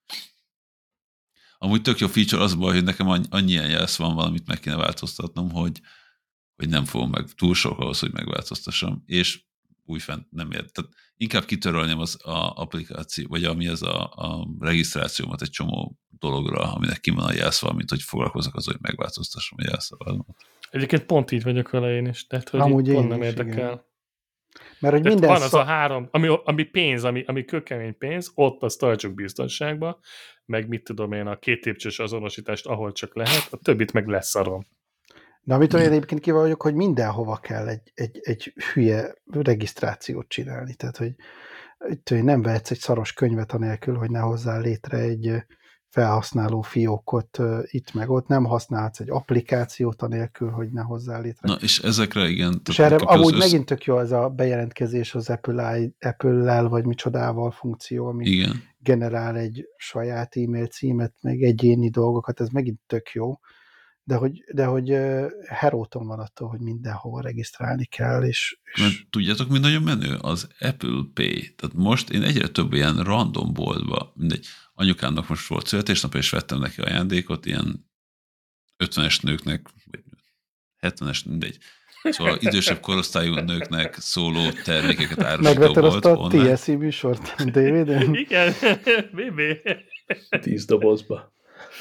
Amúgy tök jó feature az baj, hogy nekem annyi ilyen jelsz van valamit meg kéne változtatnom, hogy, hogy nem fogom meg, túl sok ahhoz, hogy megváltoztassam, és újfent nem ért. Tehát inkább kitörölném az a applikáció, vagy ami az a, a regisztrációmat egy csomó dologra, aminek ki van a jelszava, mint hogy foglalkozok az, hogy megváltoztassam a jelszavamat. Egyébként pont így vagyok vele én is, tehát hogy Amúgy pont nem is, érdekel. Igen. Mert hogy minden van az szó... a három, ami, ami pénz, ami, ami kőkemény pénz, ott azt tartsuk biztonságba, meg mit tudom én, a két lépcsős azonosítást, ahol csak lehet, a többit meg leszarom. De amitől én egyébként ki vagyok, hogy mindenhova kell egy, egy, egy hülye regisztrációt csinálni. Tehát, hogy, hogy nem vehetsz egy szaros könyvet anélkül, hogy ne hozzál létre egy felhasználó fiókot itt meg ott, nem használhatsz egy applikációt anélkül, hogy ne hozzál létre. Na, és ezekre igen. És erre amúgy össz... megint tök jó az a bejelentkezés az Apple-lel, Apple-lel vagy micsodával funkció, ami igen. generál egy saját e-mail címet, meg egyéni dolgokat, ez megint tök jó. de hogy, de hogy heróton van attól, hogy mindenhova regisztrálni kell, és... és... Mert tudjátok, mi nagyon menő? Az Apple Pay. Tehát most én egyre több ilyen random boltba, mindegy, anyukámnak most volt születésnap, és vettem neki ajándékot, ilyen ötvenes nőknek, vagy hetvenes, mindegy. Szóval idősebb korosztályú nőknek szóló termékeket árusító volt. Megvetted azt a té es i műsort dé vé dén? Igen, bé bé. Tíz dobozba.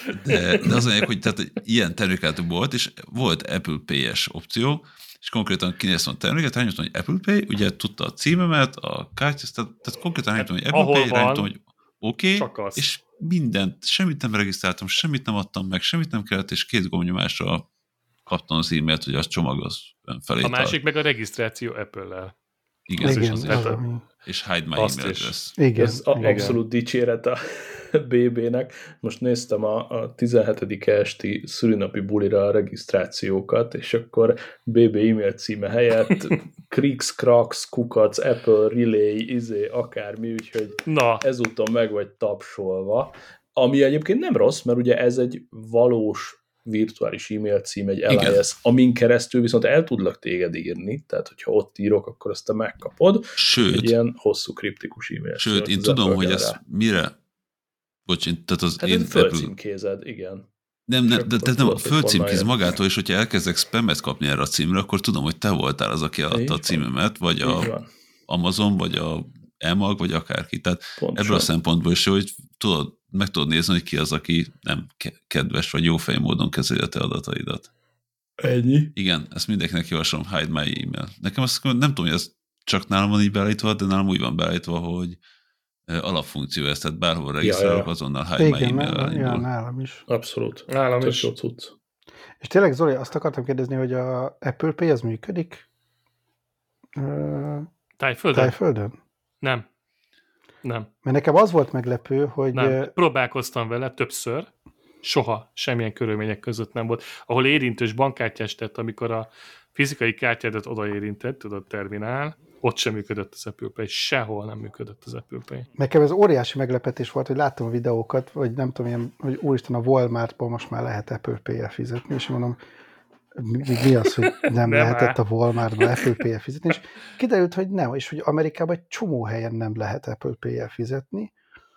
De, de az a hogy tehát ilyen terméket volt, és volt Apple Pay-es opció, és konkrétan kinéztem a terméket, rányomtam, hogy Apple Pay, ugye tudta a címemet, a kártyát, tehát, tehát konkrétan rányomtam, hogy Apple Ahol Pay, van, rányomtam, hogy oké, csak az. és mindent, semmit nem regisztráltam, semmit nem adtam meg, semmit nem kellett, és két gombnyomásra kaptam az e-mailt, hogy az csomag az önfelé A másik tart. meg a regisztráció Apple-lel. Igen, Igen, és, az az is. ami... és hide my Azt email is. address. Igen, Ez a, igen. abszolút dicséret a bé bének. Most néztem a, a tizenhetedike esti szülinapi bulira a regisztrációkat, és akkor bé bé e-mail címe helyett Krix, Krax, Kukac, Apple, Relay, izé, akármi, úgyhogy Na, ezúton meg vagy tapsolva. Ami egyébként nem rossz, mert ugye ez egy valós virtuális e-mail cím, egy Igen. alias, amin keresztül viszont el tudlak téged írni, tehát hogyha ott írok, akkor azt te megkapod. Sőt, Egy ilyen hosszú kriptikus e-mail. sőt cím, én az tudom, Apple hogy generál. ez mire... Bocsánat, tehát az Hát én ez fölcímkézed, igen. Nem, nem, Csak de, de ott nem, tudod, hogy fölcímkéz honnan magától, és hogyha elkezdek spammet kapni erre a címre, akkor tudom, hogy te voltál az, aki Így adta a van. címemet, vagy Így a van. Amazon, vagy a e-mag, vagy akárki. Tehát Pontosan. ebből a szempontból is jó, hogy tudod, meg tudod nézni, hogy ki az, aki nem ke- kedves, vagy jófej módon kezeli a te adataidat. Ennyi. Igen, ezt mindenkinek javaslom, hide my email. Nekem azt nem tudom, hogy ez csak nálam van így beállítva, de nálam úgy van beállítva, hogy alapfunkció ez, tehát bárhol regisztrálok, ja, ja. azonnal hide my Igen, email ja, elindul. nálam is. Abszolút. nálam Tök is. jó cucc. És tényleg, Zoli, azt akartam kérdezni, hogy a Apple Pay az működik uh, Tájföldön? Tájföldön? Nem. Nem. Mert nekem az volt meglepő, hogy... Nem. ö, Próbálkoztam vele többször, soha semmilyen körülmények között nem volt. Ahol érintős bankkártyás tett, amikor a fizikai kártyádat odaérintett, tudod, terminál, ott sem működött az Apple Pay, sehol nem működött az Apple Pay. Nekem ez óriási meglepetés volt, hogy láttam a videókat, vagy nem tudom, ilyen, hogy úristen, a Walmartban most már lehet Apple Pay-el fizetni, és mondom, mi, mi az, hogy nem, nem lehetett áll. a Walmartban Apple Pay-el fizetni, és kiderült, hogy nem, és hogy Amerikában egy csomó helyen nem lehet Apple Pay-el fizetni.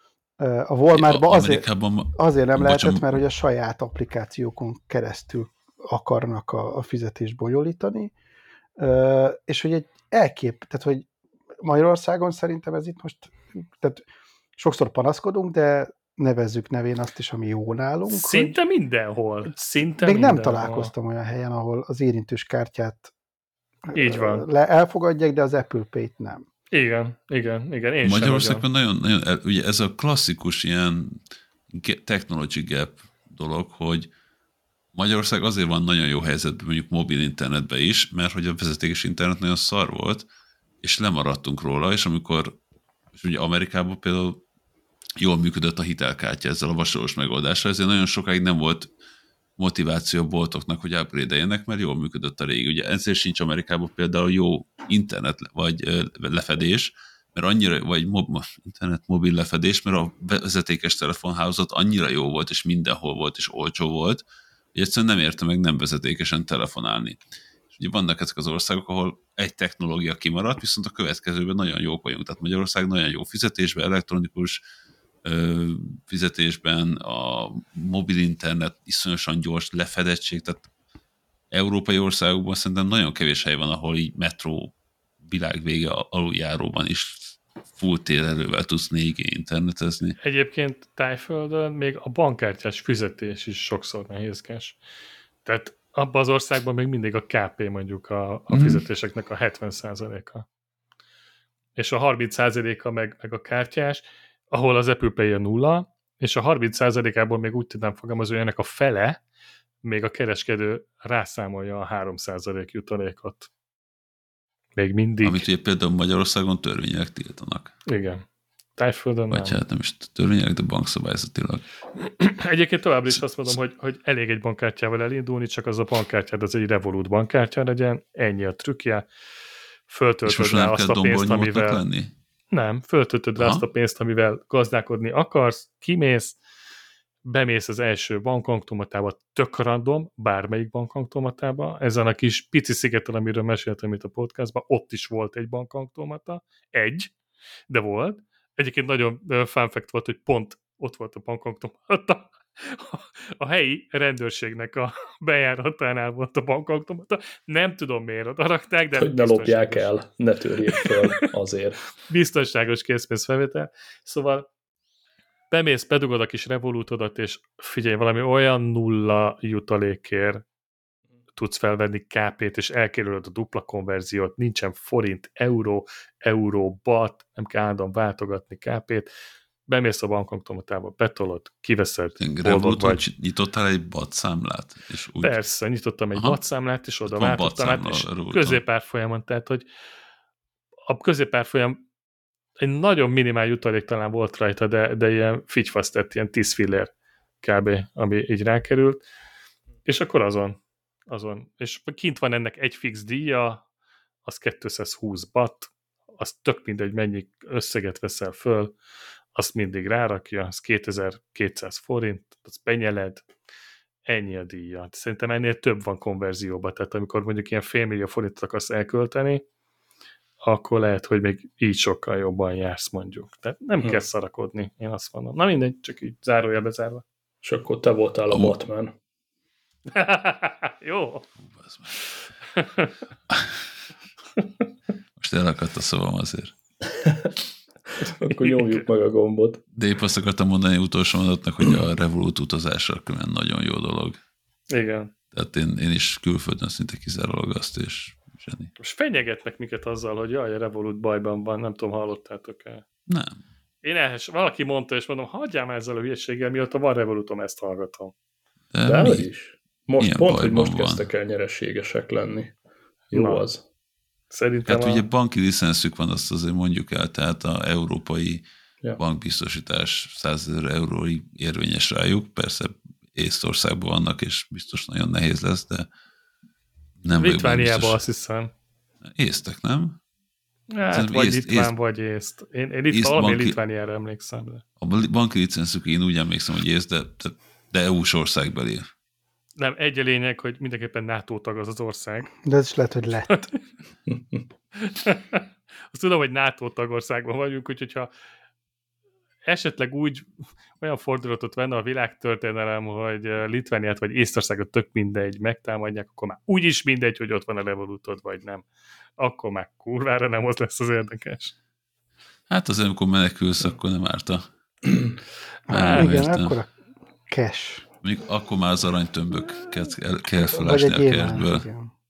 A Walmartban azért, Amerikában, azért nem lehetett, bocsánat, mert hogy a saját applikációkon keresztül akarnak a, a fizetést bonyolítani, Ö, és hogy egy elkép, tehát hogy Magyarországon szerintem ez itt most, tehát sokszor panaszkodunk, de nevezzük nevén azt is, ami jó nálunk. Szinte mindenhol. Szinte Még mindenhol. nem találkoztam olyan helyen, ahol az érintős kártyát Így van. le, elfogadják, de az Apple Pay-t nem. Igen, igen, igen. Én sem Magyarországon nagyon, nagyon, el- ugye ez a klasszikus ilyen ge- technology gap dolog, hogy Magyarország azért van nagyon jó helyzetben, mondjuk mobil internetben is, mert hogy a vezetékes internet nagyon szar volt, és lemaradtunk róla, és amikor, és ugye Amerikában például jól működött a hitelkártya ezzel a vasalós megoldással, ezért nagyon sokáig nem volt motiváció a boltoknak, hogy upgrade-eljenek, mert jól működött a régi. Ugye ezért sincs Amerikában például jó internet vagy ö, lefedés, mert annyira, vagy mob, internet mobil lefedés, mert a vezetékes telefonhálózat annyira jó volt, és mindenhol volt, és olcsó volt, hogy egyszerűen nem érte meg nem vezetékesen telefonálni. És ugye vannak ezek az országok, ahol egy technológia kimaradt, viszont a következőben nagyon jók vagyunk. Tehát Magyarország nagyon jó fizetésben, elektronikus ö, fizetésben, a mobil internet iszonyosan gyors lefedettség, tehát európai országokban szerintem nagyon kevés hely van, ahol így metró világvége aluljáróban is full térerővel tudsz négy G internetezni. Egyébként Tájföldön még a bankkártyás fizetés is sokszor nehézkes. Tehát abban az országban még mindig a ká pé mondjuk a, a Mhm. fizetéseknek a hetven százaléka. És a harminc százaléka meg, meg a kártyás, ahol az Apple Pay a nulla, és a harminc százalékából még úgy tudnám fogalmazni, hogy ennek a fele még a kereskedő rászámolja a három százalék jutalékot. Még mindig. Amit ugye például Magyarországon törvények tiltanak. Igen. Tájföldön nem. Vagy hát nem is törvények, de bankszabályzatilag. Egyébként továbbra is azt mondom, hogy, hogy elég egy bankkártyával elindulni, csak az a bankkártyád az egy Revolut bankkártya legyen, ennyi a trükkje. És Föltöltöd most rá nem azt kell a pénzt, dombolnyomotnak amivel... lenni? Nem, föltöltöd rá Aha. azt a pénzt, amivel gazdálkodni akarsz, kimész, bemész az első bankautomatába, tök random, bármelyik bankautomatába, ezen a kis pici szigeten, amiről meséltem itt a podcastban, ott is volt egy bankautomata, egy, de volt. Egyébként nagyon fun fact volt, hogy pont ott volt a bankautomata, a helyi rendőrségnek a bejáratánál volt a bankautomata, nem tudom miért oda rakták, de hogy ne lopják el, ne törjék fel azért. Biztonságos készpénzfelvétel. Szóval bemész, bedugod a kis Revolutodat, és figyelj, valami olyan nulla jutalékért tudsz felvenni ká pét, és elkerülöd a dupla konverziót, nincsen forint, euró, euró, bat, nem kell állandóan váltogatni ká pét, bemész a bankautomatába, betolod, kiveszed, boldog vagy. Nyitottál egy bat számlát? És úgy... Persze, nyitottam egy Aha. bat számlát, és oda váltottam át, és középárfolyamon, tehát, hogy a középárfolyam egy nagyon minimál jutalék talán volt rajta, de, de ilyen figyfasztett, ilyen tíz fillér kb., ami így rákerült, és akkor azon, azon, és kint van ennek egy fix díja, az kétszázhúsz bat, az tök mindegy, mennyi összeget veszel föl, azt mindig rárakja, az kétezer-kétszáz forint, azt benyeled, ennyi a díja. Szerintem ennél több van konverzióban, tehát amikor mondjuk ilyen félmillió forintot akarsz elkölteni, akkor lehet, hogy még így sokkal jobban jársz, mondjuk. Tehát nem hmm. kell szarakodni, én azt mondom. Na mindegy, csak így zárója bezárva. És akkor te voltál a oh. Batman. Jó. Most elakadt a szavam azért. Akkor nyomjuk meg a gombot. De épp azt akartam mondani utolsó mondatnak, hogy a Revolut utazásra külön nagyon jó dolog. Igen. Tehát én, én is külföldön szinte kizárólag azt, és zseni. Most fenyegetnek minket azzal, hogy jaj, a Revolut bajban van, nem tudom, hallottátok-e? Nem. Én elhes, valaki mondta, és mondom, hagyjál már ezzel a hülyeséggel, mióta van Revolutom, ezt hallgatom. De, De hogy is. Most Milyen pont, hogy most van? kezdtek el nyereségesek lenni. Jó Na. az. Szerintem hát a... ugye banki licenszük van, azt azért mondjuk el, tehát a európai ja. bankbiztosítás százezer euróig érvényes rájuk, persze Észtországban vannak, és biztos nagyon nehéz lesz, de nem Litvániában azt hiszem. Észtek, nem? Hát, Szerintem vagy észt, litván, észt, vagy észt. Én, én itt valami banki, Litvániára emlékszem. De. A banki licenszük én úgy emlékszem, hogy észt, de, de, de é u-s országbeli. Nem, egy a lényeg, hogy mindenképpen NATO tag az az ország. De ez is lehet, hogy lett. Azt tudom, hogy NATO tagországban vagyunk, úgyhogy ha esetleg úgy olyan fordulatot venne a világtörténelem, hogy Litvániát vagy Észtországot tök mindegy megtámadják, akkor már úgyis mindegy, hogy ott van a Revolutod, vagy nem. Akkor már kurvára nem az lesz az érdekes. Hát az amikor menekülsz, akkor nem árta. Hát, igen, értem. Akkor a cash. Még akkor már az aranytömböket kell, kell felásni a kertből.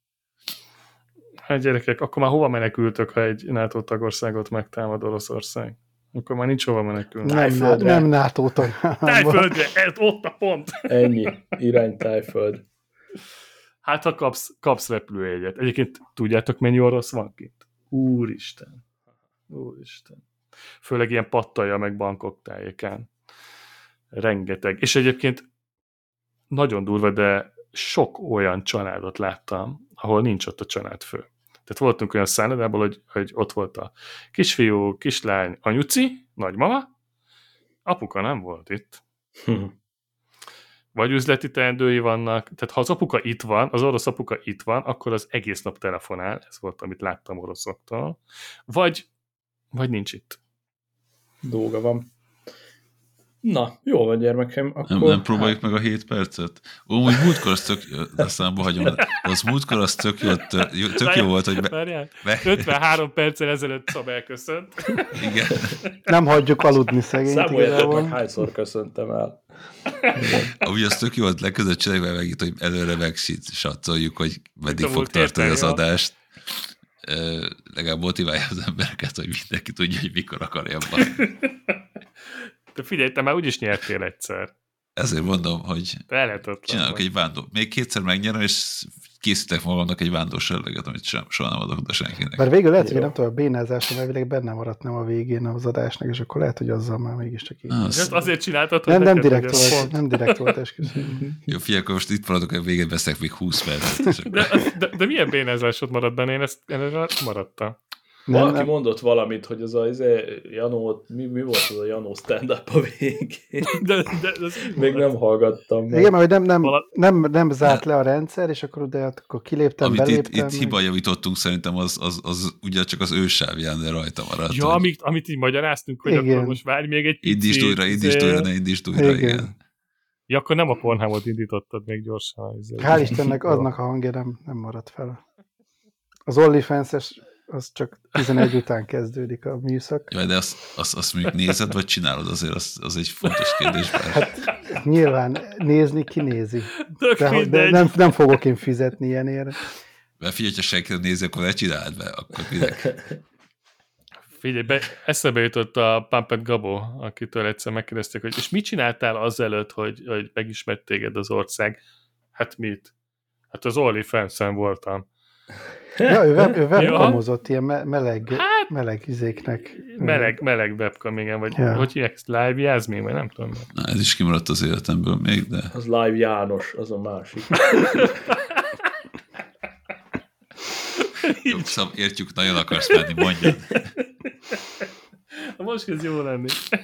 Hát gyerekek, akkor már hova menekültök, ha egy NATO tagországot megtámad Oroszország? Akkor már nincs hova menekülni. Nem, nem NATO tag. Tájföldre, ez ott a pont. Ennyi, irány Tájföld. Hát ha kapsz, kapsz repülőjegyet. Egyébként tudjátok, mennyi orosz van kint? Úristen. Úristen. Főleg ilyen Pattaja meg Bangkok tájékán. Rengeteg. És egyébként nagyon durva, de sok olyan családot láttam, ahol nincs ott a családfő. Tehát voltunk olyan szállodából, hogy, hogy ott volt a kisfiú, kislány, anyuci, nagymama, apuka nem volt itt. Hm. Vagy üzleti teendői vannak, tehát ha az apuka itt van, az orosz apuka itt van, akkor az egész nap telefonál, ez volt, amit láttam oroszoktól, vagy, vagy nincs itt. Dolga van. Na, jó van, gyermekem. Akkor... Nem, nem próbáljuk hát... meg a hét percet? Ó, úgy múltkor az tök, aztán hagyom, az múltkor az tök jó, tök, tök jó volt, hogy... Be... Be... ötvenhárom perccel ezelőtt Szab elköszönt. Igen. Nem hagyjuk aludni szegényt. Számoljátok meg, hányszor köszöntem el. Úgy az tök jó, hogy legközelebb csináljuk meg itt, hogy előre megsatszoljuk, hogy meddig fog tartani az adást. Uh, legalább motiválja az embereket, hogy mindenki tudja, hogy mikor akar jobban. De figyelj, te már úgyis nyertél egyszer. Ezért mondom, hogy csinálok egy vándor. Még kétszer megnyerem, és készítek magamnak egy vándorserleget, amit sem, soha nem adok oda senkinek. Bár végül lehet, hogy nem tudom, a bénázáson elvileg benne maradt nem a végén az adásnak, és akkor lehet, hogy azzal már mégiscsak így. Az... Ezt azért csináltad, hogy nem, nem direkt volt, pont. Nem direkt volt esküszöm. Jó, figyelj, akkor most itt maradok, hogy végén veszek még húsz percet. De, de, de milyen bénázásod maradt benne? Én ezt erre maradtam. Nem, Valaki nem. mondott valamit, hogy az a izé, Janó, mi, mi volt az a Janó stand-up a végén? De, de, de még nem hallgattam. Igen, mert nem, nem, nem, nem zárt le a rendszer, és akkor, de akkor kiléptem, amit beléptem. Itt, itt hiba javítottunk, szerintem az, az, az ugye csak az ősávján, de rajta maradt. Ja, amit, amit így magyaráztunk, hogy igen. Akkor most várj még egy picit. Indítsd újra, indítsd újra, ne indítsd újra, igen. igen. Ja, akkor nem a Pornhubot indítottad még gyorsan. Hál' Istennek aznak a hangja nem, nem maradt fel. Az OnlyFans-es az csak tizenegy után kezdődik a műszak. Jaj, de azt, azt, azt mondjuk nézed, vagy csinálod azért, az, az egy fontos kérdés. Hát nyilván nézni, ki nézi. De, de nem, nem fogok én fizetni ilyenért. Mert figyelj, ha senki nézi, akkor ne csináld be, akkor minek. Figyelj, be, eszembe jutott a Pumped Gabo, akitől egyszer megkérdezték, hogy és mit csináltál azelőtt, hogy, hogy megismert téged az ország? Hát mit? Hát az OnlyFans-en voltam. Ja, ő, web, ő webcamozott ilyen meleg, hát, meleg izéknek. Meleg, meleg webcam, igen, vagy ja. Hogy hívják ezt? Live Jászmin, vagy nem tudom. Na, ez is kimaradt az életemből még, de... Az Live János, az a másik. Jó, szóval értjük, nagyon akarsz menni, mondjad. Most kezd jó lenni.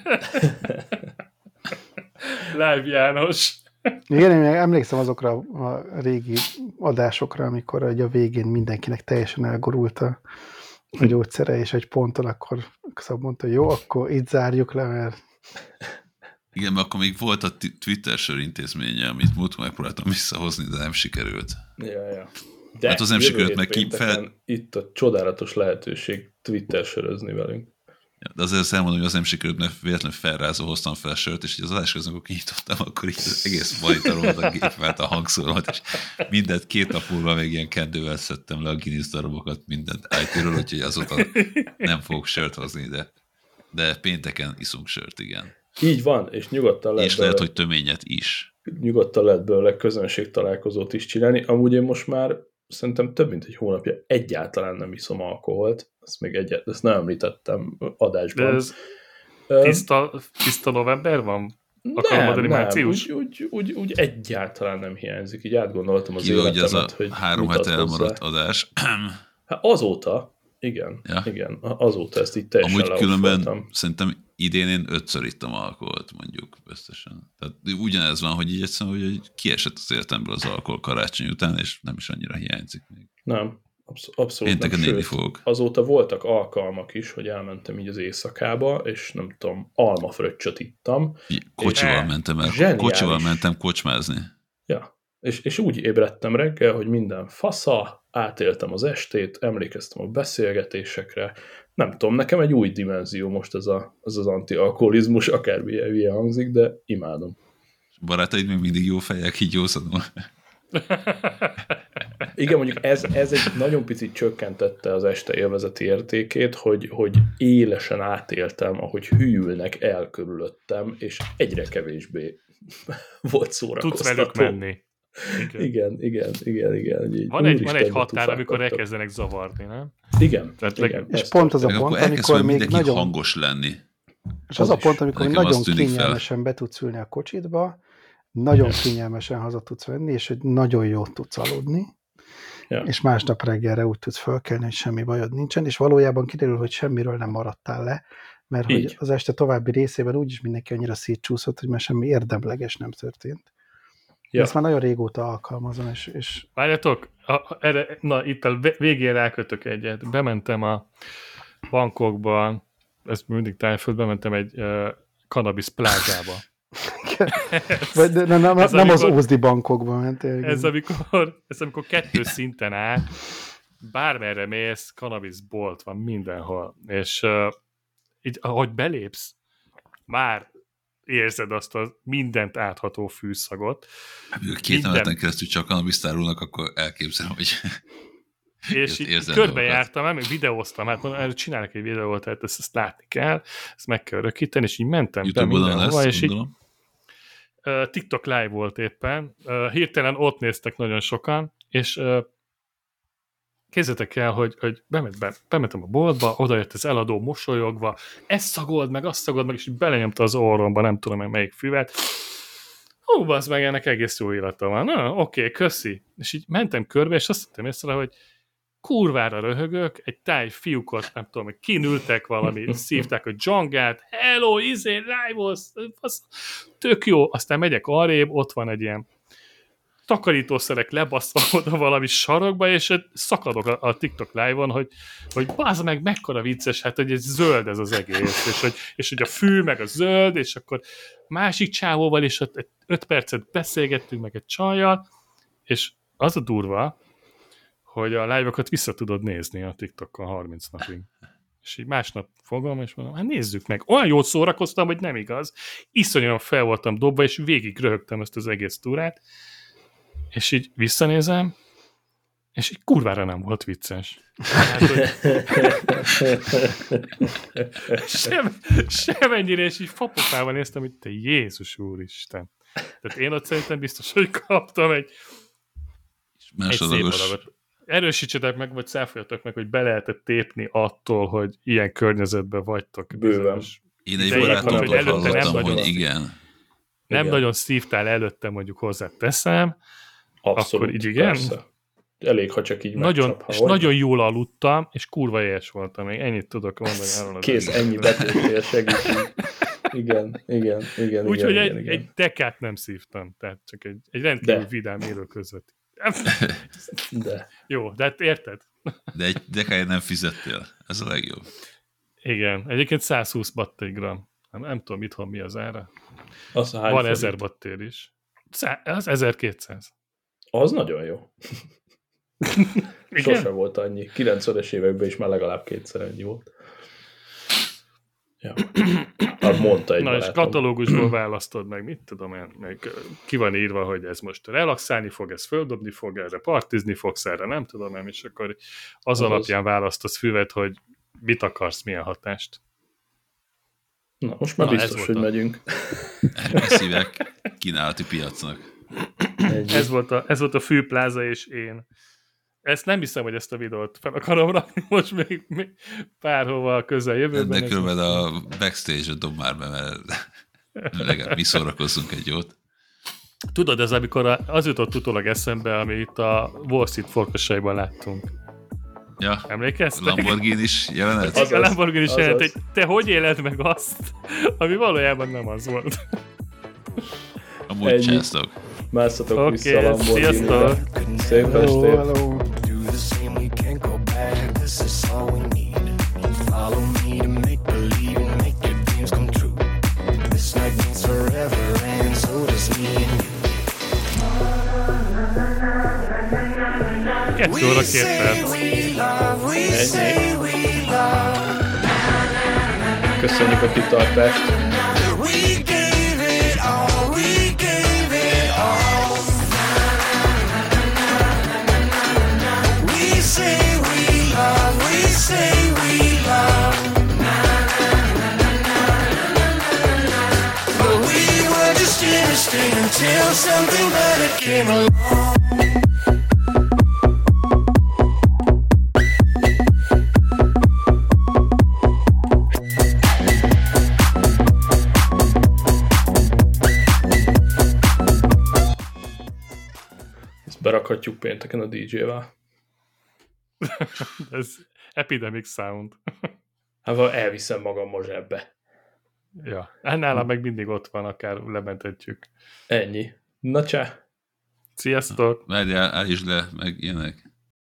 Live János. Igen, én emlékszem azokra a régi adásokra, amikor a végén mindenkinek teljesen elgurult a, a gyógyszere, és egy ponton akkor Szab mondta, jó, akkor itt zárjuk le, mert... Igen, mert akkor még volt a Twitter sör intézménye, amit múltkor megpróbáltam visszahozni, de nem sikerült. Ja, ja. De hát az nem sikerült meg ki fel... Itt a csodálatos lehetőség Twitter sörözni velünk. Ja, de azért elmondom, hogy az nem sikerült, mert véletlenül felrázó hoztam fel sört, és az adás közben, amikor kinyitottam, akkor így az egész monitor volt a gép, vált a hangszóromat, és mindent két nap múlva még ilyen kendővel szedtem le a Guinness darabokat mindent í té-ről, úgyhogy azóta nem fogok sört hozni, de, de pénteken iszunk sört, igen. Így van, és nyugodtan lehet És lehet, hogy töményet is. Nyugodtan lehet belőle közönségtalálkozót is csinálni. Amúgy én most már szerintem több mint egy hónapja egyáltalán nem iszom alkoholt. Ezt még egyáltalán, ezt nem említettem adásban. De ez tiszta, tiszta november van? Nem, nem, úgy, úgy, úgy, úgy egyáltalán nem hiányzik. Így átgondoltam az Ki, életemet, hogy ez a hogy három hete elmaradt adás. Hát azóta, igen, ja. igen, azóta ezt így teljesen amúgy különben szerintem idén én ötször ittam alkoholt, mondjuk összesen. Tehát ugyanez van, hogy így egyszerűen, hogy kiesett az életemből az alkohol karácsony után, és nem is annyira hiányzik még. Nem, absz- abszolút nem. Sőt, fogok. Azóta voltak alkalmak is, hogy elmentem így az éjszakába, és nem tudom, almafröccsöt ittam. Kocsival mentem el, zseniális. Kocsival mentem kocsmázni. Ja, és, és úgy ébredtem reggel, hogy minden fasza, átéltem az estét, emlékeztem a beszélgetésekre, nem tudom, nekem egy új dimenzió most ez, a, ez az antialkoholizmus, akármilyen hülye hangzik, de imádom. Barátaid még mindig jó fejek, így jó szadom. Igen, mondjuk ez, ez egy nagyon picit csökkentette az este élvezeti értékét, hogy, hogy élesen átéltem, ahogy hűlnek el körülöttem, és egyre kevésbé volt szórakoztató. Tudsz velük menni. Igen, igen, igen, igen. igen. Van egy, van egy határ, amikor elkezdenek zavarni, nem? Igen. Tehát igen és pont az a pont, amikor még nagyon... hangos lenni. És az, az a pont, amikor nagyon kényelmesen fel. Be tudsz ülni a kocsitba, nagyon kényelmesen haza tudsz venni, és hogy nagyon jót tudsz aludni, ja. És másnap reggelre úgy tudsz fölkelni, hogy semmi bajod nincsen, és valójában kiderül, hogy semmiről nem maradtál le, mert így. Hogy az este további részében úgyis mindenki annyira szétcsúszott, hogy már semmi érdemleges nem történt. Ja. Ezt már nagyon régóta alkalmazom, és... és... Várjatok, a, erre, na itt a végén rákötök egyet. Bementem a Bangkokba, ez mindig tájföld, bementem egy uh, cannabis plázába. de, de, de, nem, nem amikor, az Ózdi Bangkokba mentél. Ez amikor, ez amikor kettő szinten áll, bármerre mész, cannabis bolt van mindenhol. És uh, így, ahogy belépsz, már érzed azt a mindent átható fűszagot. Két minden... emeten keresztül csak cannabis tárulnak, akkor elképzelem, hogy és így körbejártam, meg videóztam, hát erről csinálnak egy videót, tehát ezt, ezt látni kell, ezt meg kell örökíteni, és így mentem YouTube be mindenhova, és így uh, TikTok live volt éppen, uh, hirtelen ott néztek nagyon sokan, és uh, képzeljétek el, hogy, hogy bement be, bementem a boltba, odajött az eladó mosolyogva, ezt szagold meg, azt szagold meg, és így belenyomta az orromba, nem tudom meg melyik füvet. Ó, bassz meg, ennek egész jó illata van. Na, oké, köszi. És így mentem körbe, és azt hittem észre, hogy kurvára röhögök, egy táj fiúkat, nem tudom, hogy kinültek valami, szívták a dzsangát, hello, izé, live-osz, tök jó, aztán megyek arrébb, ott van egy ilyen takarítószerek lebaszva oda valami sarokba, és szakadok a, a TikTok live-on, hogy, hogy bazd meg, mekkora vicces, hát, hogy ez zöld ez az egész, és hogy, és hogy a fű, meg a zöld, és akkor másik csávóval is ott öt percet beszélgettünk, meg egy csajjal, és az a durva, hogy a live-okat vissza tudod nézni a TikTokon harminc napig. És így másnap fogom, és mondom, hát nézzük meg. Olyan jót szórakoztam, hogy nem igaz. Iszonyúan fel voltam dobva, és végig röhögtem ezt az egész túrát. És így visszanézem, és így kurvára nem volt vicces. Hát, hogy... sem, semennyire, és így fapopával néztem, hogy te Jézus Úristen. Tehát én ott szerintem biztos, hogy kaptam egy, egy szép adagot. Erősítsetek meg, vagy száfoljatok meg, hogy be lehetett tépni attól, hogy ilyen környezetben vagytok. Bőven. Én egy barátomtól hallottam, hogy igen. Nem igen. nagyon szívtál előtte, mondjuk hozzá teszem, abszolút, akkor így igen. Persze. Elég, ha csak így nagyon, megcsap. És nagyon jól aludtam, és kurva éhes voltam. Még ennyit tudok mondani arról. Kész, ennyi betűtél segítség. Igen, igen, igen. Úgyhogy igen, egy, igen, igen. egy dekát nem szívtam, tehát csak egy, egy rendkívül de. vidám élő között. De. Jó, de hát érted? De egy dekáért nem fizettél. Ez a legjobb. Igen, egyébként száz húsz battérigram. Nem, nem tudom, itthon mi az ára. Az a Van ezer battér is. Szá- az ezerkétszáz. Az nagyon jó. Sose volt annyi. kilencvenes években is már legalább kétszer ennyi volt. Ja. Hát mondta egy Na barátom. és katalógusból választod meg, mit tudom én, meg ki van írva, hogy ez most relaxálni fog, ez földobni fog, erre partizni fogsz, erre nem tudom én, és akkor az, az alapján választasz füvet, hogy mit akarsz, milyen hatást. Na, most már Na, biztos, hogy a... megyünk. Elmesszívek kínálati piacnak. Ez volt, a, ez volt a fűpláza és én. Ezt nem hiszem, hogy ezt a videót fel akarom rakni most még, még párhova a közeljövőben. De körülbelül a backstage-ot dob már be, mert legalább mi szórakozzunk egy jót. Tudod, ez amikor az jutott utólag eszembe, ami itt a Wall Street Farkasaiban láttunk. Ja, emlékeztek? Lamborghini is jelenet? Azaz, a Lamborghini is jelenet, hogy te hogy éled meg azt, ami valójában nem az volt. Amúgy császtok. Másszatok okay, vissza a Lamborghini-be. Sziasztok! Szép estét! Kettő óra két perc. Ennyi. Köszönjük a kitartást. Until something better came along. Ezt berakhatjuk pénteken a dé dzsével. Ez Epidemic Sound. Hát elviszem magam most ebbe. Ja, nálam meg mindig ott van, akár lementetjük. Ennyi. Na csá! Sziasztok! Várjál, állítsd le, meg ilyenek.